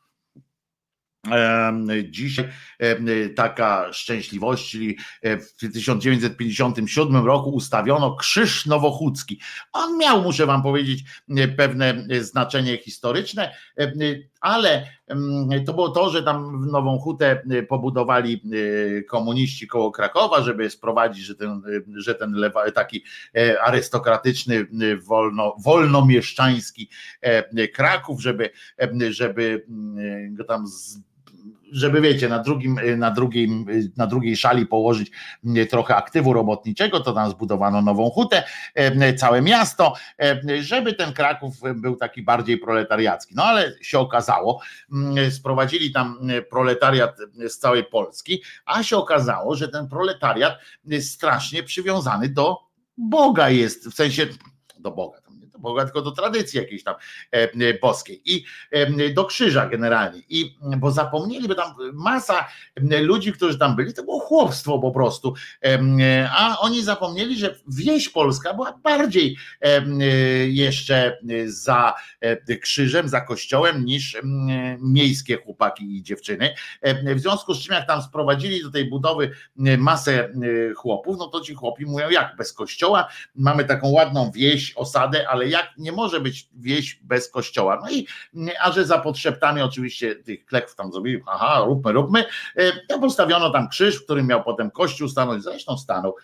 Dzisiaj taka szczęśliwość, czyli w 1957 roku ustawiono Krzyż Nowochódzki. On miał, muszę wam powiedzieć, pewne znaczenie historyczne, ale to było to, że tam w Nową Hutę pobudowali komuniści koło Krakowa, żeby sprowadzić, że ten taki arystokratyczny, wolnomieszczański Kraków, żeby go tam żeby wiecie, na drugiej szali położyć trochę aktywu robotniczego, to tam zbudowano Nową Hutę, całe miasto, żeby ten Kraków był taki bardziej proletariacki. No ale się okazało, sprowadzili tam proletariat z całej Polski, a się okazało, że ten proletariat jest strasznie przywiązany do Boga jest, w sensie do Boga, tylko do tradycji jakiejś tam boskiej i do krzyża generalnie. I bo zapomnieli, bo tam masa ludzi, którzy tam byli, to było chłopstwo po prostu, a oni zapomnieli, że wieś polska była bardziej jeszcze za krzyżem, za kościołem niż miejskie chłopaki i dziewczyny. W związku z czym jak tam sprowadzili do tej budowy masę chłopów, no to ci chłopi mówią, jak bez kościoła, mamy taką ładną wieś, osadę, ale jak nie może być wieś bez kościoła. No i a że za potrzebami oczywiście tych klekw tam zrobili, róbmy, to postawiono tam krzyż, w którym miał potem kościół stanąć, zresztą stanął.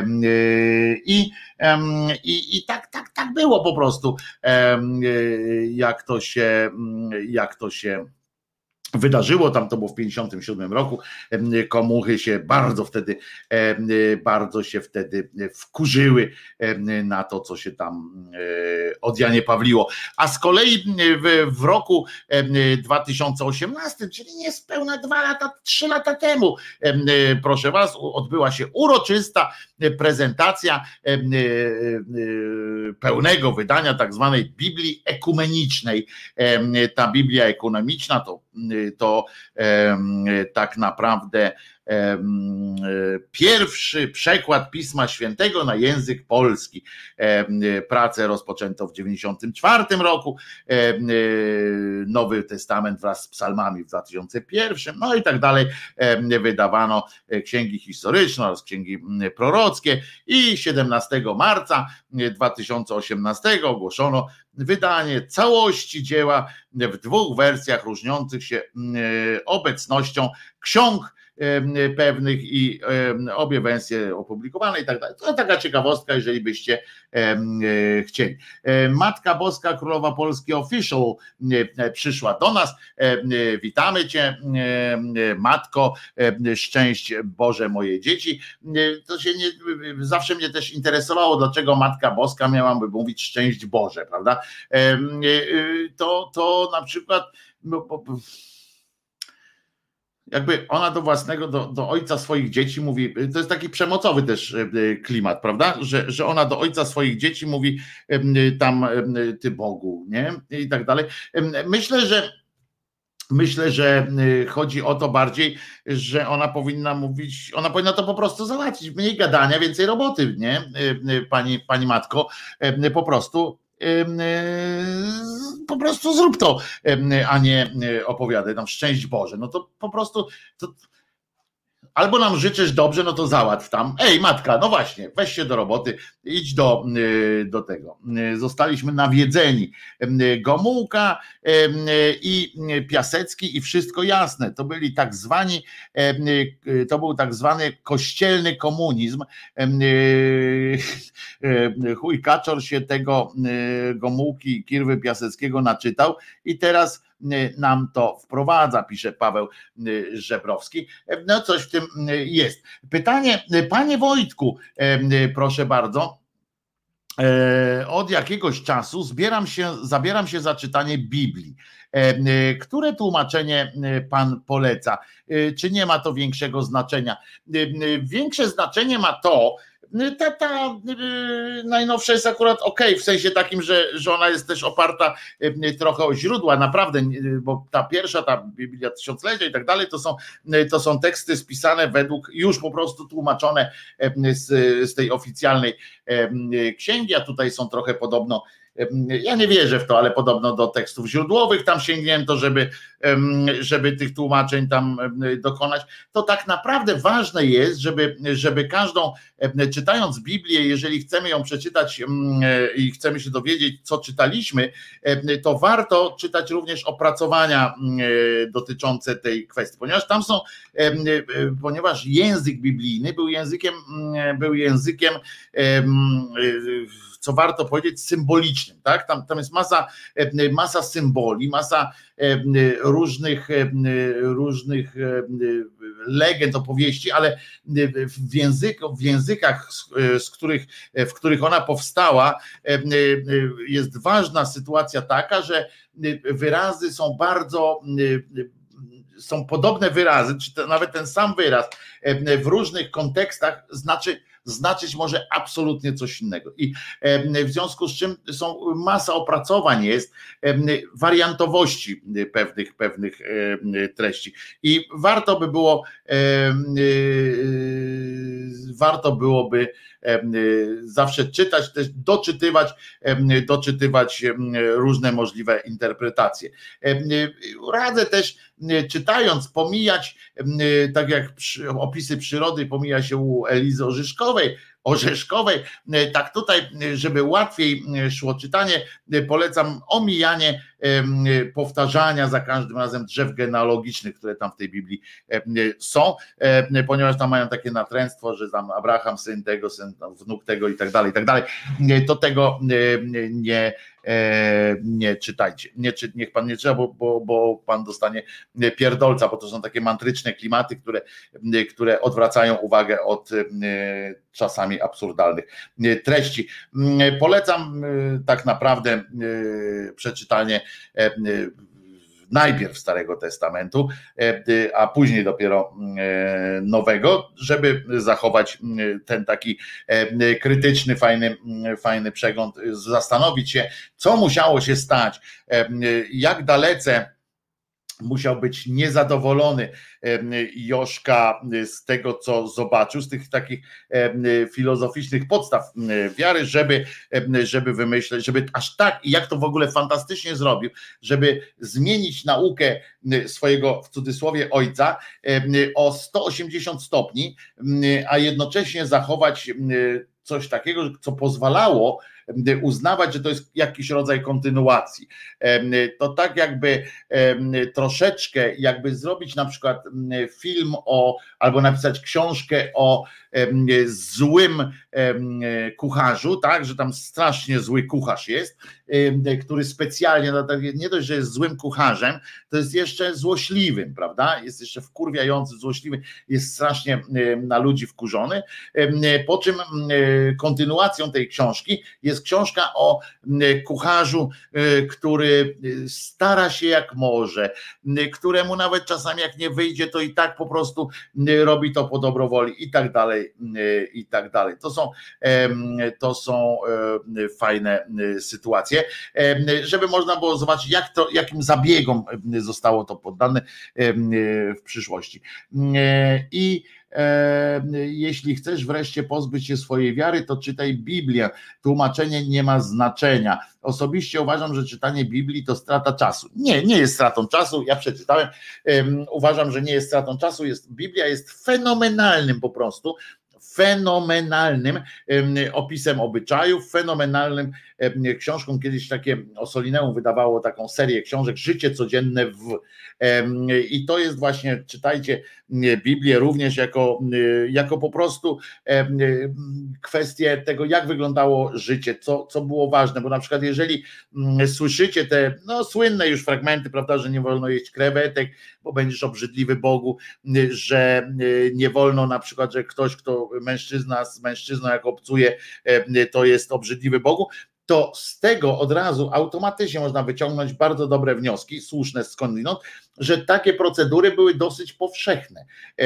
I tak było po prostu, jak to się wydarzyło, tam to było w 1957 roku, komuchy się bardzo się wtedy wkurzyły na to, co się tam od Janie Pawliło. A z kolei w roku 2018, czyli niespełna 3 lata temu, proszę was, odbyła się uroczysta prezentacja pełnego wydania tak zwanej Biblii Ekumenicznej. Ta Biblia Ekumeniczna to tak naprawdę pierwszy przekład Pisma Świętego na język polski. Pracę rozpoczęto w 1994 roku, Nowy Testament wraz z psalmami w 2001, no i tak dalej. Wydawano księgi historyczne oraz księgi prorockie i 17 marca 2018 ogłoszono wydanie całości dzieła w 2 wersjach różniących się obecnością ksiąg pewnych i obie wersje opublikowane i tak dalej. To taka ciekawostka, jeżeli byście chcieli. Matka Boska Królowa Polski Official przyszła do nas. Witamy cię, matko, szczęść Boże moje dzieci. To się zawsze mnie też interesowało, dlaczego Matka Boska miałaby mówić szczęść Boże, prawda? To na przykład jakby ona do własnego, do ojca swoich dzieci mówi, to jest taki przemocowy też klimat, prawda, że ona do ojca swoich dzieci mówi tam ty Bogu, nie? I tak dalej. Myślę, że chodzi o to bardziej, że ona powinna mówić, ona powinna to po prostu załatwić, mniej gadania, więcej roboty, nie? Pani matko, po prostu zrób to, a nie opowiadaj nam szczęść Boże. No to po prostu albo nam życzysz dobrze, no to załatw tam. Ej, matka, no właśnie, weź się do roboty, idź do tego. Zostaliśmy nawiedzeni. Gomułka i Piasecki i wszystko jasne. To był tak zwany kościelny komunizm. Chuj kaczor się tego Gomułki i Kirwy Piaseckiego naczytał i teraz nam to wprowadza, pisze Paweł Żebrowski. No coś w tym jest. Pytanie, panie Wojtku, proszę bardzo, od jakiegoś czasu zabieram się za czytanie Biblii. Które tłumaczenie pan poleca? Czy nie ma to większego znaczenia? Większe znaczenie ma to, ta najnowsza jest akurat w sensie takim, że ona jest też oparta trochę o źródła, naprawdę, bo ta pierwsza, ta Biblia Tysiąclecia i tak dalej, to są teksty spisane według, już po prostu tłumaczone z tej oficjalnej księgi, a tutaj są trochę podobno, ja nie wierzę w to, ale podobno do tekstów źródłowych tam sięgnięto, żeby tych tłumaczeń tam dokonać. To tak naprawdę ważne jest, żeby każdą, czytając Biblię, jeżeli chcemy ją przeczytać i chcemy się dowiedzieć, co czytaliśmy, to warto czytać również opracowania dotyczące tej kwestii, ponieważ język biblijny był językiem co warto powiedzieć, symbolicznym, tak? Tam jest masa symboli, masa różnych legend, opowieści, ale w językach, w których ona powstała, jest ważna sytuacja taka, że wyrazy są podobne wyrazy, czy nawet ten sam wyraz w różnych kontekstach znaczyć może absolutnie coś innego. I w związku z czym masa opracowań jest, wariantowości pewnych treści. I warto byłoby zawsze czytać, też doczytywać różne możliwe interpretacje. Radzę też, czytając, pomijać, tak jak opisy przyrody pomija się u Elizy Orzeszkowej, tak tutaj, żeby łatwiej szło czytanie, polecam omijanie powtarzania za każdym razem drzew genealogicznych, które tam w tej Biblii są, ponieważ tam mają takie natręctwo, że tam Abraham, syn tego, wnuk tego i tak dalej, to tego nie czytajcie. Niech pan nie czyta, bo pan dostanie pierdolca, bo to są takie mantryczne klimaty, które odwracają uwagę od czasami absurdalnych treści. Polecam tak naprawdę przeczytanie najpierw Starego Testamentu, a później dopiero Nowego, żeby zachować ten taki krytyczny, fajny przegląd, zastanowić się, co musiało się stać, jak dalece musiał być niezadowolony Joszka z tego, co zobaczył, z tych takich filozoficznych podstaw wiary, żeby wymyśleć, żeby aż tak, i jak to w ogóle fantastycznie zrobił, żeby zmienić naukę swojego, w cudzysłowie, ojca o 180 stopni, a jednocześnie zachować coś takiego, co pozwalało uznawać, że to jest jakiś rodzaj kontynuacji. To tak jakby troszeczkę, jakby zrobić na przykład film albo napisać książkę o złym kucharzu, tak, że tam strasznie zły kucharz jest, który specjalnie, nie dość, że jest złym kucharzem, to jest jeszcze złośliwym, prawda, jest jeszcze wkurwiający, złośliwy, jest strasznie na ludzi wkurzony, po czym kontynuacją tej książki jest jest książka o kucharzu, który stara się jak może, któremu nawet czasami jak nie wyjdzie, to i tak po prostu robi to po dobrowoli i tak dalej, i tak dalej. To są fajne sytuacje, żeby można było zobaczyć, jakim zabiegom zostało to poddane w przyszłości. I jeśli chcesz wreszcie pozbyć się swojej wiary, to czytaj Biblię. Tłumaczenie nie ma znaczenia. Osobiście uważam, że czytanie Biblii to strata czasu. Nie jest stratą czasu. Ja przeczytałem. Uważam, że nie jest stratą czasu. Biblia jest fenomenalnym po prostu. Fenomenalnym opisem obyczajów, fenomenalnym książką. Kiedyś takie Ossolineum wydawało taką serię książek Życie codzienne i to jest właśnie, czytajcie Biblię również jako po prostu kwestię tego, jak wyglądało życie, co było ważne, bo na przykład jeżeli słyszycie te słynne już fragmenty, prawda, że nie wolno jeść krewetek, bo będziesz obrzydliwy Bogu, że nie wolno na przykład, że ktoś, kto mężczyzna z mężczyzną jak obcuje, to jest obrzydliwy Bogu, to z tego od razu automatycznie można wyciągnąć bardzo dobre wnioski, słuszne skądinąd, że takie procedury były dosyć powszechne,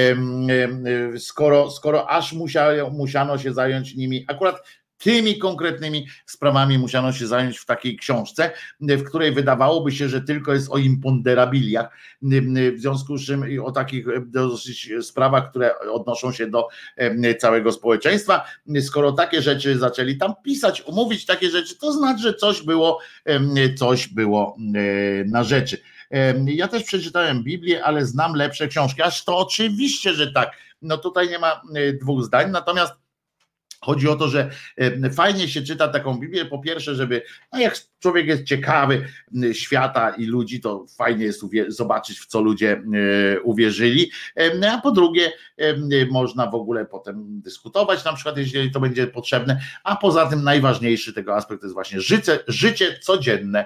skoro aż musiano się zająć nimi, akurat tymi konkretnymi sprawami musiano się zająć w takiej książce, w której wydawałoby się, że tylko jest o imponderabiliach, w związku z czym o takich dosyć sprawach, które odnoszą się do całego społeczeństwa. Skoro takie rzeczy zaczęli tam pisać, mówić takie rzeczy, to znaczy, że coś było na rzeczy. Ja też przeczytałem Biblię, ale znam lepsze książki, aż to oczywiście, że tak. No tutaj nie ma dwóch zdań, natomiast chodzi o to, że fajnie się czyta taką Biblię, po pierwsze, żeby, jak człowiek jest ciekawy świata i ludzi, to fajnie jest zobaczyć, w co ludzie uwierzyli, a po drugie można w ogóle potem dyskutować, na przykład jeśli to będzie potrzebne, a poza tym najważniejszy tego aspekt to jest właśnie życie codzienne.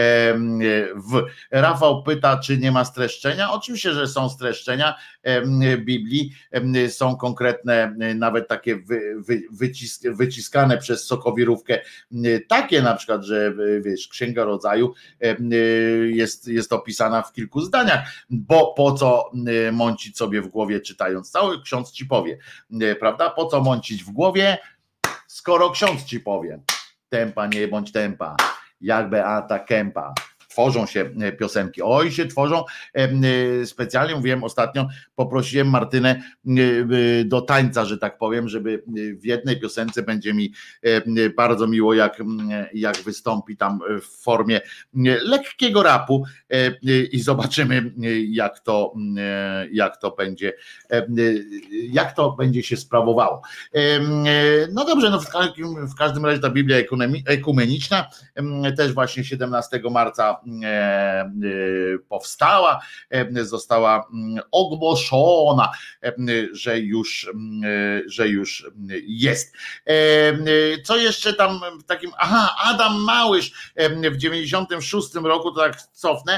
Rafał pyta, czy nie ma streszczenia? Oczywiście, że są streszczenia Biblii, są konkretne, nawet takie wyciskane przez sokowirówkę, takie na przykład, że wiesz, Księga Rodzaju jest opisana w kilku zdaniach, bo po co mącić sobie w głowie czytając, cały ksiądz ci powie, prawda, po co mącić w głowie, skoro ksiądz ci powie, tempa nie bądź tempa, jak Beata Kępa. Tworzą się piosenki, się tworzą, specjalnie mówiłem ostatnio, poprosiłem Martynę do tańca, że tak powiem, żeby w jednej piosence będzie mi bardzo miło, jak wystąpi tam w formie lekkiego rapu i zobaczymy, jak to będzie się sprawowało. No dobrze, w każdym razie ta Biblia ekumeniczna też właśnie 17 marca powstała, została ogłoszona, że już jest. Co jeszcze tam takim, Adam Małysz w 96 roku, to tak cofnę,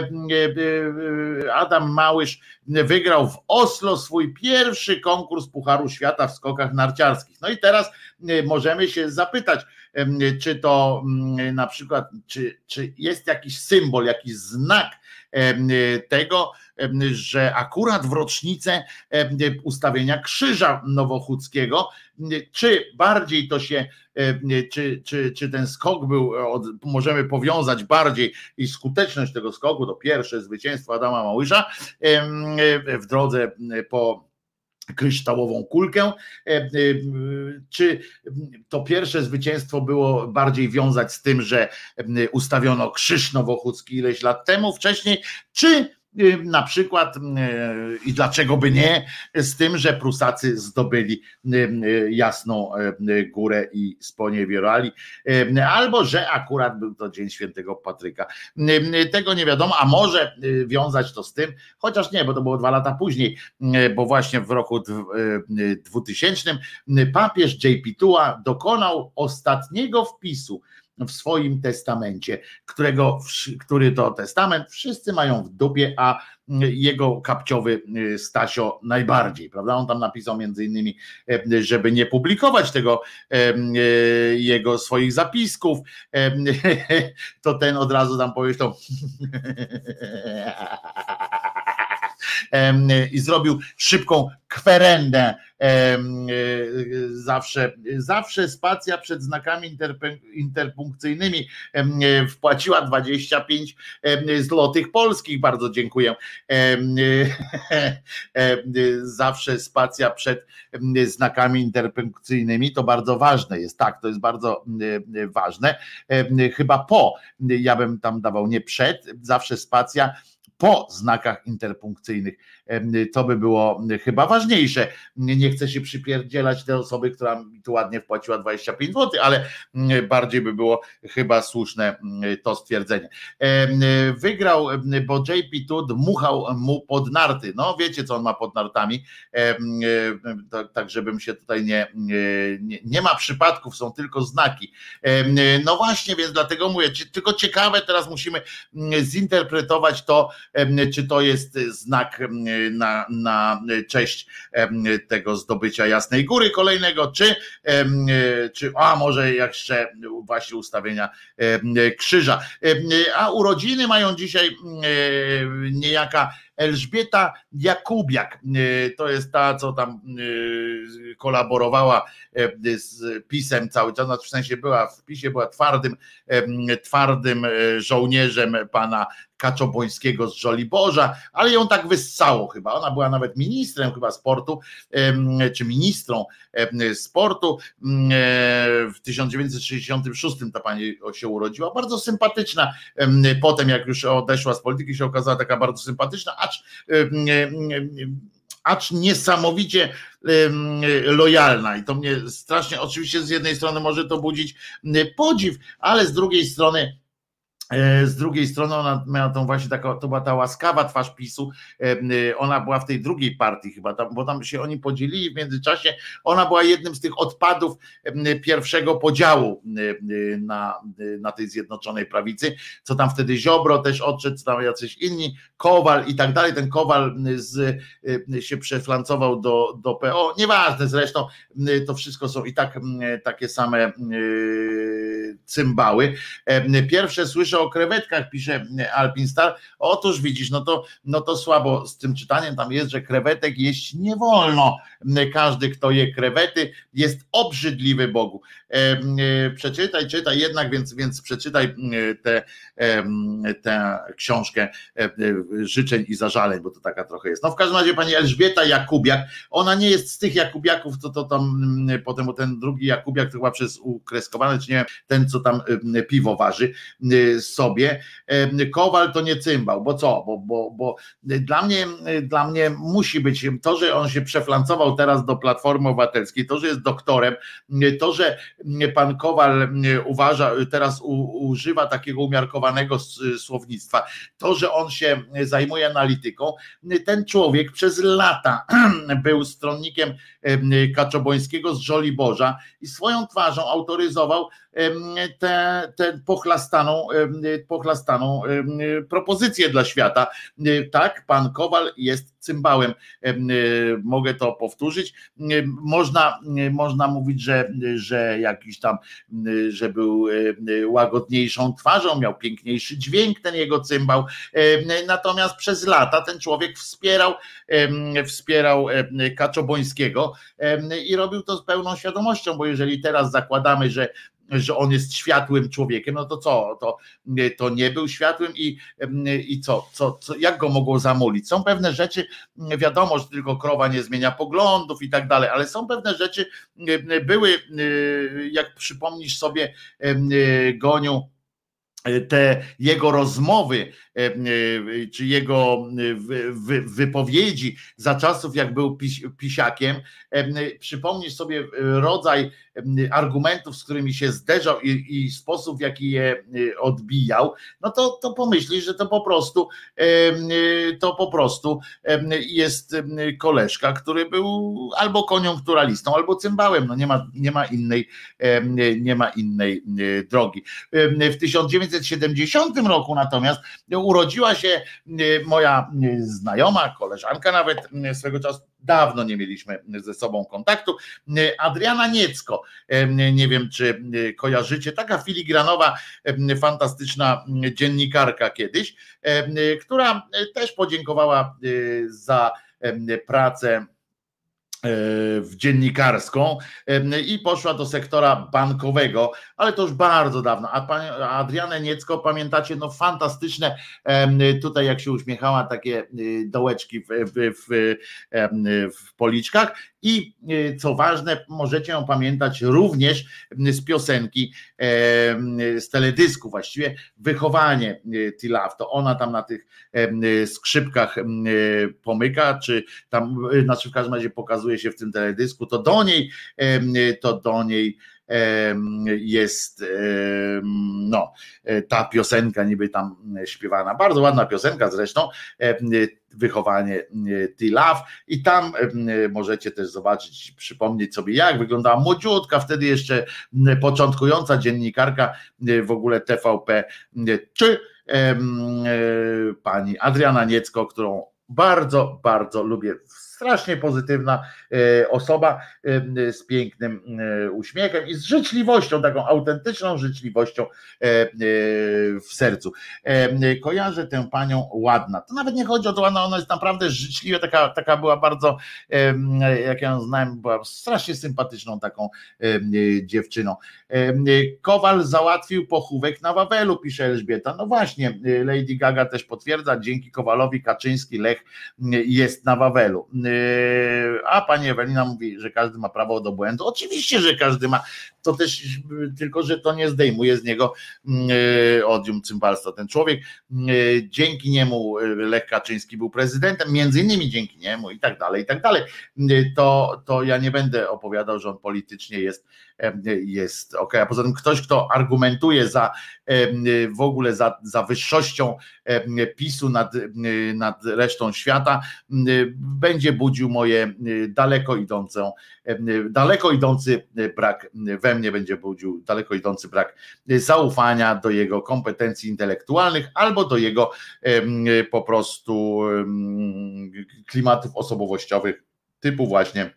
Adam Małysz wygrał w Oslo swój pierwszy konkurs Pucharu Świata w skokach narciarskich. No i teraz możemy się zapytać, czy to na przykład, czy jest jakiś symbol, jakiś znak tego, że akurat w rocznicę ustawienia Krzyża Nowochódzkiego, czy bardziej to się, czy ten skok był, możemy powiązać bardziej i skuteczność tego skoku, to pierwsze zwycięstwo Adama Małysza w drodze po kryształową kulkę, czy to pierwsze zwycięstwo było bardziej wiązać z tym, że ustawiono Krzyż Nowochódzki ileś lat temu wcześniej, czy na przykład, i dlaczego by nie, z tym, że Prusacy zdobyli Jasną Górę i sponiewierali, albo że akurat był to Dzień Świętego Patryka. Tego nie wiadomo, a może wiązać to z tym, chociaż nie, bo to było 2 lata później, bo właśnie w roku 2000 papież J.P. Tua dokonał ostatniego wpisu w swoim testamencie, który to testament wszyscy mają w dupie, a jego kapciowy Stasio najbardziej, prawda? On tam napisał między innymi, żeby nie publikować tego jego swoich zapisków, to ten od razu tam pomyślał i zrobił szybką kwerendę. Zawsze spacja przed znakami interpunkcyjnymi wpłaciła 25 złotych polskich, bardzo dziękuję. Zawsze spacja przed znakami interpunkcyjnymi to bardzo ważne jest, tak, to jest bardzo ważne, chyba ja bym tam dawał nie przed, zawsze spacja po znakach interpunkcyjnych. To by było chyba ważniejsze. Nie chcę się przypierdzielać tej osoby, która mi tu ładnie wpłaciła 25 zł, ale bardziej by było chyba słuszne to stwierdzenie. Wygrał, bo JP tu dmuchał mu pod narty. No wiecie, co on ma pod nartami, tak żebym się tutaj nie ma przypadków, są tylko znaki. No właśnie, więc dlatego mówię, tylko ciekawe, teraz musimy zinterpretować to, czy to jest znak na cześć tego zdobycia Jasnej Góry kolejnego, czy może jeszcze właśnie ustawienia krzyża. A urodziny mają dzisiaj niejaka Elżbieta Jakubiak, to jest ta, co tam kolaborowała z PiS-em cały czas, w sensie była w PiS-ie, była twardym żołnierzem pana Kaczobońskiego z Żoliborza, ale ją tak wyssało chyba, ona była nawet ministrem chyba sportu, czy ministrą sportu, w 1966 ta pani się urodziła, bardzo sympatyczna, potem jak już odeszła z polityki się okazała taka bardzo sympatyczna, acz niesamowicie lojalna i to mnie strasznie, oczywiście z jednej strony może to budzić podziw, ale z drugiej strony ona miała tą właśnie taką, to była ta łaskawa twarz PiS-u, ona była w tej drugiej partii chyba, bo tam się oni podzielili w międzyczasie, ona była jednym z tych odpadów pierwszego podziału na tej Zjednoczonej Prawicy, co tam wtedy Ziobro też odszedł, co tam jacyś inni, Kowal i tak dalej, ten Kowal się przeflancował do PO, nieważne zresztą, to wszystko są i tak takie same cymbały. Pierwsze słyszę o krewetkach, pisze Alpin Star. Otóż widzisz, no to słabo z tym czytaniem tam jest, że krewetek jeść nie wolno. Każdy, kto je krewety, jest obrzydliwy Bogu. Czytaj jednak, więc przeczytaj tę książkę życzeń i zażaleń, bo to taka trochę jest. No w każdym razie pani Elżbieta Jakubiak, ona nie jest z tych Jakubiaków, to tam potem ten drugi Jakubiak, to chyba przez ukreskowane, czy nie wiem, ten co tam piwo waży sobie. Kowal to nie cymbał, bo co? Bo dla mnie musi być to, że on się przeflancował teraz do Platformy Obywatelskiej, to, że jest doktorem, to, że pan Kowal teraz używa takiego umiarkowanego słownictwa, to, że on się zajmuje analityką, ten człowiek przez lata był stronnikiem Kaczobońskiego z Żoliborza i swoją twarzą autoryzował tę pochlastaną propozycję dla świata. Tak, pan Kowal jest cymbałem. Mogę to powtórzyć. Można mówić, że jakiś tam, że był łagodniejszą twarzą, miał piękniejszy dźwięk ten jego cymbał. Natomiast przez lata ten człowiek wspierał Kaczobońskiego i robił to z pełną świadomością, bo jeżeli teraz zakładamy, że on jest światłym człowiekiem, no to co? To nie był światłym i co? Jak go mogło zamulić? Są pewne rzeczy, wiadomo, że tylko krowa nie zmienia poglądów i tak dalej, ale są pewne rzeczy, były, jak przypomnisz sobie, Goniu, te jego rozmowy, czy jego wypowiedzi za czasów, jak był pisiakiem, przypomnisz sobie rodzaj argumentów, z którymi się zderzał i sposób, w jaki je odbijał, no to pomyślisz, że to po prostu jest koleżka, który był albo koniunkturalistą, albo cymbałem, no nie ma innej drogi. W 1970 roku natomiast urodziła się moja znajoma, koleżanka nawet swego czasu, dawno nie mieliśmy ze sobą kontaktu, Adriana Niecko. Nie wiem, czy kojarzycie, taka filigranowa, fantastyczna dziennikarka kiedyś, która też podziękowała za pracę w dziennikarską i poszła do sektora bankowego, ale to już bardzo dawno. A Adrianę Niecko pamiętacie, no fantastyczne, tutaj jak się uśmiechała, takie dołeczki w policzkach i co ważne, możecie ją pamiętać również z piosenki, z teledysku właściwie, Wychowanie T-Love, to ona tam na tych skrzypkach pomyka, czy tam, znaczy w każdym razie pokazuje się w tym teledysku, to do niej jest no, ta piosenka niby tam śpiewana, bardzo ładna piosenka zresztą, Wychowanie T-Love, i tam możecie też zobaczyć, przypomnieć sobie, jak wyglądała młodziutka, wtedy jeszcze początkująca dziennikarka w ogóle TVP, czy pani Adriana Niecko, którą bardzo, bardzo lubię. Strasznie pozytywna osoba z pięknym uśmiechem i z życzliwością, taką autentyczną życzliwością w sercu. Kojarzę tę panią Ładna. To nawet nie chodzi o to, ona jest naprawdę życzliwa, taka była bardzo, jak ja ją znałem, była strasznie sympatyczną taką dziewczyną. Kowal załatwił pochówek na Wawelu, pisze Elżbieta. No właśnie, Lady Gaga też potwierdza, dzięki Kowalowi Kaczyński Lech jest na Wawelu. A pani Ewelina mówi, że każdy ma prawo do błędu. Oczywiście, że każdy ma, to też tylko, że to nie zdejmuje z niego odium cymbalstwa. Ten człowiek, dzięki niemu Lech Kaczyński był prezydentem, między innymi dzięki niemu i tak dalej, to ja nie będę opowiadał, że on politycznie jest okej. A poza tym ktoś, kto argumentuje w ogóle za wyższością PiS-u nad resztą świata, będzie budził moje daleko idący brak, we mnie będzie budził daleko idący brak zaufania do jego kompetencji intelektualnych albo do jego po prostu klimatów osobowościowych typu właśnie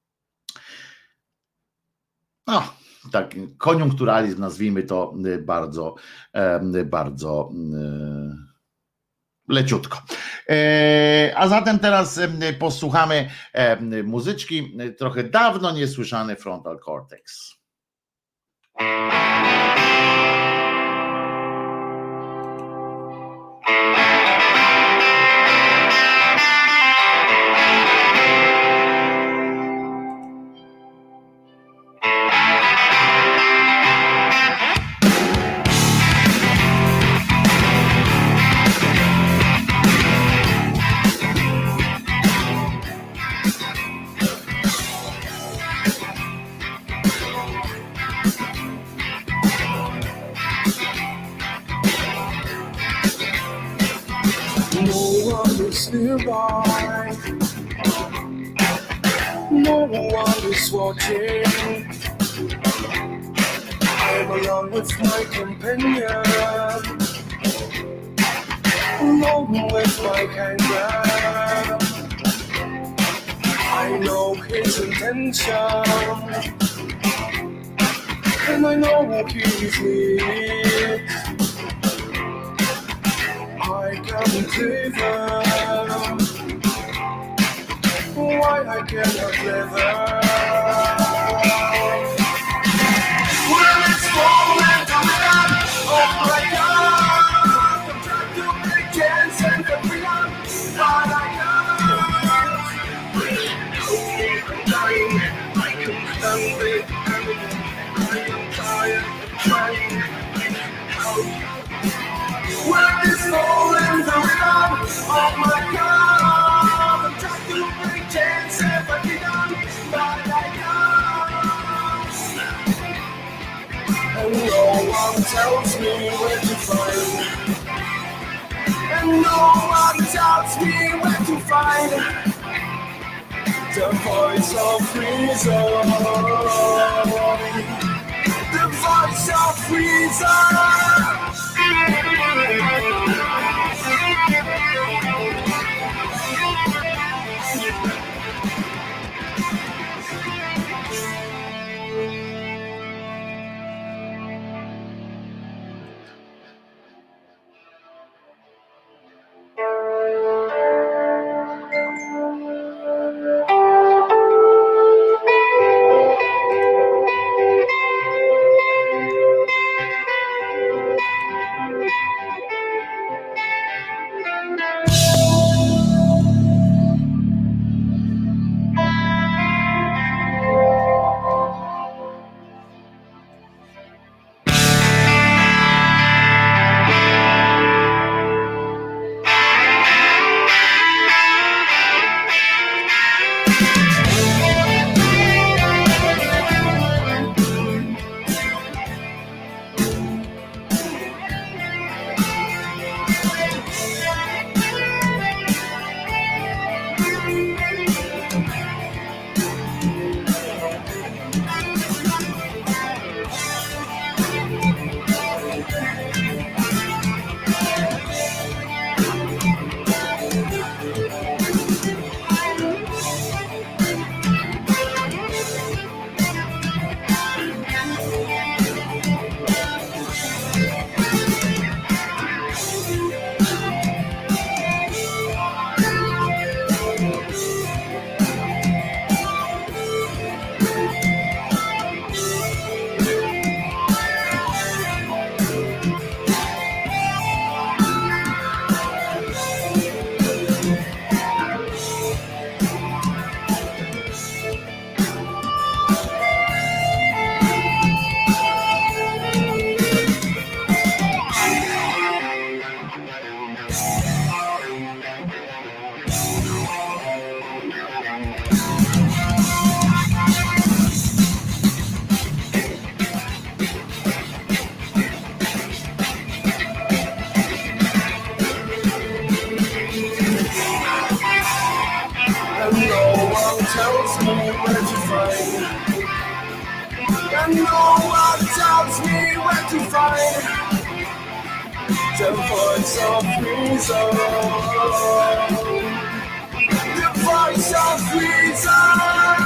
no, taki koniunkturalizm, nazwijmy to bardzo, bardzo leciutko. A zatem teraz posłuchamy muzyczki, trochę dawno niesłyszany Frontal Cortex. Nearby, no one is watching. I'm alone with my companion, alone with my kangaroo. I know his intention, and I know what he needs. I can't live why I cannot live when it's falling down oh my God, I'm trying to make chance and freedom, but I can't breathe. I'm dying, I can't stand it, I am tired of trying. tells me where to find, and no one tells me where to find the voice of reason, the voice of reason. The voice of reason, the voice of reason.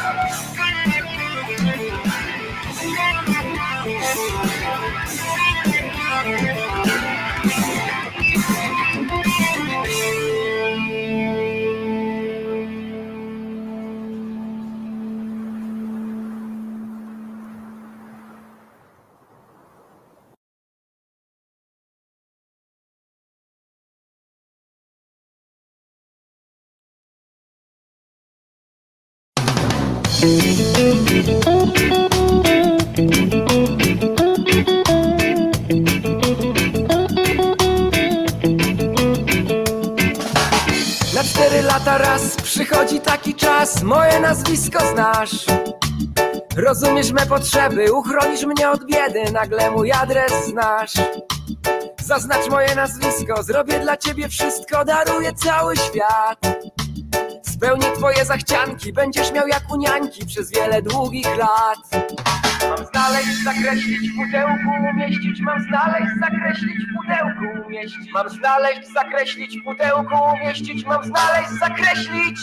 Na 4 lata raz przychodzi taki czas, moje nazwisko znasz. Rozumiesz me potrzeby, uchronisz mnie od biedy, nagle mój adres znasz. Zaznacz moje nazwisko, zrobię dla ciebie wszystko, daruję cały świat. Spełnię twoje zachcianki, będziesz miał jak u niańki przez wiele długich lat. Mam znaleźć, zakreślić, w pudełku umieścić. Mam znaleźć, zakreślić, w pudełku umieścić. Mam znaleźć, zakreślić, w pudełku umieścić. Mam znaleźć, zakreślić.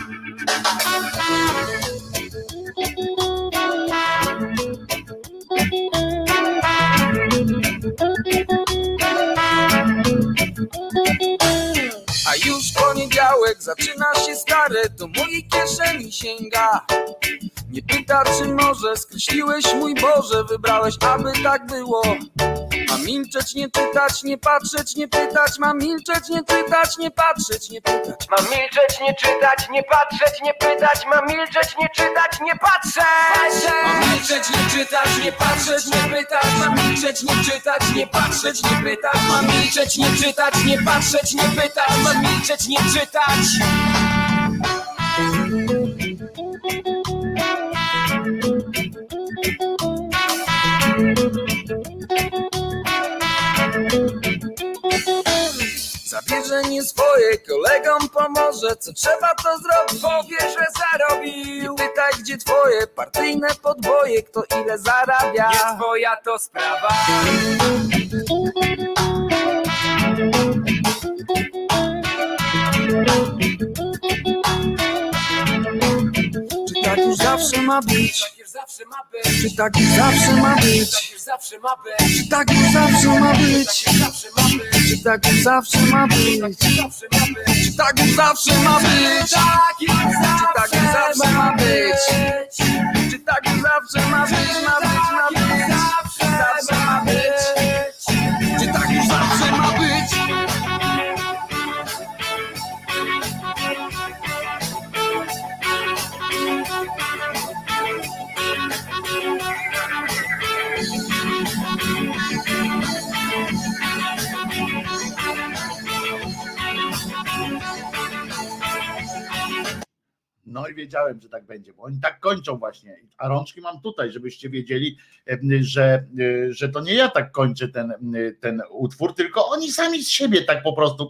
A już poniedziałek zaczyna się stare, do mojej kieszeni sięga. Nie pyta, czy może skreśliłeś, mój Boże, wybrałeś, aby tak było. Mam milczeć, nie czytać, nie patrzeć, nie pytać. Mam milczeć, nie czytać, nie patrzeć, nie pytać. Mam milczeć, nie czytać, nie patrzeć, nie pytać. Mam milczeć, nie czytać, nie patrzeć. Mam milczeć, nie czytać, nie patrzeć, nie pytać. Mam milczeć, nie czytać, nie patrzeć, nie pytać. Mam milczeć, nie czytać, nie patrzeć, nie pytać. Mam milczeć, nie czytać. kolegom pomoże, co trzeba to zrobić. Powie, że zarobił. I pytaj, gdzie twoje partyjne podboje, kto ile zarabia. Nie twoja to sprawa. Czy tak już zawsze ma być? Tak już zawsze ma być. Czy tak już zawsze ma być? Tak już zawsze ma być. Czy tak już zawsze ma być? Zawsze ma być. Czy tak już zawsze ma być? Zawsze ma być. Czy tak już zawsze ma być? Tak już Czy tak już zawsze ma być? być. Czy tak już zawsze ma być? Ma być, ma być. Zawsze ma być. Czy tak już zawsze ma być? No i wiedziałem, że tak będzie, bo oni tak kończą właśnie. A rączki mam tutaj, żebyście wiedzieli, że to nie ja tak kończę ten utwór, tylko oni sami z siebie tak po prostu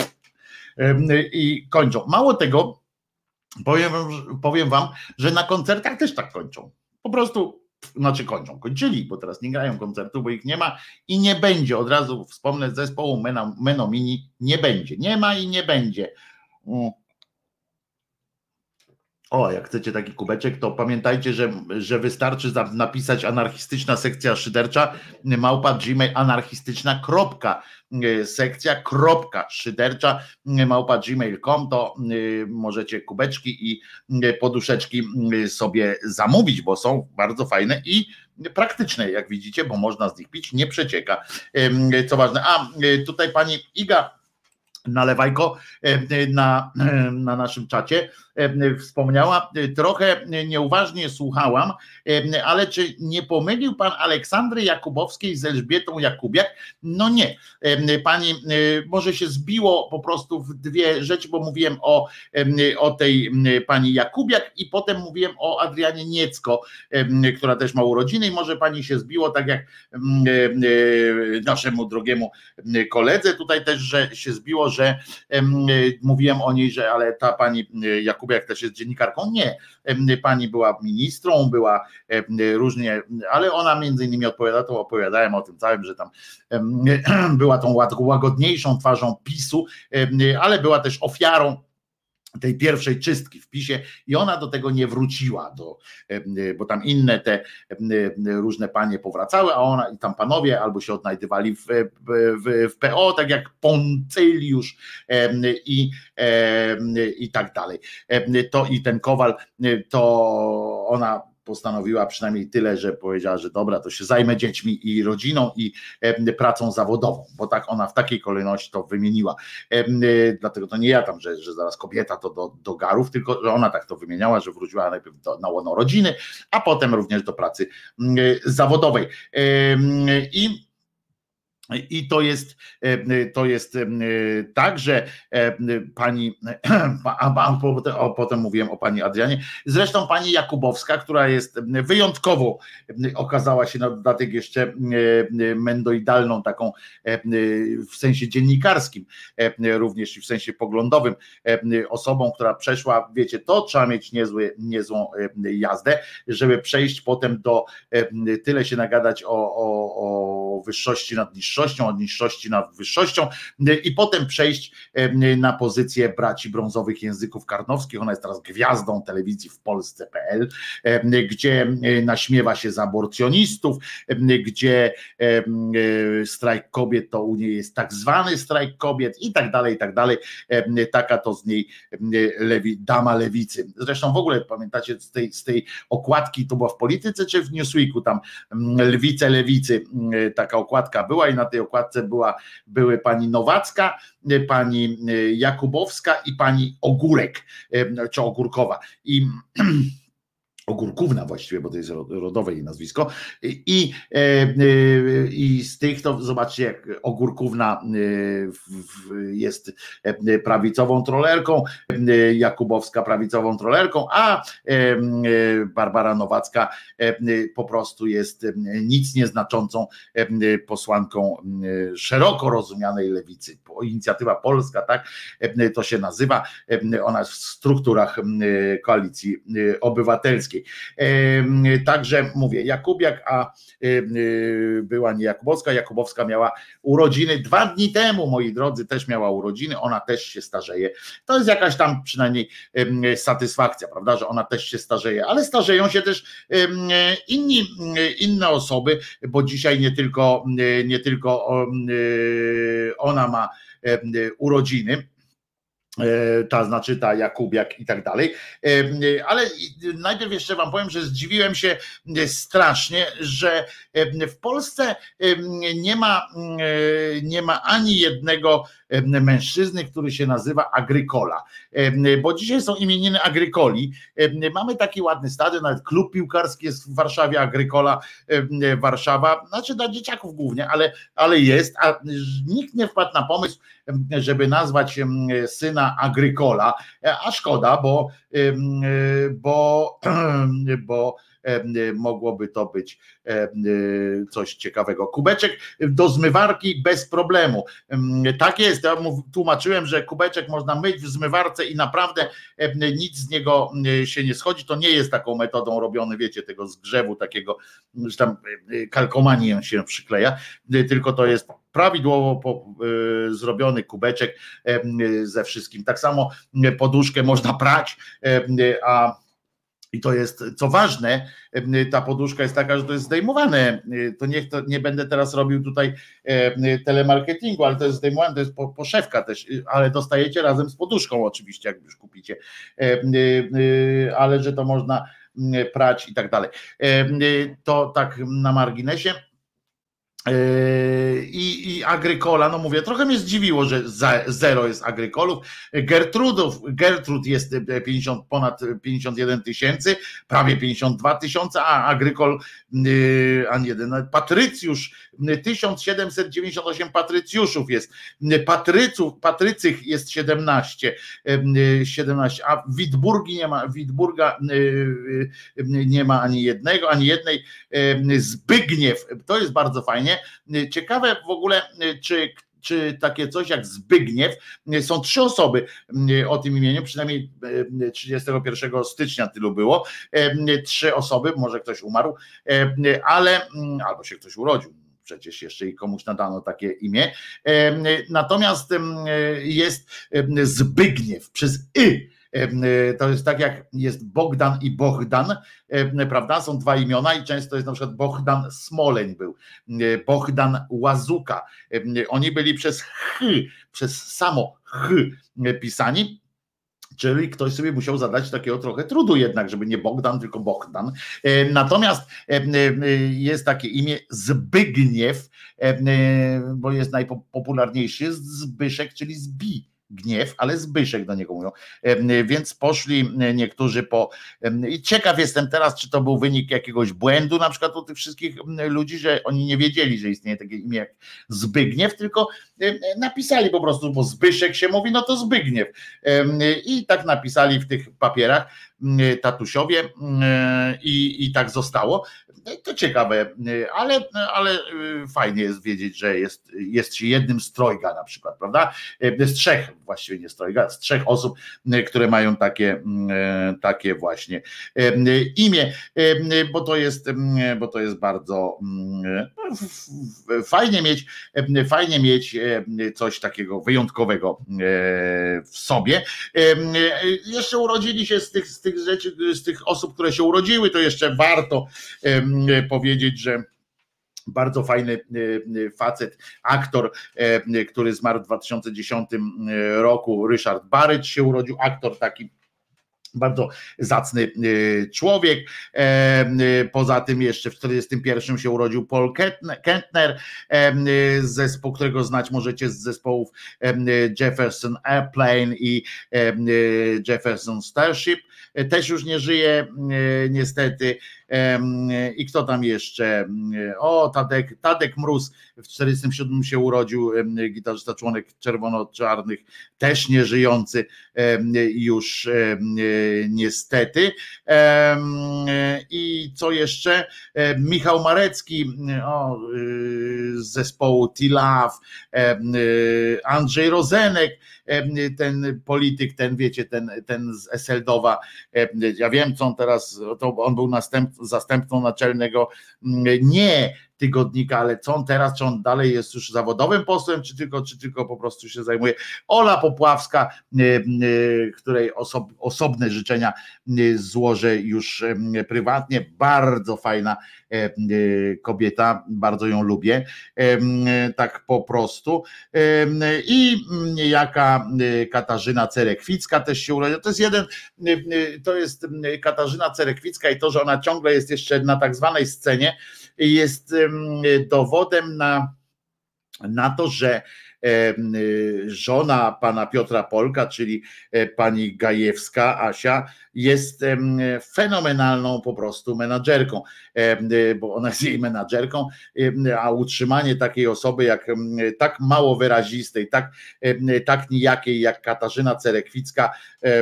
i kończą. Mało tego, powiem wam, że na koncertach też tak kończą. Po prostu, znaczy kończyli, bo teraz nie grają koncertów, bo ich nie ma i nie będzie. Od razu wspomnę, zespołu Menomini nie będzie. Nie ma i nie będzie. O, jak chcecie taki kubeczek, to pamiętajcie, że wystarczy napisać anarchistyczna sekcja szydercza @gmail, anarchistyczna sekcja szydercza @gmail.com, to możecie kubeczki i poduszeczki sobie zamówić, bo są bardzo fajne i praktyczne, jak widzicie, bo można z nich pić, nie przecieka. Co ważne, tutaj pani Iga Nalewajko na naszym czacie wspomniała, trochę nieuważnie słuchałam, ale czy nie pomylił pan Aleksandry Jakubowskiej z Elżbietą Jakubiak? No nie, pani, może się zbiło po prostu w dwie rzeczy, bo mówiłem o tej pani Jakubiak i potem mówiłem o Adrianie Niecko, która też ma urodziny i może pani się zbiło, tak jak naszemu drogiemu koledze tutaj też, że się zbiło, że mówiłem o niej, że ale ta pani Jakubiak też jest dziennikarką. Nie, pani była ministrą, była różnie, ale ona między innymi opowiadałem o tym całym, że tam była tą łagodniejszą twarzą PiS-u, ale była też ofiarą tej pierwszej czystki w PiS-ie i ona do tego nie wróciła, bo tam inne te różne panie powracały, a ona i tam panowie albo się odnajdywali w PO, tak jak Poncyliusz i tak dalej. To i ten Kowal, to ona postanowiła przynajmniej tyle, że powiedziała, że dobra, to się zajmę dziećmi i rodziną i pracą zawodową, bo tak ona w takiej kolejności to wymieniła. Dlatego to nie ja tam, że zaraz kobieta to do garów, tylko że ona tak to wymieniała, że wróciła najpierw na łono rodziny, a potem również do pracy zawodowej. I to jest tak, że pani, a potem mówiłem o pani Adrianie, zresztą pani Jakubowska, która jest wyjątkowo, okazała się na dodatek jeszcze mendoidalną taką w sensie dziennikarskim, również i w sensie poglądową osobą, która przeszła, wiecie, to trzeba mieć niezłą jazdę, żeby przejść potem tyle się nagadać o wyższości nad niższością, od niższości nad wyższością i potem przejść na pozycję braci brązowych języków karnowskich. Ona jest teraz gwiazdą telewizji w Polsce.pl, gdzie naśmiewa się z aborcjonistów, gdzie strajk kobiet to u niej jest tak zwany strajk kobiet i tak dalej, i tak dalej. Taka to z niej dama lewicy. Zresztą w ogóle pamiętacie z tej okładki, to była w Polityce czy w Newsweeku, tam lwice lewicy, taka okładka była i na tej okładce były pani Nowacka, pani Jakubowska i pani Ogórek, czy Ogórkowa. I Ogórkówna właściwie, bo to jest rodowe jej nazwisko. I z tych to zobaczcie, jak Ogórkówna jest prawicową trollerką, Jakubowska prawicową trollerką, a Barbara Nowacka po prostu jest nic nieznaczącą posłanką szeroko rozumianej lewicy. Inicjatywa Polska, tak to się nazywa, ona jest w strukturach Koalicji Obywatelskiej. Także mówię, Jakubiak, a była nie Jakubowska. Jakubowska miała urodziny 2 dni temu, moi drodzy, też miała urodziny, ona też się starzeje. To jest jakaś tam przynajmniej satysfakcja, prawda, że ona też się starzeje, ale starzeją się też inne osoby, bo dzisiaj nie tylko ona ma urodziny, ta Jakubiak i tak dalej, ale najpierw jeszcze wam powiem, że zdziwiłem się strasznie, że w Polsce nie ma ani jednego mężczyzny, który się nazywa Agrykola, bo dzisiaj są imieniny Agrykoli. Mamy taki ładny stadion, nawet klub piłkarski jest w Warszawie, Agrykola Warszawa, znaczy dla dzieciaków głównie, ale jest, a nikt nie wpadł na pomysł, żeby nazwać syna Agrykola, a szkoda, bo mogłoby to być coś ciekawego. Kubeczek do zmywarki bez problemu. Tak jest, ja tłumaczyłem, że kubeczek można myć w zmywarce i naprawdę nic z niego się nie schodzi. To nie jest taką metodą robiony, wiecie, tego zgrzewu takiego, że tam kalkomanii się przykleja, tylko to jest prawidłowo zrobiony kubeczek ze wszystkim. Tak samo poduszkę można prać, i to jest, co ważne, ta poduszka jest taka, że to jest zdejmowane. To nie będę teraz robił tutaj telemarketingu, ale to jest zdejmowane, to jest poszewka też, ale dostajecie razem z poduszką oczywiście, jak już kupicie, ale że to można prać i tak dalej. To tak na marginesie. I Agrykola, no mówię, trochę mnie zdziwiło, że zero jest Agrykolów. Gertrud jest ponad 51 tysięcy, prawie 52 tysiące, a Agrykol ani jeden. Patrycjusz 1798 patrycjuszów jest. Patrycych jest 17, a Witburga nie ma ani jednego, ani jednej. Zbygniew, to jest bardzo fajnie. Ciekawe w ogóle, czy takie coś jak Zbygniew, są 3 osoby o tym imieniu, przynajmniej 31 stycznia tylu było, 3 osoby, może ktoś umarł, albo się ktoś urodził, przecież jeszcze i komuś nadano takie imię, natomiast jest Zbygniew przez to jest tak jak jest Bogdan i Bohdan, prawda? Są 2 imiona i często jest na przykład Bohdan Smoleń był, Bohdan Łazuka. Oni byli przez samo pisani, czyli ktoś sobie musiał zadać takiego trochę trudu jednak, żeby nie Bogdan, tylko Bohdan. Natomiast jest takie imię Zbygniew, bo jest najpopularniejszy, jest Zbyszek, czyli Zbigniew, ale Zbyszek do niego mówią, więc poszli niektórzy i ciekaw jestem teraz, czy to był wynik jakiegoś błędu na przykład u tych wszystkich ludzi, że oni nie wiedzieli, że istnieje takie imię jak Zbygniew, tylko napisali po prostu, bo Zbyszek się mówi, no to Zbygniew, i tak napisali w tych papierach tatusiowie i tak zostało. To ciekawe, ale fajnie jest wiedzieć, że jest się jednym z 3 na przykład, prawda? Z 3, właściwie nie z 3, z 3 osób, które mają takie właśnie imię, bo to jest bardzo fajnie mieć coś takiego wyjątkowego w sobie. Jeszcze urodzili się z tych rzeczy, z tych osób, które się urodziły, to jeszcze warto powiedzieć, że bardzo fajny facet, aktor, który zmarł w 2010 roku, Ryszard Baryć się urodził, aktor taki Bardzo zacny człowiek. Poza tym jeszcze w 1941 się urodził Paul Kentner, zespół, którego znać możecie z zespołów Jefferson Airplane i Jefferson Starship. Też już nie żyje niestety. I kto tam jeszcze? O, Tadek Mróz w 1947 się urodził, gitarzysta, członek Czerwono-Czarnych, też nieżyjący już niestety. I co jeszcze? Michał Marecki z zespołu T-Love, Andrzej Rozenek, ten polityk, ten wiecie, ten z Eseldowa. Ja wiem, co on teraz, to on był zastępcą naczelnego nie tygodnika, ale co on teraz, czy on dalej jest już zawodowym posłem, czy tylko po prostu się zajmuje. Ola Popławska, której osobne życzenia złożę już prywatnie, bardzo fajna kobieta, bardzo ją lubię, tak po prostu. I niejaka Katarzyna Cerekwicka też się urodziła. To jest Katarzyna Cerekwicka i to, że ona ciągle jest jeszcze na tak zwanej scenie, jest dowodem na to, że żona pana Piotra Polka, czyli pani Gajewska, Asia, jest fenomenalną po prostu menadżerką, bo ona jest jej menadżerką, a utrzymanie takiej osoby, jak tak mało wyrazistej, tak nijakiej jak Katarzyna Cerekwicka,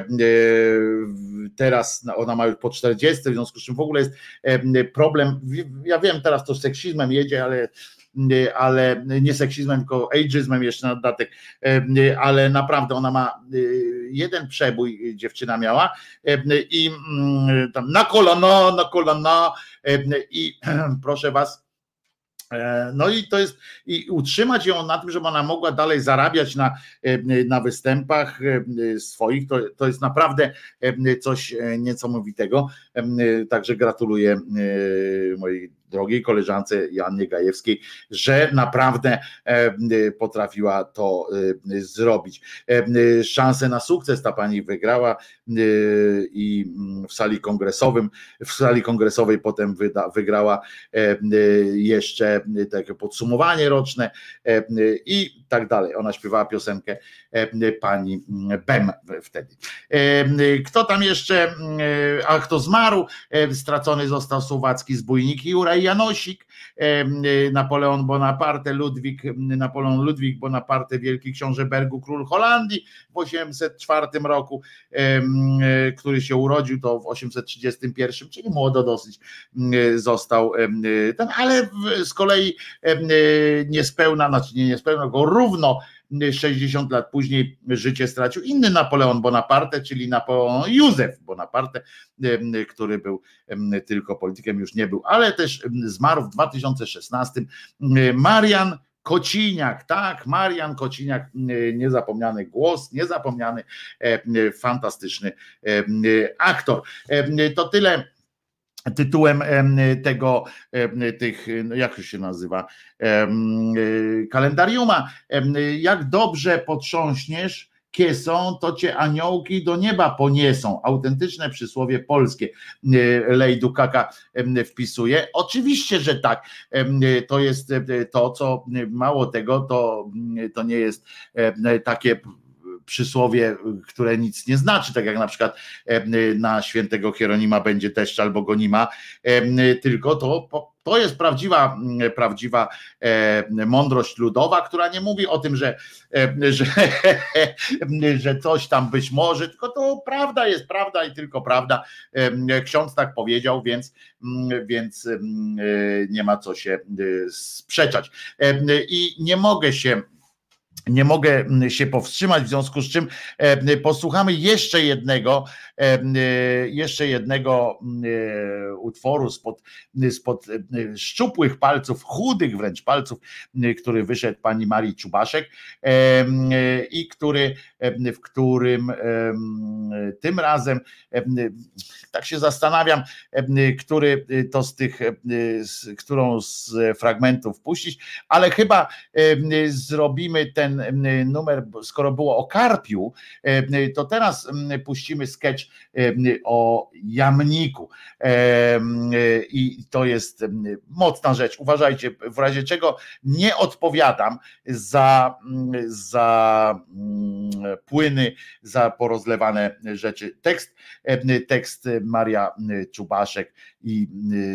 teraz ona ma już po 40, w związku z czym w ogóle jest problem, ja wiem, teraz to z seksizmem jedzie, ale nie seksizmem, tylko ageizmem jeszcze na dodatek, ale naprawdę ona ma jeden przebój, dziewczyna miała i tam na kolana i proszę was, no i to jest, i utrzymać ją na tym, żeby ona mogła dalej zarabiać na występach swoich, to jest naprawdę coś niesamowitego, także gratuluję mojej drogiej koleżance Joannie Gajewskiej, że naprawdę potrafiła to zrobić. Szansę na sukces ta pani wygrała i w sali kongresowej potem wygrała jeszcze takie podsumowanie roczne i tak dalej. Ona śpiewała piosenkę pani Bem wtedy. Kto tam jeszcze? A kto zmarł? Stracony został słowacki zbójnik Juraj Janosik, Napoleon Ludwik Bonaparte, wielki książę Bergu, król Holandii w 804 roku, który się urodził to w 831, czyli młodo dosyć został ten, ale z kolei niespełna, go równo 60 lat później życie stracił inny Napoleon Bonaparte, czyli Napoleon Józef Bonaparte, który był tylko politykiem, już nie był, ale też zmarł w 2016 Marian Kociniak, tak, Marian Kociniak, niezapomniany głos, niezapomniany, fantastyczny aktor. To tyle tytułem jak się nazywa, kalendariuma. Jak dobrze potrząśniesz kiesą, to cię aniołki do nieba poniesą. Autentyczne przysłowie polskie. Lej Dukaka wpisuje. Oczywiście, że tak. To jest to, co mało tego, to nie jest takie przysłowie, które nic nie znaczy, tak jak na przykład na świętego Hieronima będzie deszcz albo go nie ma, tylko to jest prawdziwa mądrość ludowa, która nie mówi o tym, że coś tam być może, tylko to prawda jest prawda i tylko prawda. Ksiądz tak powiedział, więc nie ma co się sprzeczać. I nie mogę się powstrzymać, w związku z czym posłuchamy jeszcze jednego utworu spod szczupłych palców, chudych wręcz palców, który wyszedł pani Marii Czubaszek i w którym tym razem, tak się zastanawiam, którą z fragmentów puścić, ale chyba zrobimy ten ten numer, skoro było o karpiu, to teraz puścimy sketch o jamniku. I to jest mocna rzecz. Uważajcie, w razie czego nie odpowiadam za płyny, za porozlewane rzeczy. Tekst Maria Czubaszek i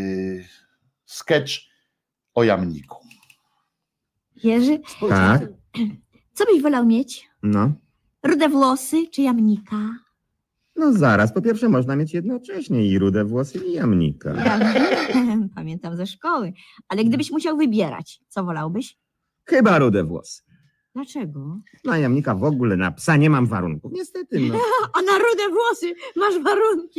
sketch o jamniku. Jerzy, Tak, co byś wolał mieć? no. Rude włosy czy jamnika? No zaraz, po pierwsze można mieć jednocześnie i rude włosy i jamnika. Pamiętam ze szkoły. Ale gdybyś musiał wybierać, co wolałbyś? Chyba rude włosy. Dlaczego? Na jamnika w ogóle, na psa nie mam warunków. Niestety, no. A na rude włosy masz warunki?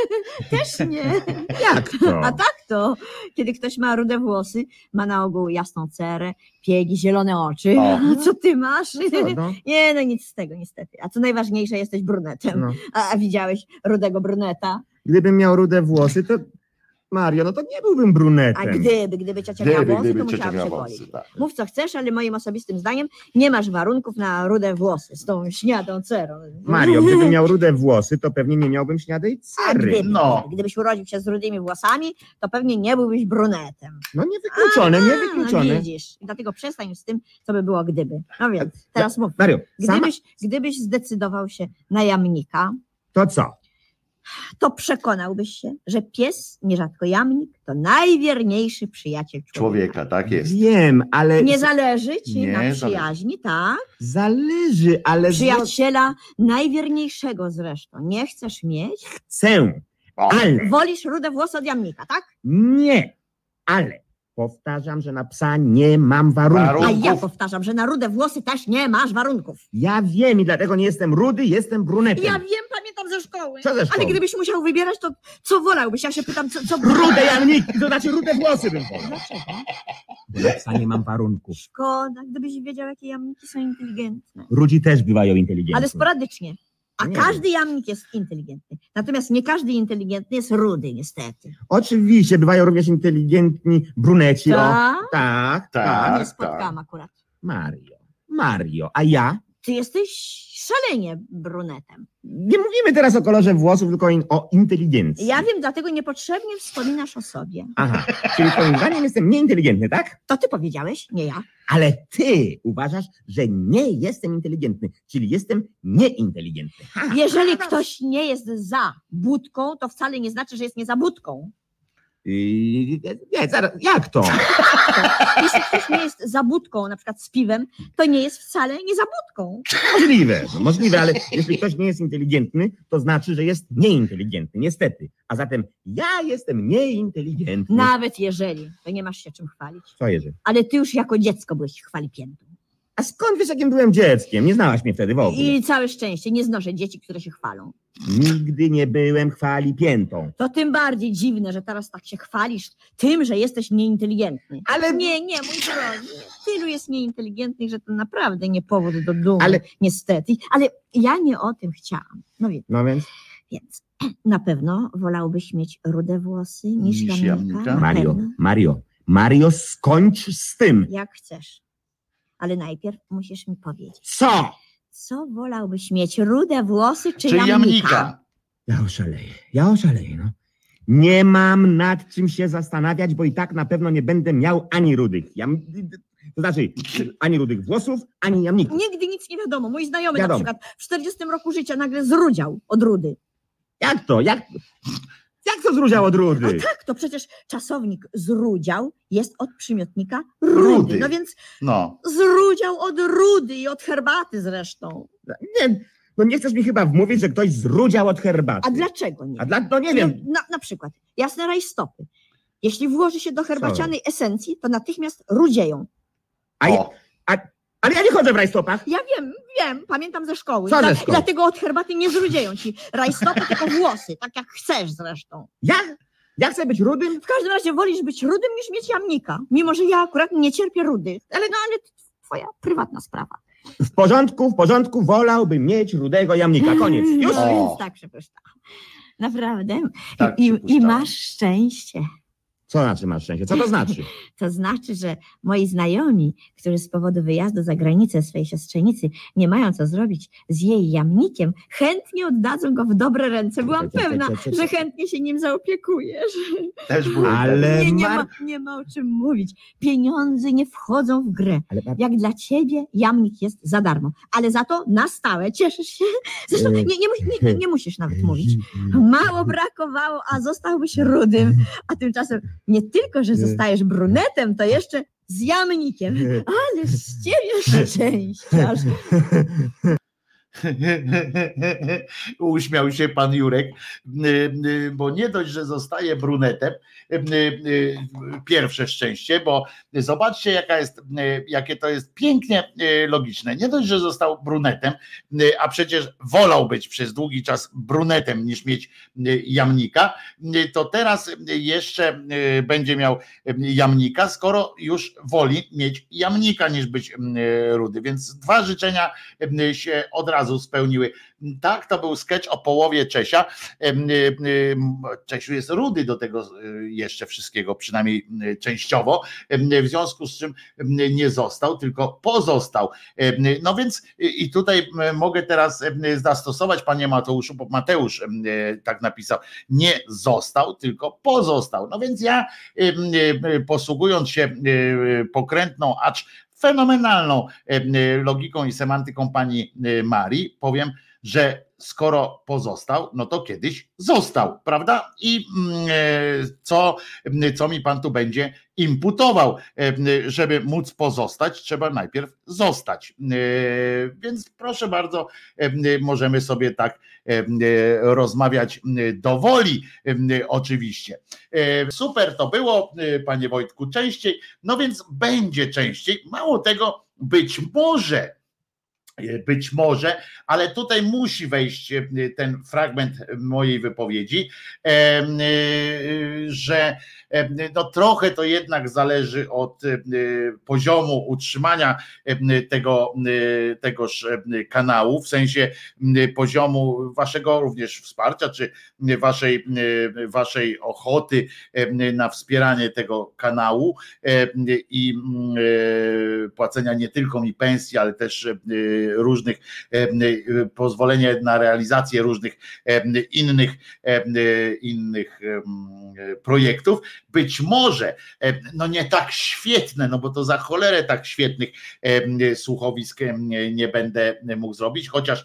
Też nie. Jak to? A tak to, kiedy ktoś ma rude włosy, ma na ogół jasną cerę, piegi, zielone oczy. O. A co ty masz? Co, no? Nie, no nic z tego niestety. A co najważniejsze, jesteś brunetem. No. A widziałeś rudego bruneta? Gdybym miał rude włosy, to Mario, no to nie byłbym brunetem. A gdyby ciocia miała włosy, to ciocia musiała miała się włosy, golić. tak. Mów co chcesz, ale moim osobistym zdaniem nie masz warunków na rude włosy z tą śniadą cerą. Mario, gdybym miał rude włosy, to pewnie nie miałbym śniadej A cery. gdybyś urodził się z rudymi włosami, to pewnie nie byłbyś brunetem. No niewykluczone, No niewykluczone. widzisz, dlatego przestań z tym, co by było gdyby. No więc, teraz mów. Mario, sama... Gdybyś zdecydował się na jamnika, To co? to przekonałbyś się, że pies, nierzadko jamnik, to najwierniejszy przyjaciel Człowieka, tak jest. Wiem, ale... Nie zależy ci Nie na zależy. przyjaźni, tak? Zależy, ale... Przyjaciela najwierniejszego zresztą. Nie chcesz mieć? Chcę, O. ale... Wolisz rude włosy od jamnika, tak? Nie, ale... Powtarzam, że na psa nie mam warunków. A Warunków. ja powtarzam, że na rude włosy też nie masz warunków. Ja wiem i dlatego nie jestem rudy, jestem brunetem. Ja wiem, pamiętam ze szkoły. Co ze szkoły? Ale gdybyś musiał wybierać, to co wolałbyś? Ja się pytam, co... Rude jamniki, to znaczy rude włosy bym wolał. Bo na psa nie mam warunków. Szkoda, gdybyś wiedział, jakie jamniki są inteligentne. Rudzi też bywają inteligentni. Ale sporadycznie. A Nie każdy jamnik jest inteligentny. Natomiast nie każdy inteligentny jest rudy, niestety. Oczywiście, bywają również inteligentni bruneci. Tak? O, tak, Tak. tak. Nie spotkałam akurat. Mario, a ja? Ty jesteś szalenie brunetem. Nie mówimy teraz o kolorze włosów, tylko o inteligencji. Ja wiem, dlatego niepotrzebnie wspominasz o sobie. Aha, czyli twoim zdaniem jestem nieinteligentny, tak? To ty powiedziałeś, nie ja. Ale ty uważasz, że nie jestem inteligentny, czyli jestem nieinteligentny. Ha. Jeżeli ktoś nie jest za budką, to wcale nie znaczy, że jest nie za budką. Nie, zaraz, jak to? Jeśli ktoś nie jest za budką, na przykład z piwem, to nie jest wcale nie za budką. Możliwe, ale jeśli ktoś nie jest inteligentny, to znaczy, że jest nieinteligentny, niestety. A zatem ja jestem nieinteligentny. Nawet jeżeli, to nie masz się czym chwalić. Co Jerzy? Ale ty już jako dziecko byłeś chwalipiętą. A skąd wiesz, jakim byłem dzieckiem? Nie znałaś mnie wtedy w ogóle. I całe szczęście, nie znoszę dzieci, które się chwalą. Nigdy nie byłem chwalipiętą. To tym bardziej dziwne, że teraz tak się chwalisz tym, że jesteś nieinteligentny. Ale Nie, mój drogi, tylu jest nieinteligentnych, że to naprawdę nie powód do dumy, Ale- niestety. Ale ja nie o tym chciałam. No więc? Więc na pewno wolałbyś mieć rude włosy niż Niż jamnika. jamnika. Na Mario, pewno. Mario, skończ z tym. Jak chcesz. Ale najpierw musisz mi powiedzieć, Co? wolałbyś mieć, rude włosy czy Czy jamnika? Ja oszaleję, no. Nie mam nad czym się zastanawiać, bo i tak na pewno nie będę miał ani rudych to znaczy, ani rudych włosów, ani jamników. Nigdy nic nie wiadomo. Mój znajomy Wiadomo. na przykład w 40 roku życia nagle zrudział od rudy. Jak to? Jak to zrudział od rudy? A tak, to przecież czasownik zrudział jest od przymiotnika rudy. Rudy. No więc No. zrudział od rudy i od herbaty zresztą. Nie chcesz mi chyba wmówić, że ktoś zrudział od herbaty. A dlaczego nie? No nie wiem. Na przykład jasne rajstopy. Jeśli włoży się do herbacianej esencji, to natychmiast rudzieją. Ale ja nie chodzę w rajstopach. Ja wiem, pamiętam ze szkoły. Co ze szkoły? Dlatego od herbaty nie zrudzieją ci rajstopy, tylko włosy, tak jak chcesz zresztą. Ja chcę być rudym? W każdym razie wolisz być rudym niż mieć jamnika. Mimo że ja akurat nie cierpię rudy. Ale to twoja prywatna sprawa. W porządku, wolałbym mieć rudego jamnika. Koniec. Już? No więc tak, przepraszam. Naprawdę. Tak I przypuszczałem. masz szczęście. Co znaczy masz szczęście? Co to znaczy? To znaczy, że moi znajomi, którzy z powodu wyjazdu za granicę swej siostrzenicy nie mają co zrobić z jej jamnikiem, chętnie oddadzą go w dobre ręce. Byłam pewna, że chętnie się nim zaopiekujesz. Też było. Ale Nie ma o czym mówić. Pieniądze nie wchodzą w grę. Ale Jak dla ciebie jamnik jest za darmo, ale za to na stałe. Cieszysz się? Zresztą nie musisz nawet mówić. Mało brakowało, a zostałbyś rudym. A tymczasem nie tylko, że zostajesz brunetem, to jeszcze z jamnikiem. Ale z ciebie szczęściarz. Uśmiał się pan Jurek, bo nie dość, że zostaje brunetem, pierwsze szczęście, bo zobaczcie, jakie to jest pięknie logiczne. Nie dość, że został brunetem, a przecież wolał być przez długi czas brunetem niż mieć jamnika, to teraz jeszcze będzie miał jamnika, skoro już woli mieć jamnika niż być rudy. Więc dwa życzenia się od razu spełniły. Tak, to był sketch o połowie Czesia. Czesiu jest rudy do tego jeszcze wszystkiego, przynajmniej częściowo, w związku z czym nie został, tylko pozostał. No więc i tutaj mogę teraz zastosować, panie Mateuszu, bo Mateusz tak napisał, nie został, tylko pozostał. No więc ja, posługując się pokrętną, acz fenomenalną logiką i semantyką pani Marii, powiem, że skoro pozostał, no to kiedyś został, prawda? I co mi pan tu będzie imputował? Żeby móc pozostać, trzeba najpierw zostać. Więc proszę bardzo, możemy sobie tak rozmawiać do woli, oczywiście. Super to było, panie Wojtku, częściej, no więc będzie częściej. Mało tego, być może, ale tutaj musi wejść ten fragment mojej wypowiedzi, że no trochę to jednak zależy od poziomu utrzymania tegoż kanału, w sensie poziomu waszego również wsparcia, czy waszej ochoty na wspieranie tego kanału i płacenia nie tylko mi pensji, ale też różnych, pozwolenie na realizację różnych innych projektów. Być może, no nie tak świetne, no bo to za cholerę tak świetnych słuchowisk nie będę mógł zrobić,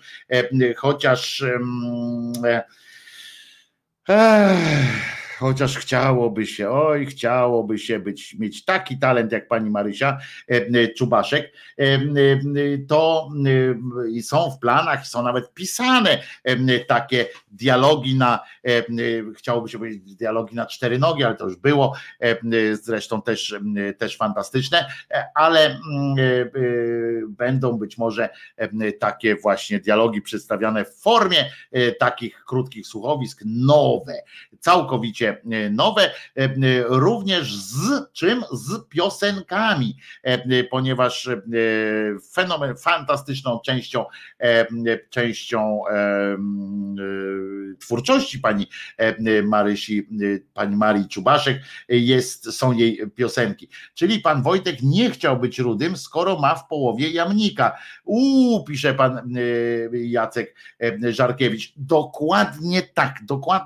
chociaż chciałoby się mieć taki talent jak pani Marysia Czubaszek, to są w planach, są nawet pisane takie dialogi chciałoby się powiedzieć dialogi na 4 nogi, ale to już było, zresztą też fantastyczne, ale będą być może takie właśnie dialogi przedstawiane w formie takich krótkich słuchowisk, nowe, całkowicie nowe, również z czym? Z piosenkami, ponieważ fantastyczną częścią twórczości pani Marysi, pani Marii Czubaszek są jej piosenki. Czyli pan Wojtek nie chciał być rudym, skoro ma w połowie jamnika. Pisze pan Jacek Żarkiewicz. Dokładnie tak.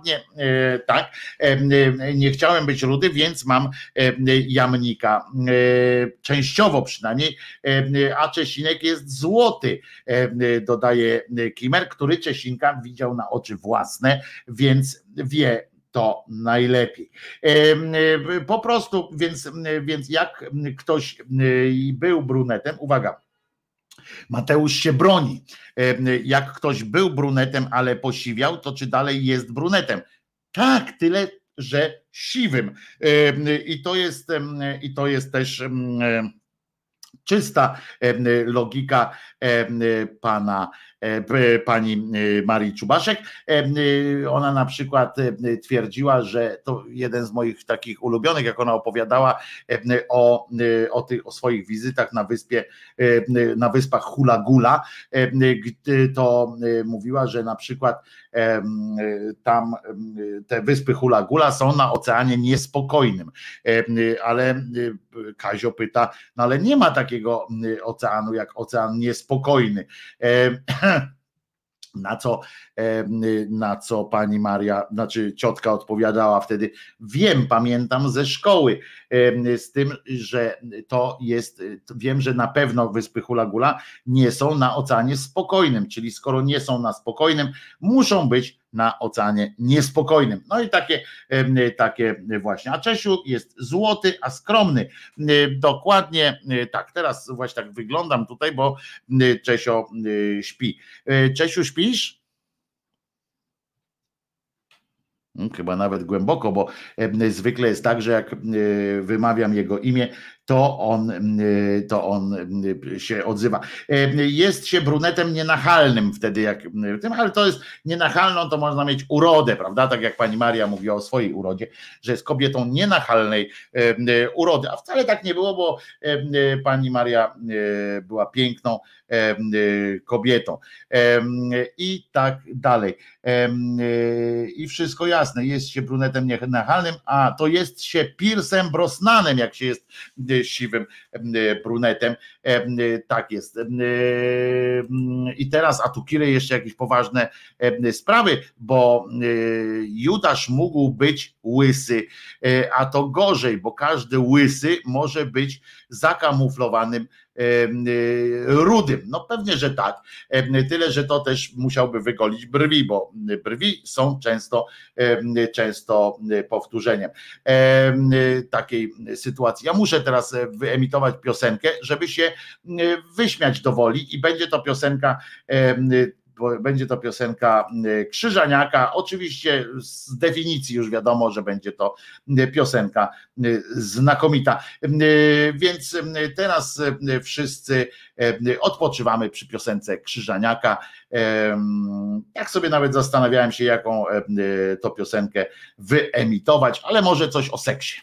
Nie chciałem być rudy, więc mam jamnika. Częściowo przynajmniej, a Czesinek jest złoty, dodaje Kimer, który Czesinka widział na oczy własne, więc wie to najlepiej. Po prostu, więc jak ktoś był brunetem, uwaga, Mateusz się broni. Jak ktoś był brunetem, ale posiwiał, to czy dalej jest brunetem? Tak, tyle, że siwym. I to jest też czysta logika pana pani Marii Czubaszek. Ona na przykład twierdziła, że to jeden z moich takich ulubionych, jak ona opowiadała o swoich wizytach na wyspach Hula Gula, to mówiła, że na przykład tam te wyspy Hula Gula są na oceanie niespokojnym, ale Kazio pyta, no ale nie ma takiego oceanu jak ocean niespokojny. Na co pani Maria, znaczy ciotka odpowiadała wtedy, pamiętam ze szkoły, z tym, że to jest, wiem, że na pewno wyspy Hula Gula nie są na oceanie spokojnym, czyli skoro nie są na spokojnym, muszą być na oceanie niespokojnym. No i takie właśnie. A Czesiu jest złoty, a skromny. Dokładnie tak. Teraz właśnie tak wyglądam tutaj, bo Czesio śpi. Czesiu, śpisz? Chyba nawet głęboko, bo zwykle jest tak, że jak wymawiam jego imię, to on się odzywa. Jest się brunetem nienachalnym wtedy, jak tym, ale to jest nienachalną, to można mieć urodę, prawda? Tak jak pani Maria mówiła o swojej urodzie, że jest kobietą nienachalnej urody, a wcale tak nie było, bo pani Maria była piękną kobietą i tak dalej. I wszystko jasne, jest się brunetem nienachalnym, a to jest się Piersem Brosnanem, jak się jest siwym brunetem, tak jest. I teraz, a tu Kiry jeszcze jakieś poważne sprawy, bo Judasz mógł być łysy, a to gorzej, bo każdy łysy może być zakamuflowanym rudym. No pewnie, że tak. Tyle, że to też musiałby wygolić brwi, bo brwi są często powtórzeniem takiej sytuacji. Ja muszę teraz wyemitować piosenkę, żeby się wyśmiać do woli i będzie to piosenka Krzyżaniaka, oczywiście z definicji już wiadomo, że będzie to piosenka znakomita, więc teraz wszyscy odpoczywamy przy piosence Krzyżaniaka. Tak sobie nawet zastanawiałem się, jaką to piosenkę wyemitować, ale może coś o seksie.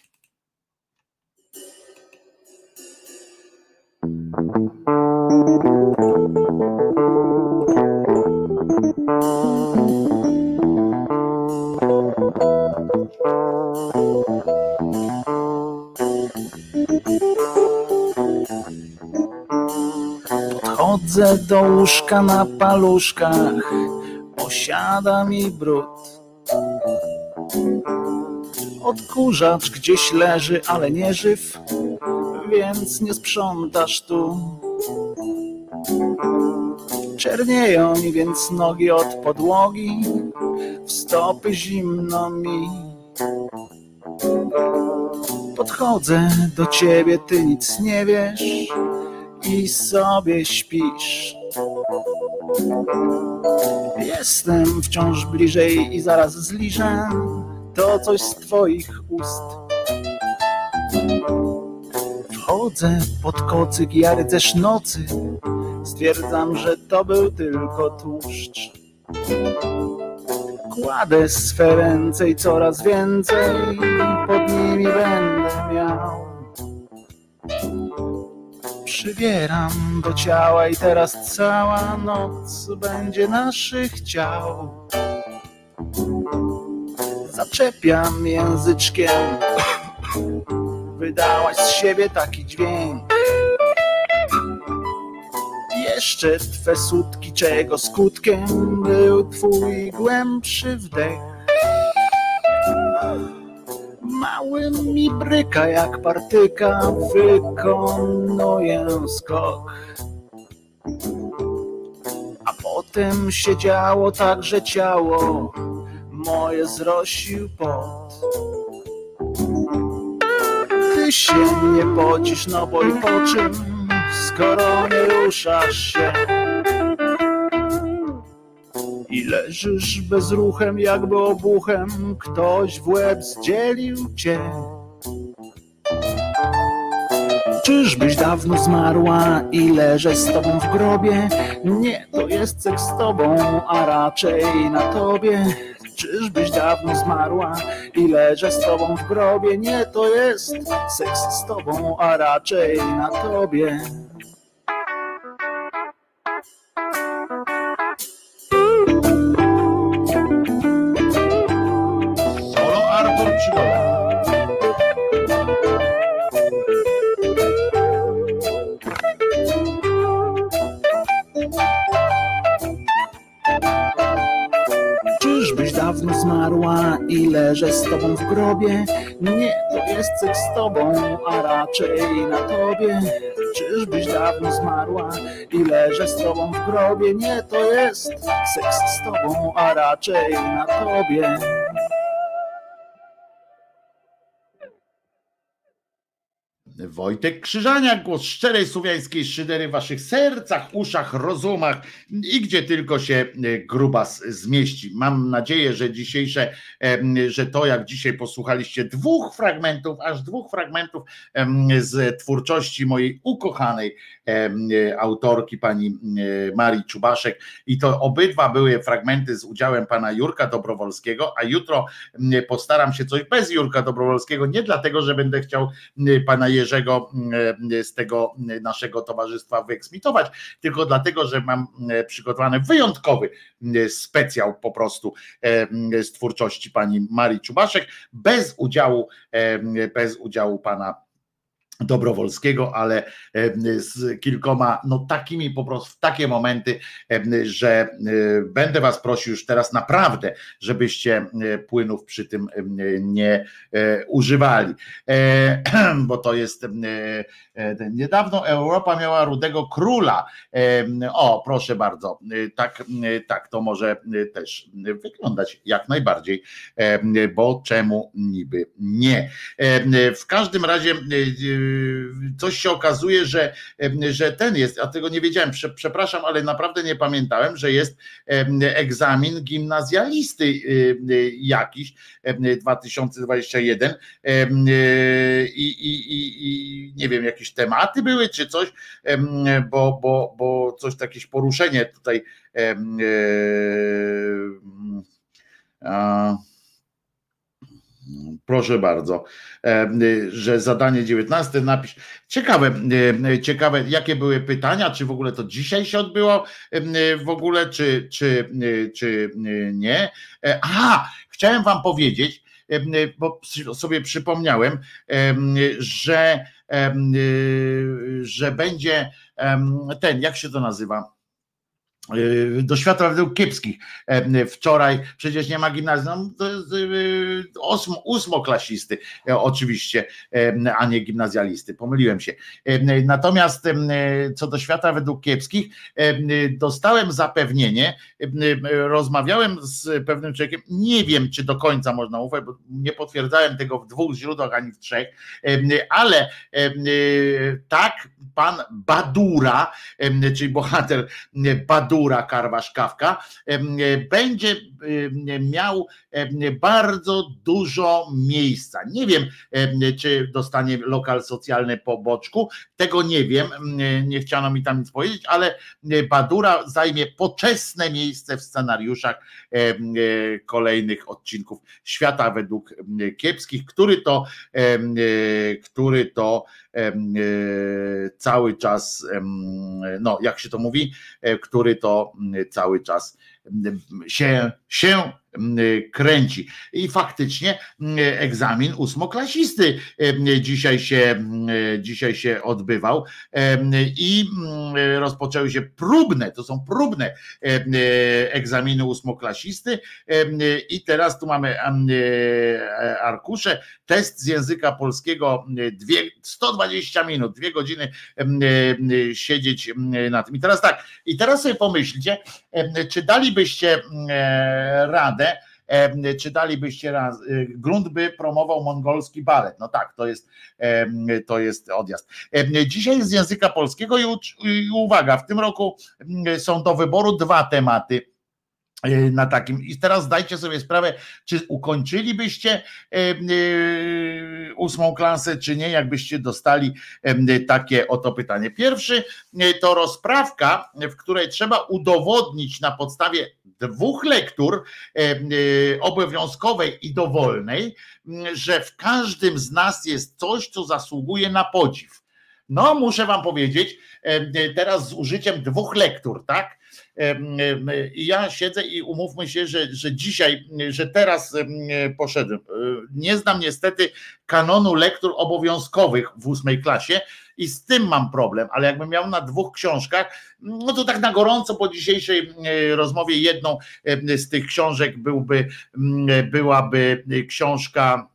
Podchodzę do łóżka na paluszkach, osiada mi brud. Odkurzacz gdzieś leży, ale nie żyw, więc nie sprzątasz tu. Czernieją mi więc nogi od podłogi, w stopy zimno mi. Podchodzę do ciebie, ty nic nie wiesz i sobie śpisz. Jestem wciąż bliżej i zaraz zliżę to coś z twoich ust. Wchodzę pod kocyk, ja rycerz nocy, stwierdzam, że to był tylko tłuszcz. Kładę swe ręce i coraz więcej pod nimi będę miał. Przybieram do ciała i teraz cała noc będzie naszych ciał. Zaczepiam języczkiem, wydałaś z siebie taki dźwięk. Jeszcze twe sutki, czego skutkiem był twój głębszy wdech. Mały mi bryka jak partyka, wykonuję skok. A potem się działo tak, że ciało moje zrosił pot. Ty się nie pocisz, no bo i po czym, skoro nie ruszasz się i leżysz bezruchem, jakby obuchem ktoś w łeb zdzielił cię. Czyżbyś dawno zmarła i leżę z tobą w grobie? Nie, to jest seks z tobą, a raczej na tobie. Czyżbyś dawno zmarła i leżę z tobą w grobie? Nie, to jest seks z tobą, a raczej na tobie. Solo Artur Przygoda. Czyżbyś dawno zmarła i leżę z tobą w grobie? Nie, to jest seks z tobą, a raczej na tobie. Czyżbyś dawno zmarła i leżę z tobą w grobie? Nie, to jest seks z tobą, a raczej na tobie. Wojtek Krzyżaniak, głos szczerej słowiańskiej szydery w waszych sercach, uszach, rozumach i gdzie tylko się grubas zmieści. Mam nadzieję, że dzisiejsze, że to jak dzisiaj posłuchaliście aż dwóch fragmentów z twórczości mojej ukochanej autorki pani Marii Czubaszek i to obydwa były fragmenty z udziałem pana Jurka Dobrowolskiego, a jutro postaram się coś bez Jurka Dobrowolskiego, nie dlatego, że będę chciał pana Jerzego z tego naszego towarzystwa wyeksmitować, tylko dlatego, że mam przygotowany wyjątkowy specjał po prostu z twórczości pani Marii Czubaszek, bez udziału pana Dobrowolskiego, ale z kilkoma, no takimi po prostu w takie momenty, że będę was prosił już teraz naprawdę, żebyście płynów przy tym nie używali, bo to jest niedawno Europa miała rudego króla. O, proszę bardzo, tak to może też wyglądać jak najbardziej, bo czemu niby nie. W każdym razie coś się okazuje, że ten jest, a tego nie wiedziałem, przepraszam, ale naprawdę nie pamiętałem, że jest egzamin gimnazjalisty jakiś 2021 i nie wiem, jakieś tematy były czy coś, bo coś, jakieś poruszenie tutaj proszę bardzo, że zadanie 19 napisz. Ciekawe, jakie były pytania, czy w ogóle to dzisiaj się odbyło w ogóle, czy nie. Aha, chciałem wam powiedzieć, bo sobie przypomniałem, że będzie ten, jak się to nazywa? Do świata według kiepskich. Wczoraj przecież nie ma gimnazjum, ósmoklasisty oczywiście, a nie gimnazjalisty, pomyliłem się. Natomiast co do świata według kiepskich, dostałem zapewnienie, rozmawiałem z pewnym człowiekiem, nie wiem czy do końca można ufać, bo nie potwierdzałem tego w 2 źródłach ani w 3, ale tak pan Badura, czyli bohater Badura Karwasz-Kawka, będzie miał bardzo dużo miejsca. Nie wiem, czy dostanie lokal socjalny po boczku, tego nie wiem, nie chciano mi tam nic powiedzieć, ale Badura zajmie poczesne miejsce w scenariuszach kolejnych odcinków Świata według kiepskich, który to cały czas, no jak się to mówi, który to cały czas się kręci. I faktycznie egzamin ósmoklasisty dzisiaj się odbywał i rozpoczęły się to są próbne egzaminy ósmoklasisty i teraz tu mamy arkusze, test z języka polskiego 120 minut, 2 godziny siedzieć na tym. I teraz sobie pomyślcie, czy dalibyście radę, grunt by promował mongolski balet. No tak, to jest odjazd. Dzisiaj z języka polskiego i uwaga, w tym roku są do wyboru 2 tematy. na takim. I teraz zdajcie sobie sprawę, czy ukończylibyście 8. klasę, czy nie, jakbyście dostali takie oto pytanie. Pierwszy to rozprawka, w której trzeba udowodnić na podstawie 2 lektur obowiązkowej i dowolnej, że w każdym z nas jest coś, co zasługuje na podziw. No, muszę wam powiedzieć, teraz z użyciem 2 lektur, tak? I ja siedzę i umówmy się, że dzisiaj, że teraz poszedłem. Nie znam niestety kanonu lektur obowiązkowych w 8. klasie i z tym mam problem, ale jakbym miał na 2 książkach, no to tak na gorąco po dzisiejszej rozmowie jedną z tych książek byłaby książka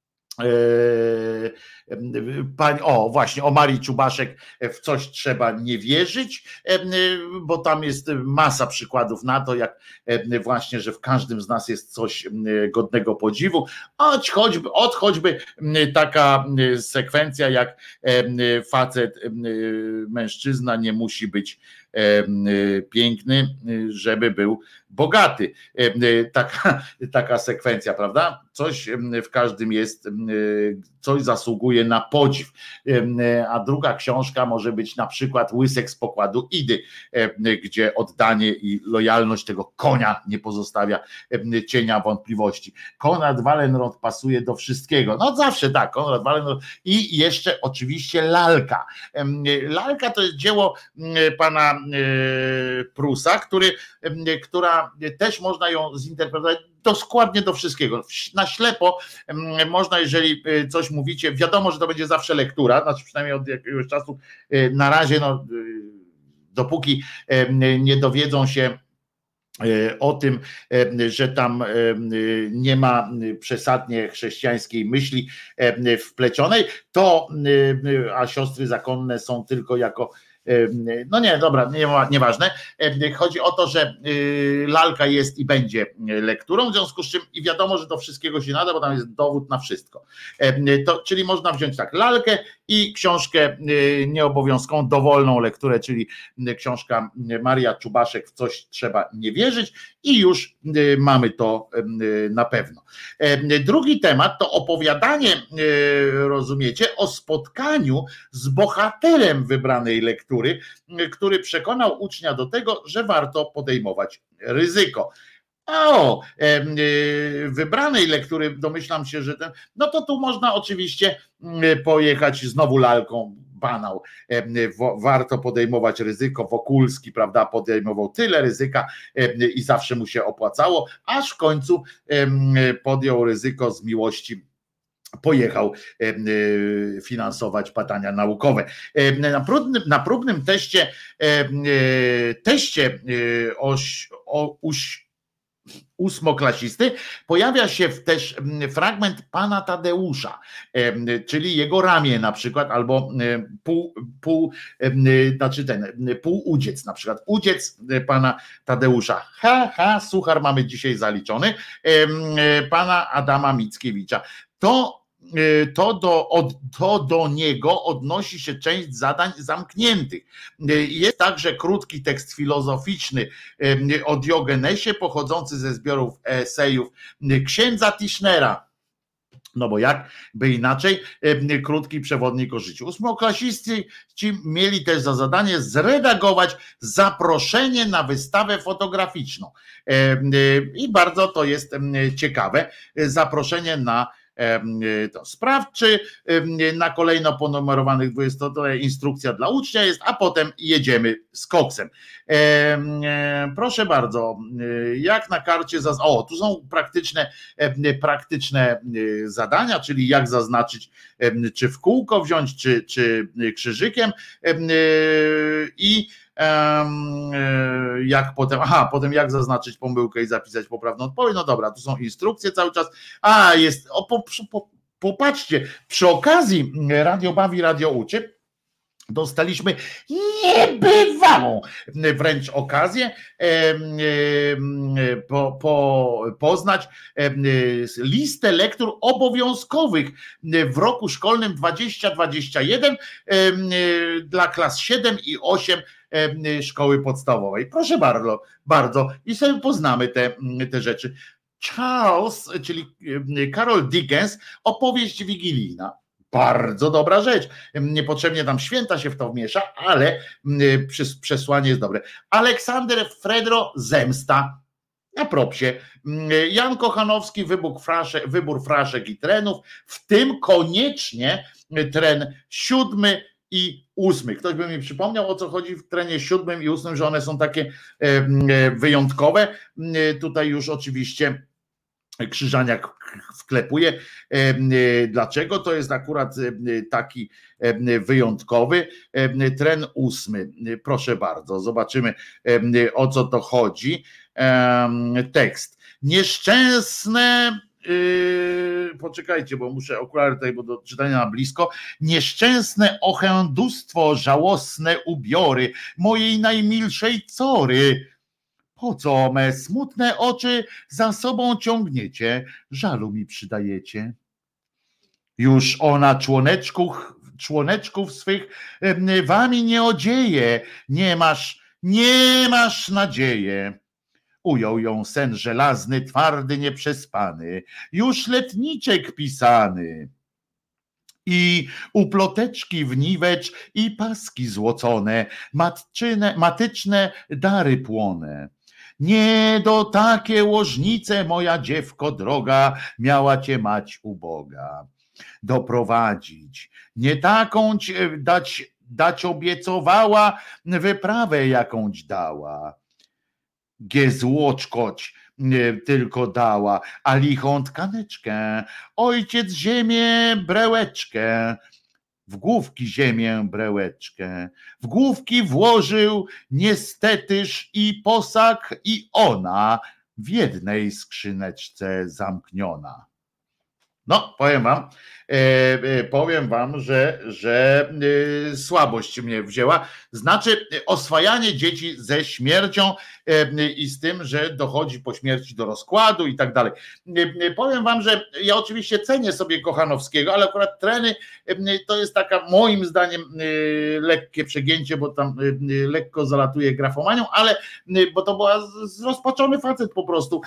właśnie o Marii Czubaszek, w coś trzeba nie wierzyć, bo tam jest masa przykładów na to, jak właśnie, że w każdym z nas jest coś godnego podziwu, choćby taka sekwencja, jak facet, mężczyzna nie musi być piękny, żeby był bogaty. Taka sekwencja, prawda? Coś w każdym jest, coś zasługuje na podziw. A druga książka może być na przykład Łysek z pokładu Idy, gdzie oddanie i lojalność tego konia nie pozostawia cienia wątpliwości. Konrad Wallenrod pasuje do wszystkiego. No zawsze tak, Konrad Wallenrod. I jeszcze oczywiście Lalka. Lalka to jest dzieło pana Prusa, która też można ją zinterpretować dokładnie do wszystkiego. Na ślepo można, jeżeli coś mówicie, wiadomo, że to będzie zawsze lektura, znaczy przynajmniej od jakiegoś czasu, na razie, no, dopóki nie dowiedzą się o tym, że tam nie ma przesadnie chrześcijańskiej myśli wplecionej, to, a siostry zakonne są tylko jako, no nie, dobra, nieważne. Chodzi o to, że Lalka jest i będzie lekturą, w związku z czym i wiadomo, że do wszystkiego się nada, bo tam jest dowód na wszystko. Czyli można wziąć tak Lalkę i książkę nieobowiązkową, dowolną lekturę, czyli książka Maria Czubaszek, w coś trzeba nie wierzyć i już mamy to na pewno. Drugi temat to opowiadanie, rozumiecie, o spotkaniu z bohaterem wybranej lektury, który przekonał ucznia do tego, że warto podejmować ryzyko. Wybranej lektury, domyślam się, że no to tu można oczywiście pojechać znowu Lalką, banał. Warto podejmować ryzyko. Wokulski, prawda, podejmował tyle ryzyka i zawsze mu się opłacało, aż w końcu podjął ryzyko z miłości. Pojechał finansować badania naukowe. Na próbnym teście ósmoklasisty pojawia się też fragment pana Tadeusza, czyli jego ramię na przykład, albo półudziec na przykład, udziec pana Tadeusza. Suchar mamy dzisiaj zaliczony, pana Adama Mickiewicza. To do niego odnosi się część zadań zamkniętych. Jest także krótki tekst filozoficzny o Diogenesie, pochodzący ze zbiorów esejów księdza Tischnera. No bo jakby inaczej, krótki przewodnik o życiu. Ósmoklasiści mieli też za zadanie zredagować zaproszenie na wystawę fotograficzną. I bardzo to jest ciekawe. Zaproszenie na to sprawdź, czy na kolejno ponumerowanych 20 instrukcja dla ucznia jest, a potem jedziemy z koksem. Proszę bardzo, jak na karcie, tu są praktyczne zadania, czyli jak zaznaczyć, czy w kółko wziąć, czy krzyżykiem i jak potem jak zaznaczyć pomyłkę i zapisać poprawną odpowiedź. No dobra, tu są instrukcje cały czas. Popatrzcie, przy okazji Radio Bawi, Radio Uczy, dostaliśmy niebywałą wręcz okazję poznać listę lektur obowiązkowych w roku szkolnym 2021 dla klas 7 i 8 szkoły podstawowej. Proszę bardzo i sobie poznamy te rzeczy. Charles, czyli Carol Dickens, opowieść wigilijna. Bardzo dobra rzecz. Niepotrzebnie tam święta się w to wmiesza, ale przesłanie jest dobre. Aleksander Fredro, Zemsta. Na propsie. Jan Kochanowski, wybór fraszek i trenów, w tym koniecznie tren 7 i 8. Ktoś by mi przypomniał, o co chodzi w trenie 7 i 8, że one są takie wyjątkowe. Tutaj już oczywiście Krzyżaniak wklepuje. Dlaczego? To jest akurat taki wyjątkowy tren 8. Proszę bardzo, zobaczymy, o co to chodzi. Tekst. Nieszczęsne, poczekajcie, bo muszę okulary tutaj, bo do czytania na blisko. Nieszczęsne ochędustwo, żałosne ubiory mojej najmilszej cory. Po co me smutne oczy za sobą ciągniecie, żalu mi przydajecie. Już ona członeczków swych wami nie odzieje, nie masz nadzieję. Ujął ją sen żelazny, twardy, nieprzespany, już letniczek pisany. I uploteczki w niwecz i paski złocone, matyczne dary płone. Nie do takie łożnice, moja dziewko droga, miała cię mać uboga doprowadzić. Nie taką dać obiecowała, wyprawę jakąś dała. Giezłoczkoć tylko dała, a lichą tkaneczkę, ojciec ziemię brełeczkę, w główki ziemię brełeczkę, w główki włożył niestetyż i posag i ona w jednej skrzyneczce zamkniona. No, powiem wam, że słabość mnie wzięła. Znaczy oswajanie dzieci ze śmiercią i z tym, że dochodzi po śmierci do rozkładu i tak dalej. Powiem wam, że ja oczywiście cenię sobie Kochanowskiego, ale akurat treny to jest taka moim zdaniem lekkie przegięcie, bo tam lekko zalatuje grafomanią, ale bo to była zrozpaczony facet po prostu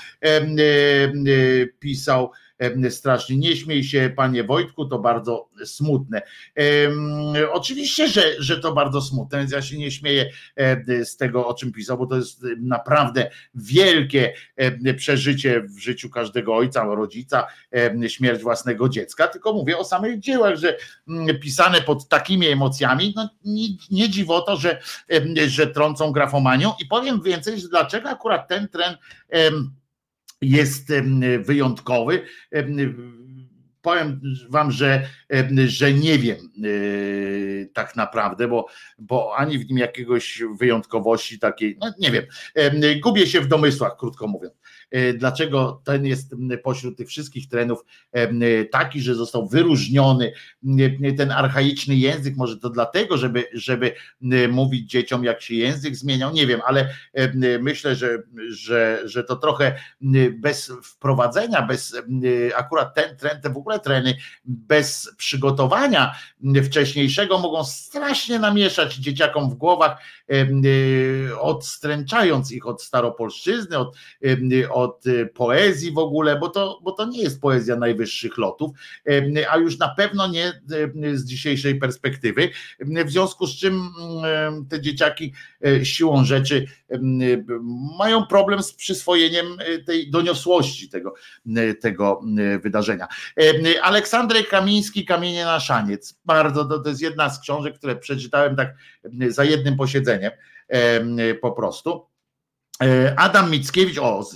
pisał strasznie. Nie śmiej się, panie Wojtku, to bardzo smutne. Oczywiście, że to bardzo smutne, więc ja się nie śmieję z tego, o czym pisał, bo to jest naprawdę wielkie przeżycie w życiu każdego ojca, rodzica, śmierć własnego dziecka, tylko mówię o samych dziełach, że pisane pod takimi emocjami, no nie dziwoto, że trącą grafomanią. I powiem więcej, że dlaczego akurat ten trend jest wyjątkowy. Powiem wam, że nie wiem tak naprawdę, bo ani w nim jakiegoś wyjątkowości takiej, no nie wiem, gubię się w domysłach, krótko mówiąc. Dlaczego ten jest pośród tych wszystkich trenów taki, że został wyróżniony ten archaiczny język, może to dlatego, żeby mówić dzieciom, jak się język zmieniał, nie wiem, ale myślę, że to trochę bez wprowadzenia, bez akurat ten trend, te w ogóle treny bez przygotowania wcześniejszego mogą strasznie namieszać dzieciakom w głowach, odstręczając ich od staropolszczyzny, od poezji w ogóle, bo to nie jest poezja najwyższych lotów, a już na pewno nie z dzisiejszej perspektywy, w związku z czym te dzieciaki siłą rzeczy mają problem z przyswojeniem tej doniosłości tego wydarzenia. Aleksandry Kamiński, Kamienie na szaniec. Bardzo, to jest jedna z książek, które przeczytałem tak za jednym posiedzeniem po prostu. Adam Mickiewicz,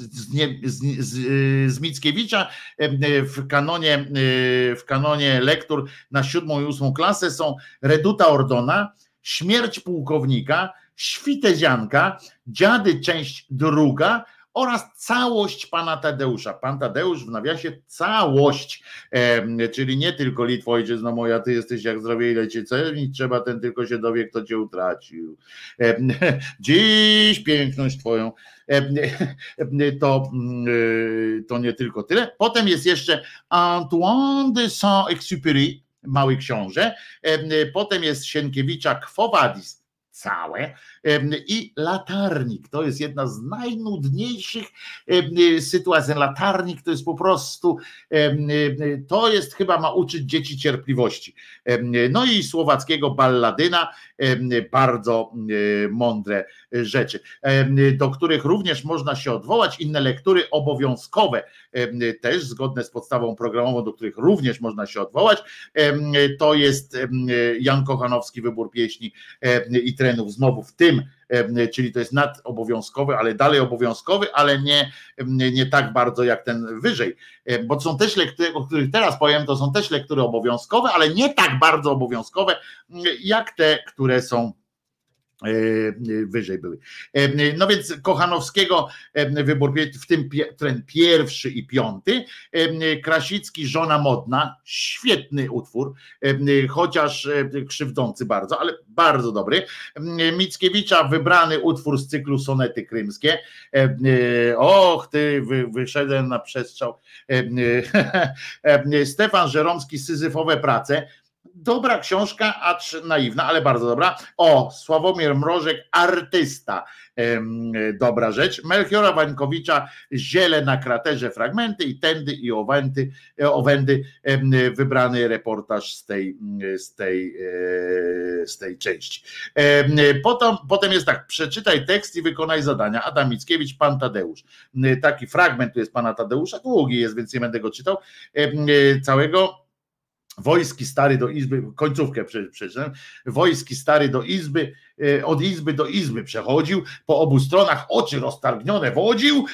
z Mickiewicza w kanonie lektur na 7. i 8. klasę są Reduta Ordona, Śmierć pułkownika, Świtezianka, Dziady część 2 oraz całość pana Tadeusza. Pan Tadeusz w nawiasie całość, czyli nie tylko Litwo, ojczyzno moja, ty jesteś jak zdrowie, ile cię cenić trzeba, ten tylko się dowie, kto cię utracił. Dziś piękność twoją. To nie tylko tyle. Potem jest jeszcze Antoine de Saint-Exupéry, Mały Książę. Potem jest Sienkiewicza Quo Vadis, całe, i Latarnik. To jest jedna z najnudniejszych sytuacji. Latarnik to jest po prostu, to jest chyba ma uczyć dzieci cierpliwości. No i słowackiego Balladyna, bardzo mądre rzeczy, do których również można się odwołać. Inne lektury obowiązkowe, też zgodne z podstawą programową, do których również można się odwołać. To jest Jan Kochanowski, Wybór pieśni i trenów, znowu w tym, czyli to jest nadobowiązkowy, ale dalej obowiązkowy, ale nie tak bardzo jak ten wyżej, bo są też lektury, o których teraz powiem, to są też lektury obowiązkowe, ale nie tak bardzo obowiązkowe jak te, które są wyżej były. No więc Kochanowskiego Wybór, w tym ten 1. i 5. Krasicki Żona modna, świetny utwór, chociaż krzywdzący bardzo, ale bardzo dobry. Mickiewicza wybrany utwór z cyklu Sonety krymskie. Och, ty, wyszedłem na przestrzał. Stefan Żeromski, Syzyfowe prace. Dobra książka, acz naiwna, ale bardzo dobra. O, Sławomir Mrożek, Artysta. Dobra rzecz. Melchiora Wańkowicza, Ziele na kraterze, fragmenty i tędy i owędy, wybrany reportaż z tej części. Potem jest tak, przeczytaj tekst i wykonaj zadania. Adam Mickiewicz, Pan Tadeusz. Taki fragment tu jest Pana Tadeusza, długi jest, więc nie będę go czytał całego. Wojski stary do izby, końcówkę przeczytałem. Wojski stary do izby, od izby do izby przechodził, po obu stronach oczy roztargnione wodził,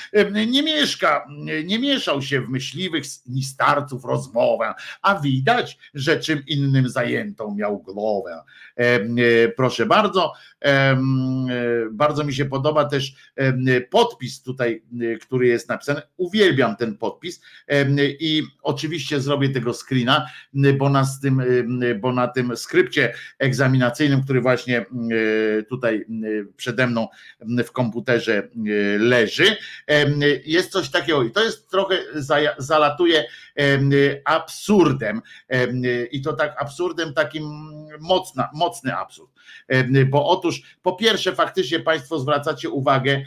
nie mieszał się w myśliwych ni starców rozmowę, a widać, że czym innym zajętą miał głowę. Proszę bardzo, bardzo mi się podoba też podpis tutaj, który jest napisany. Uwielbiam ten podpis i oczywiście zrobię tego screena, bo na tym skrypcie egzaminacyjnym, który właśnie tutaj przede mną w komputerze leży, jest coś takiego i to jest trochę zalatuje absurdem i to tak absurdem takim mocny absurd, bo otóż po pierwsze faktycznie Państwo zwracacie uwagę,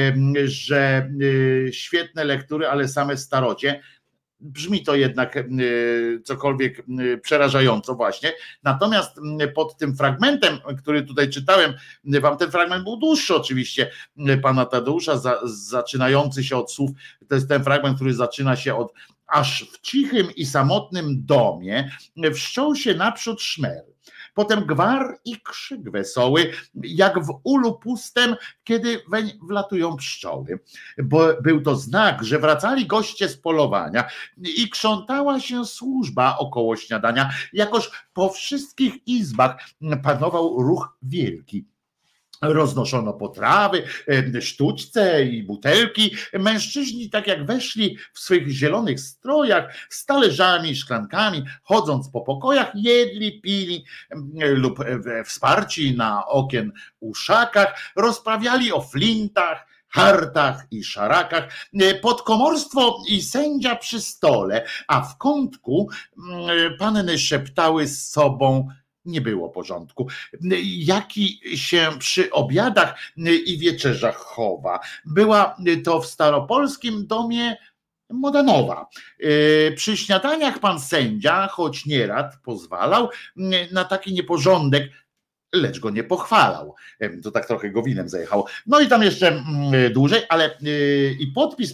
że świetne lektury, ale same starocie. Brzmi to jednak cokolwiek przerażająco właśnie. Natomiast pod tym fragmentem, który tutaj czytałem, wam ten fragment był dłuższy oczywiście, Pana Tadeusza, zaczynający się od słów, to jest ten fragment, który zaczyna się od: aż w cichym i samotnym domie wszczął się naprzód szmer. Potem gwar i krzyk wesoły, jak w ulu pustym, kiedy weń wlatują pszczoły. Bo był to znak, że wracali goście z polowania i krzątała się służba około śniadania, jakoż po wszystkich izbach panował ruch wielki. Roznoszono potrawy, sztućce i butelki. Mężczyźni, tak jak weszli w swych zielonych strojach, z talerzami i szklankami, chodząc po pokojach, jedli, pili lub wsparci na okien uszakach, rozprawiali o flintach, hartach i szarakach, podkomorstwo i sędzia przy stole, a w kątku panny szeptały z sobą. Nie było porządku. Jaki się przy obiadach i wieczerzach chowa. Była to w staropolskim domie Modanowa. Przy śniadaniach pan sędzia, choć nierad pozwalał na taki nieporządek, lecz go nie pochwalał. To tak trochę go winem zajechało. No i tam jeszcze dłużej, ale i podpis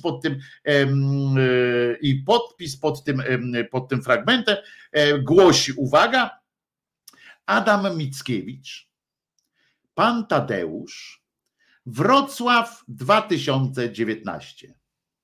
pod tym fragmentem głosi, uwaga, Adam Mickiewicz, Pan Tadeusz, Wrocław 2019.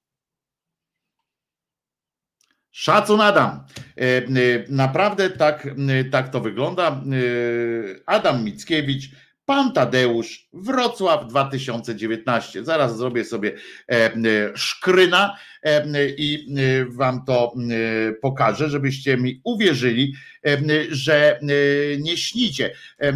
Szacun, Adam. Naprawdę tak to wygląda. Adam Mickiewicz, Pan Tadeusz, Wrocław 2019. Zaraz zrobię sobie szkryna i wam to pokażę, żebyście mi uwierzyli, że nie śnicie.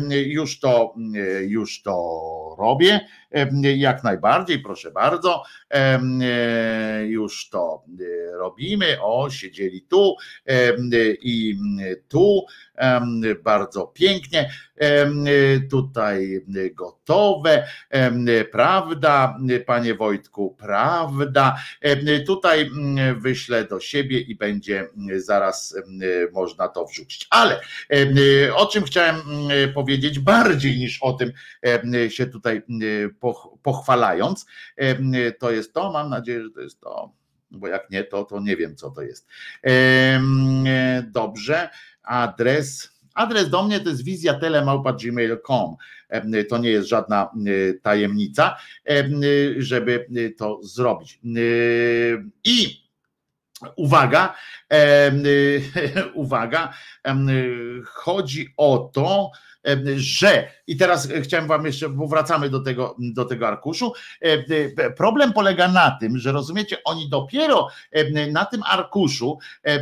Już to robię, jak najbardziej, proszę bardzo. Już to robimy. O, siedzieli tu i tu. Bardzo pięknie. Tutaj gotowe. Prawda, panie Wojtku, prawda. Tutaj wyślę do siebie i będzie zaraz można to wrzucić. Ale o czym chciałem powiedzieć bardziej niż o tym się tutaj pochwalając, to jest to, mam nadzieję, że to jest to, bo jak nie, to nie wiem, co to jest. Dobrze, adres do mnie to jest wizjatele@gmail.com. To nie jest żadna tajemnica, żeby to zrobić. I uwaga, chodzi o to, że i teraz chciałem wam jeszcze, bo wracamy do tego arkuszu. Problem polega na tym, że rozumiecie, oni dopiero na tym arkuszu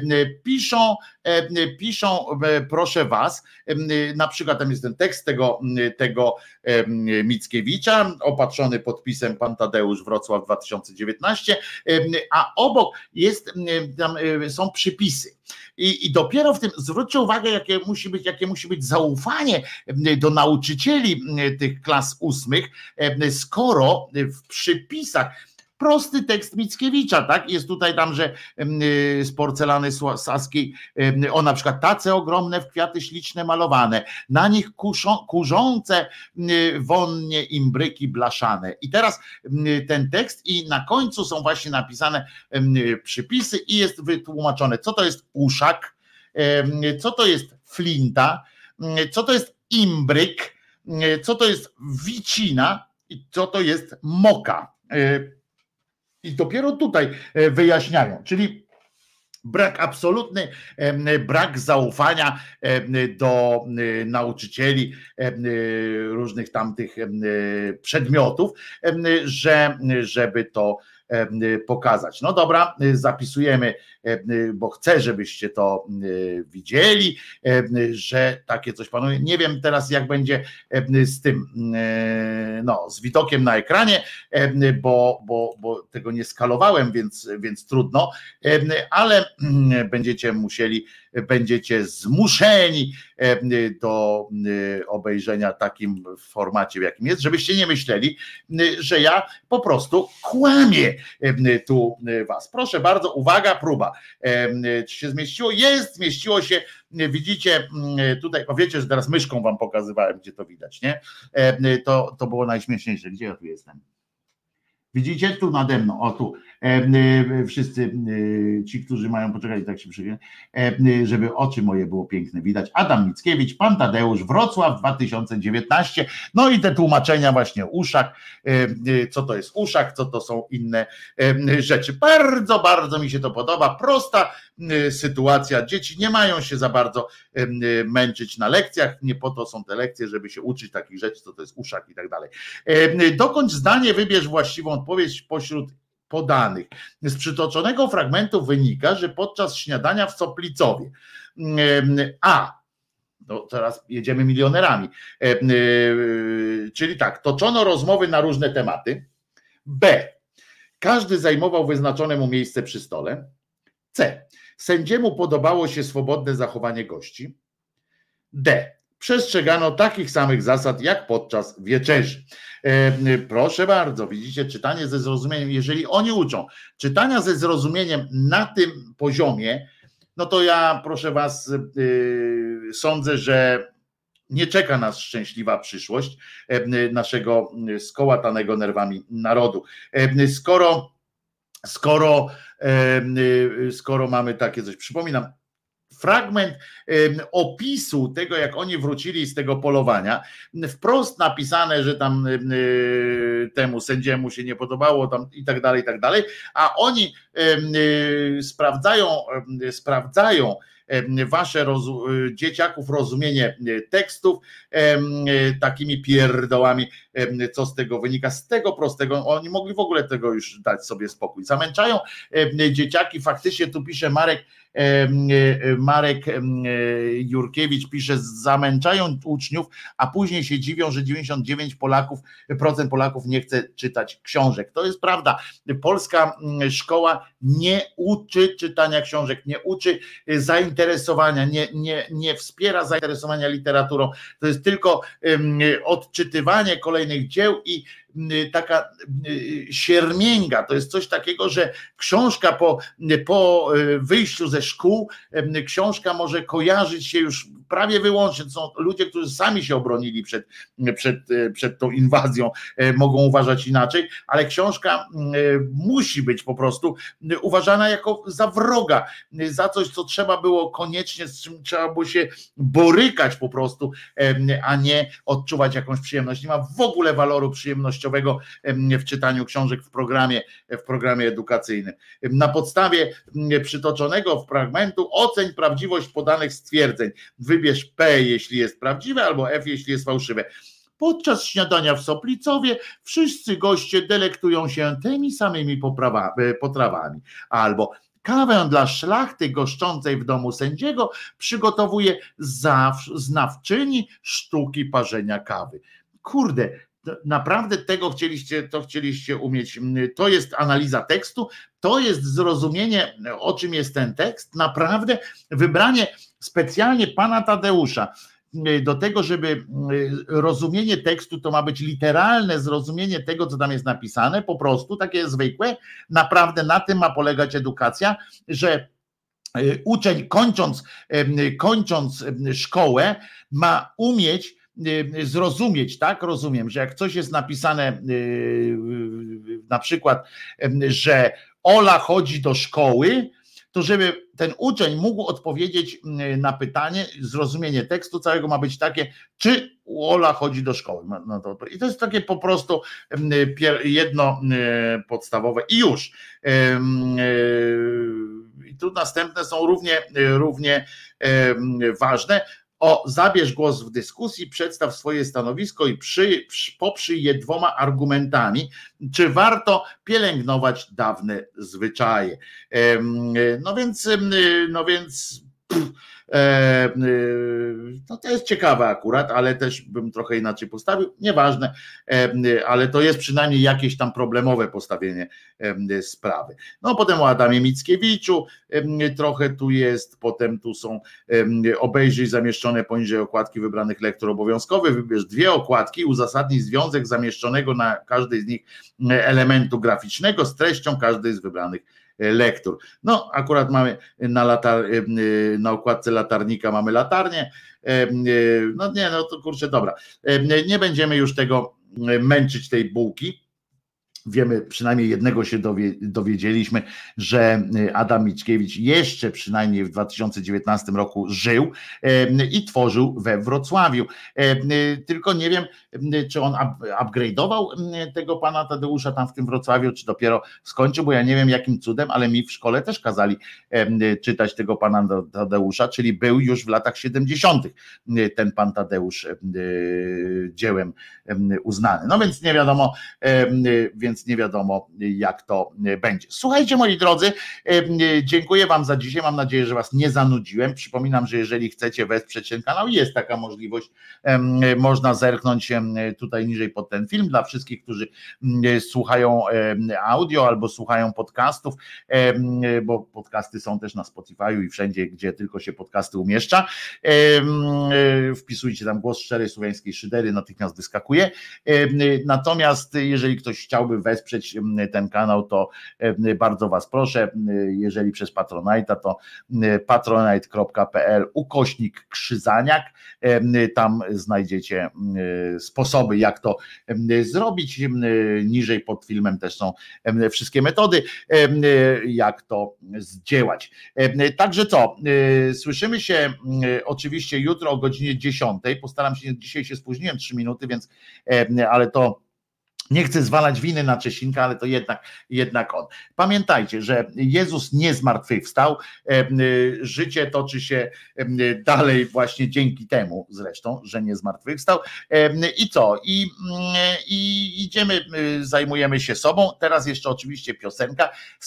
piszą, proszę was, na przykład tam jest ten tekst tego Mickiewicza, opatrzony podpisem Pan Tadeusz, Wrocław 2019, a obok tam są przypisy. I dopiero w tym, zwróćcie uwagę, jakie musi być zaufanie do nauczycieli tych klas 8, skoro w przypisach prosty tekst Mickiewicza, tak? Jest tutaj tam, że z porcelany saskiej, o na przykład tace ogromne w kwiaty śliczne malowane, na nich kurzące wonnie imbryki blaszane. I teraz ten tekst i na końcu są właśnie napisane przypisy i jest wytłumaczone, co to jest uszak, co to jest flinta, co to jest imbryk, co to jest wicina i co to jest moka. I dopiero tutaj wyjaśniają, czyli absolutny brak zaufania do nauczycieli różnych tamtych przedmiotów, żeby to pokazać. No dobra, zapisujemy, bo chcę, żebyście to widzieli, że takie coś panuje. Nie wiem teraz, jak będzie z tym, z widokiem na ekranie, bo tego nie skalowałem, więc trudno, ale będziecie zmuszeni do obejrzenia takim formacie, w jakim jest, żebyście nie myśleli, że ja po prostu kłamię tu was. Proszę bardzo, uwaga, próba. Czy się zmieściło? Zmieściło się. Widzicie tutaj, wiecie, że teraz myszką wam pokazywałem, gdzie to widać, nie? To było najśmieszniejsze. Gdzie ja tu jestem? Widzicie? Tu nade mną, o tu. Wszyscy ci, którzy mają, poczekać, tak się przyjdzie, żeby oczy moje było piękne widać. Adam Mickiewicz, Pan Tadeusz, Wrocław 2019. No i te tłumaczenia właśnie uszak, co to jest uszak, co to są inne rzeczy. Bardzo, bardzo mi się to podoba. Prosta sytuacja. Dzieci nie mają się za bardzo męczyć na lekcjach. Nie po to są te lekcje, żeby się uczyć takich rzeczy, co to jest uszak i tak dalej. Dokończ zdanie, wybierz właściwą odpowiedź pośród podanych. Z przytoczonego fragmentu wynika, że podczas śniadania w Soplicowie teraz jedziemy milionerami, czyli tak, toczono rozmowy na różne tematy. B. Każdy zajmował wyznaczone mu miejsce przy stole. C. Sędziemu podobało się swobodne zachowanie gości. D. Przestrzegano takich samych zasad jak podczas wieczerzy. Proszę bardzo, widzicie, czytanie ze zrozumieniem, jeżeli oni uczą czytania ze zrozumieniem na tym poziomie, no to ja, proszę was, sądzę, że nie czeka nas szczęśliwa przyszłość naszego skołatanego nerwami narodu. Skoro mamy takie coś, przypominam, fragment opisu tego, jak oni wrócili z tego polowania, wprost napisane, że tam temu sędziemu się nie podobało tam i tak dalej, a oni sprawdzają wasze dzieciaków rozumienie tekstów takimi pierdołami, co z tego wynika, z tego prostego, oni mogli w ogóle tego już dać sobie spokój. Zamęczają dzieciaki, faktycznie tu pisze Marek Jurkiewicz, pisze, zamęczają uczniów, a później się dziwią, że 99% Polaków nie chce czytać książek. To jest prawda. Polska szkoła nie uczy czytania książek, nie uczy zainteresowania, nie wspiera zainteresowania literaturą. To jest tylko odczytywanie kolejnych dzieł i taka siermięga. To jest coś takiego, że książka po wyjściu ze szkół, książka może kojarzyć się już prawie wyłącznie. To są ludzie, którzy sami się obronili przed tą inwazją, mogą uważać inaczej, ale książka musi być po prostu uważana jako za wroga, za coś, co trzeba było koniecznie, z czym trzeba było się borykać po prostu, a nie odczuwać jakąś przyjemność. Nie ma w ogóle waloru przyjemnościowego w czytaniu książek w programie edukacyjnym. Na podstawie przytoczonego fragmentu oceń prawdziwość podanych stwierdzeń. Wybierz P, jeśli jest prawdziwe, albo F, jeśli jest fałszywe. Podczas śniadania w Soplicowie wszyscy goście delektują się tymi samymi potrawami. Albo kawę dla szlachty goszczącej w domu sędziego przygotowuje znawczyni sztuki parzenia kawy. Kurde, naprawdę tego chcieliście umieć. To jest analiza tekstu, to jest zrozumienie, o czym jest ten tekst. Naprawdę wybranie specjalnie pana Tadeusza do tego, żeby rozumienie tekstu to ma być literalne zrozumienie tego, co tam jest napisane, po prostu takie zwykłe. Naprawdę na tym ma polegać edukacja, że uczeń kończąc szkołę ma umieć zrozumieć, tak? Rozumiem, że jak coś jest napisane, na przykład, że Ola chodzi do szkoły, to żeby ten uczeń mógł odpowiedzieć na pytanie, zrozumienie tekstu całego ma być takie, czy Ola chodzi do szkoły. No i to jest takie po prostu jedno podstawowe i już. I tu następne są równie ważne. Zabierz głos w dyskusji, przedstaw swoje stanowisko i poprzyj je 2 argumentami, czy warto pielęgnować dawne zwyczaje. No więc no to jest ciekawe akurat, ale też bym trochę inaczej postawił, nieważne, ale to jest przynajmniej jakieś tam problemowe postawienie sprawy. No potem o Adamie Mickiewiczu trochę tu jest, potem tu są obejrzyj zamieszczone poniżej okładki wybranych lektur obowiązkowych, wybierz 2 okładki, uzasadnij związek zamieszczonego na każdej z nich elementu graficznego z treścią każdej z wybranych lektur. No akurat mamy na okładce latarnika mamy latarnię, no nie, no to kurczę, dobra, nie będziemy już tego męczyć, tej bułki. Wiemy, przynajmniej jednego się dowiedzieliśmy, że Adam Mickiewicz jeszcze przynajmniej w 2019 roku żył i tworzył we Wrocławiu. Tylko nie wiem, czy on upgrade'ował tego pana Tadeusza tam w tym Wrocławiu, czy dopiero skończył, bo ja nie wiem jakim cudem, ale mi w szkole też kazali czytać tego pana Tadeusza, czyli był już w latach 70. ten pan Tadeusz dziełem uznany. No więc nie wiadomo jak to będzie. Słuchajcie moi drodzy, dziękuję wam za dzisiaj, mam nadzieję, że was nie zanudziłem. Przypominam, że jeżeli chcecie wesprzeć ten kanał, jest taka możliwość, można zerknąć tutaj niżej pod ten film, dla wszystkich, którzy słuchają audio albo słuchają podcastów, bo podcasty są też na Spotify'u i wszędzie, gdzie tylko się podcasty umieszcza. Wpisujcie tam Głos Szczerej Słowiańskiej Szydery, natychmiast wyskakuje. Natomiast jeżeli ktoś chciałby wesprzeć ten kanał, to bardzo was proszę, jeżeli przez Patronite'a, to patronite.pl/Krzyzaniak, tam znajdziecie sposoby, jak to zrobić. Niżej pod filmem też są wszystkie metody, jak to zdziałać. Także co, słyszymy się oczywiście jutro o godzinie 10. Postaram się, dzisiaj się spóźniłem 3 minuty, więc ale to Nie chcę zwalać winy na Czesinka, ale to jednak on. Pamiętajcie, że Jezus nie zmartwychwstał, życie toczy się dalej właśnie dzięki temu zresztą, że nie zmartwychwstał. I co? I idziemy, zajmujemy się sobą. Teraz jeszcze oczywiście piosenka.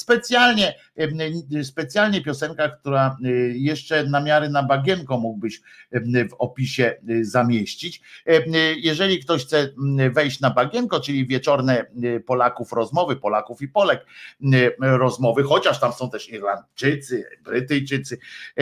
Specjalnie piosenka, która jeszcze na miarę na bagienko mógłbyś w opisie zamieścić. Jeżeli ktoś chce wejść na bagienko, czyli wieczorne Polaków i Polek rozmowy, chociaż tam są też Irlandczycy, Brytyjczycy,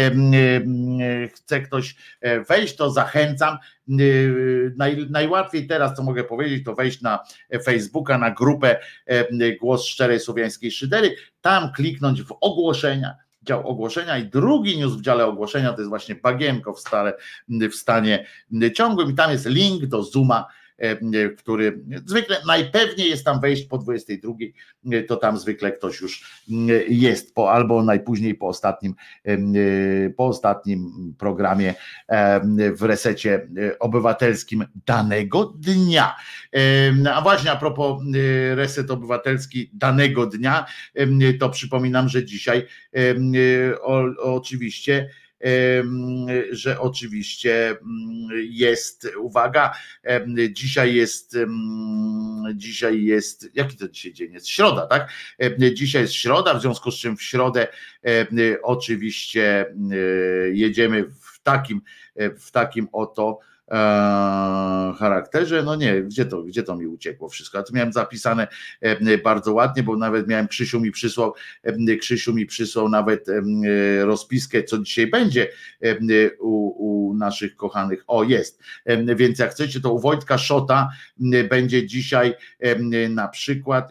chce ktoś wejść, to zachęcam. Najłatwiej teraz, co mogę powiedzieć, to wejść na Facebooka, na grupę Głos Szczerej Słowiańskiej Szydery, tam kliknąć w ogłoszenia, dział ogłoszenia i drugi news w dziale ogłoszenia to jest właśnie bagienko w stanie ciągłym i tam jest link do Zooma, który zwykle najpewniej jest tam wejść po 22, to tam zwykle ktoś już jest, albo najpóźniej po ostatnim programie w resecie obywatelskim danego dnia. A właśnie a propos reset obywatelski danego dnia, to przypominam, że dzisiaj oczywiście jest, uwaga, dzisiaj jest, jaki to dzisiaj dzień jest? Środa, tak? Dzisiaj jest środa, w związku z czym w środę oczywiście jedziemy w takim oto charakterze, no nie, gdzie to mi uciekło wszystko, a to miałem zapisane bardzo ładnie, bo nawet miałem, Krzysiu mi przysłał nawet rozpiskę, co dzisiaj będzie u naszych kochanych, jest, więc jak chcecie, to u Wojtka Szota będzie dzisiaj na przykład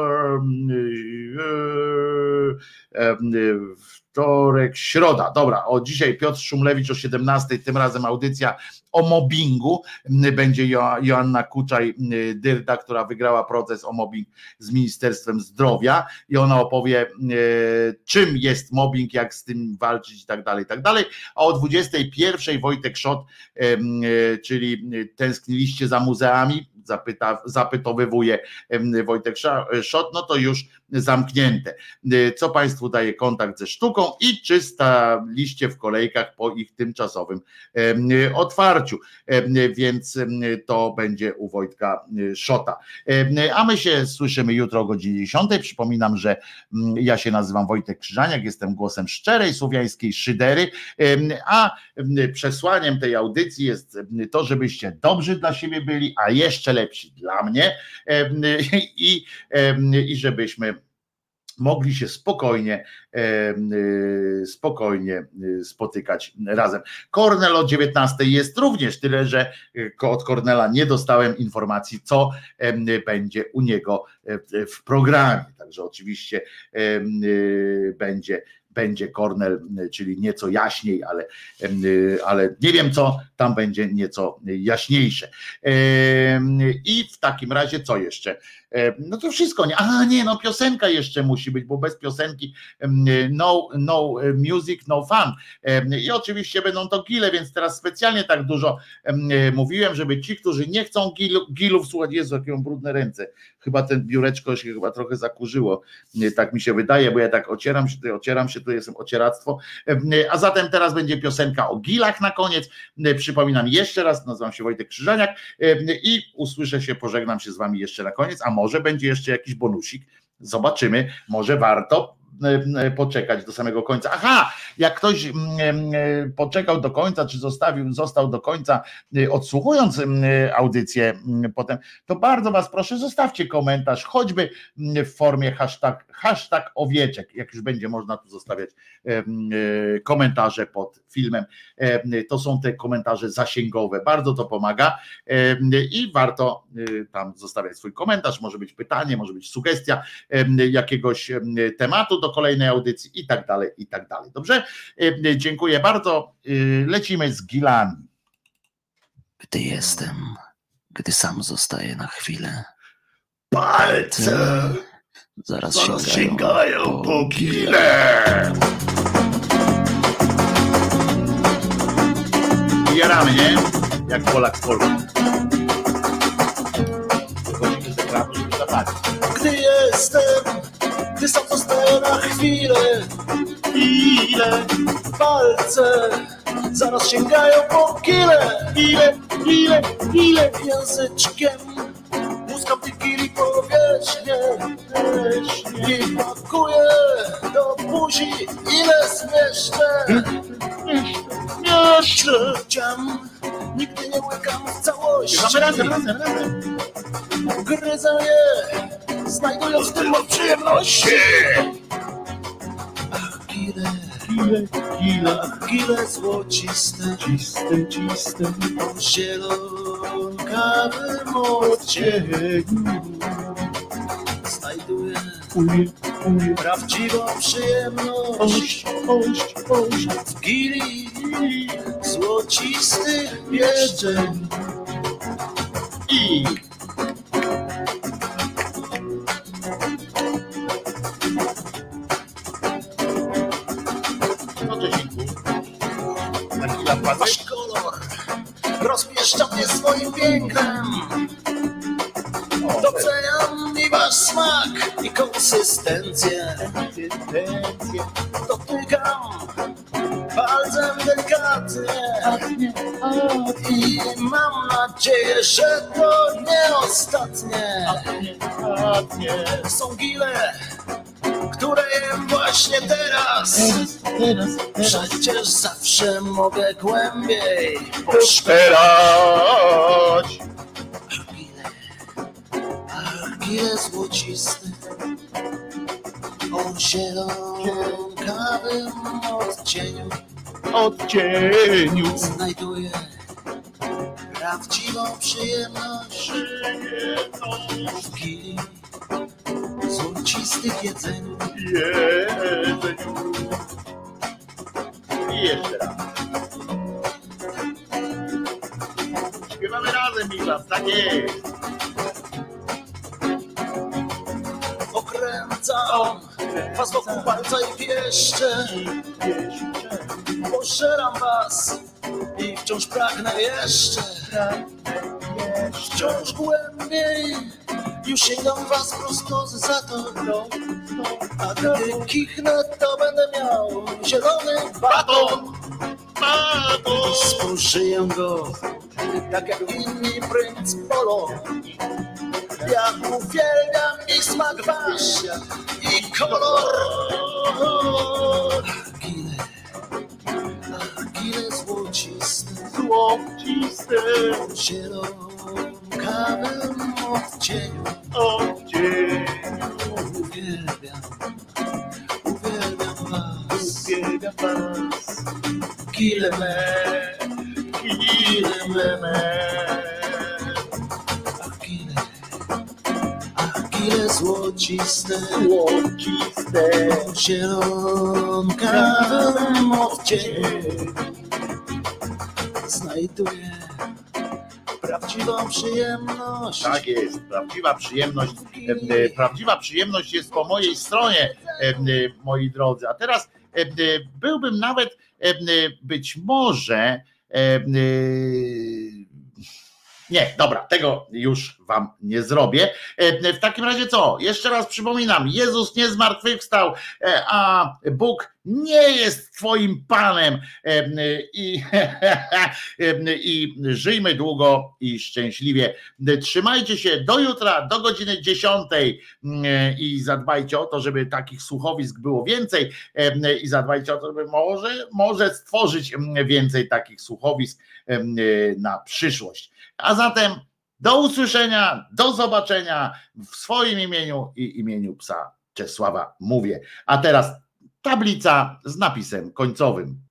wtorek, środa, dobra, dzisiaj Piotr Szumlewicz o 17:00, tym razem audycja o mobbingu, będzie Joanna Kuczaj-Dyrda, która wygrała proces o mobbing z Ministerstwem Zdrowia i ona opowie, czym jest mobbing, jak z tym walczyć i tak dalej, a o 21:00 Wojtek Szot, czyli tęskniliście za muzeami, zapytowywuje Wojtek Szot, no to już zamknięte. Co Państwu daje kontakt ze sztuką i czy staliście w kolejkach po ich tymczasowym otwarciu, więc to będzie u Wojtka Szota. A my się słyszymy jutro o godzinie 10:00. Przypominam, że ja się nazywam Wojtek Krzyżaniak, jestem głosem szczerej słowiańskiej szydery, a przesłaniem tej audycji jest to, żebyście dobrzy dla siebie byli, a jeszcze lepsi dla mnie i żebyśmy mogli się spokojnie spotykać razem. Kornel o 19:00 jest również, tyle że od Kornela nie dostałem informacji, co będzie u niego w programie. Także oczywiście będzie Kornel, czyli nieco jaśniej, ale nie wiem co, tam będzie nieco jaśniejsze. I w takim razie co jeszcze? No to wszystko, piosenka jeszcze musi być, bo bez piosenki no music, no fun. I oczywiście będą to gile, więc teraz specjalnie tak dużo mówiłem, żeby ci, którzy nie chcą gilów słuchać, Jezu, jakie mam brudne ręce, chyba ten biureczko się chyba trochę zakurzyło, tak mi się wydaje, bo ja tak ocieram się, tu jestem ocieractwo, a zatem teraz będzie piosenka o gilach na koniec. Przypominam jeszcze raz, nazywam się Wojtek Krzyżaniak i pożegnam się z wami jeszcze na koniec, a może będzie jeszcze jakiś bonusik, zobaczymy, może warto poczekać do samego końca. Aha, jak ktoś poczekał do końca, czy został do końca, odsłuchując audycję potem, to bardzo was proszę, zostawcie komentarz, choćby w formie hashtag owieczek, jak już będzie można tu zostawiać komentarze pod filmem. To są te komentarze zasięgowe, bardzo to pomaga i warto tam zostawiać swój komentarz, może być pytanie, może być sugestia jakiegoś tematu do kolejnej audycji i tak dalej. Dobrze? Dziękuję bardzo. Lecimy z gilami. Gdy sam zostaję na chwilę, palce zaraz sięgają po gile. Jaramy, nie? Jak Polak w Polsce. Wychodzimy z ekranu. jestem, gdy sam zostaję na chwilę. Palce zaraz sięgają po kile. Ile języczkiem muskam tych kili powierzchnię i pakuję do buzi, ile zmieszczę. Życiem nigdy nie łykam w całości. Gryzę je, znajdując w tym moc przyjemności. Ach, kile złociste, czyste, o zielonkawym odcieniu. Znajduję prawdziwą przyjemność w gili złocistych bieżeń. Wasz kolor rozpieszcza mnie swoim pięknem. Doceniam i wasz smak i konsystencję. Dotykam palcem delikatnie i mam nadzieję, że to nie ostatnie. Są gile, które jem właśnie teraz. Przecież zawsze mogę głębiej poszperać. Ach, gile złociste o zielonkawym odcieniu. Znajduję prawdziwą przyjemność w gili złocistych jedzeniu. I jeszcze raz. Śpiewamy razem, Miklas, tak jest. Okręcam was wokół palca i pieszczę. Pożeram was i wciąż pragnę jeszcze. Wciąż głębiej już sięgam was prosto za to. A gdy kichnę, to będę miał zielony baton. Spożyję go tak jak inni princ Polo. Ja uwielbiam i smak wasz i kolor. Gile złociste w zielonkawym odcieniu. Uwielbiam was. Gile me. Gile złociste w zielonkawym odcieniu. Znajduję prawdziwą przyjemność. Tak jest, prawdziwa przyjemność. Prawdziwa przyjemność jest po mojej stronie, moi drodzy. A teraz byłbym nawet być może nie, dobra, tego już wam nie zrobię. W takim razie co? Jeszcze raz przypominam, Jezus nie zmartwychwstał, a Bóg nie jest twoim Panem i żyjmy długo i szczęśliwie. Trzymajcie się do jutra, do godziny 10 i zadbajcie o to, żeby takich słuchowisk było więcej i zadbajcie o to, żeby może stworzyć więcej takich słuchowisk na przyszłość. A zatem do usłyszenia, do zobaczenia w swoim imieniu i imieniu psa Czesława mówię. A teraz tablica z napisem końcowym.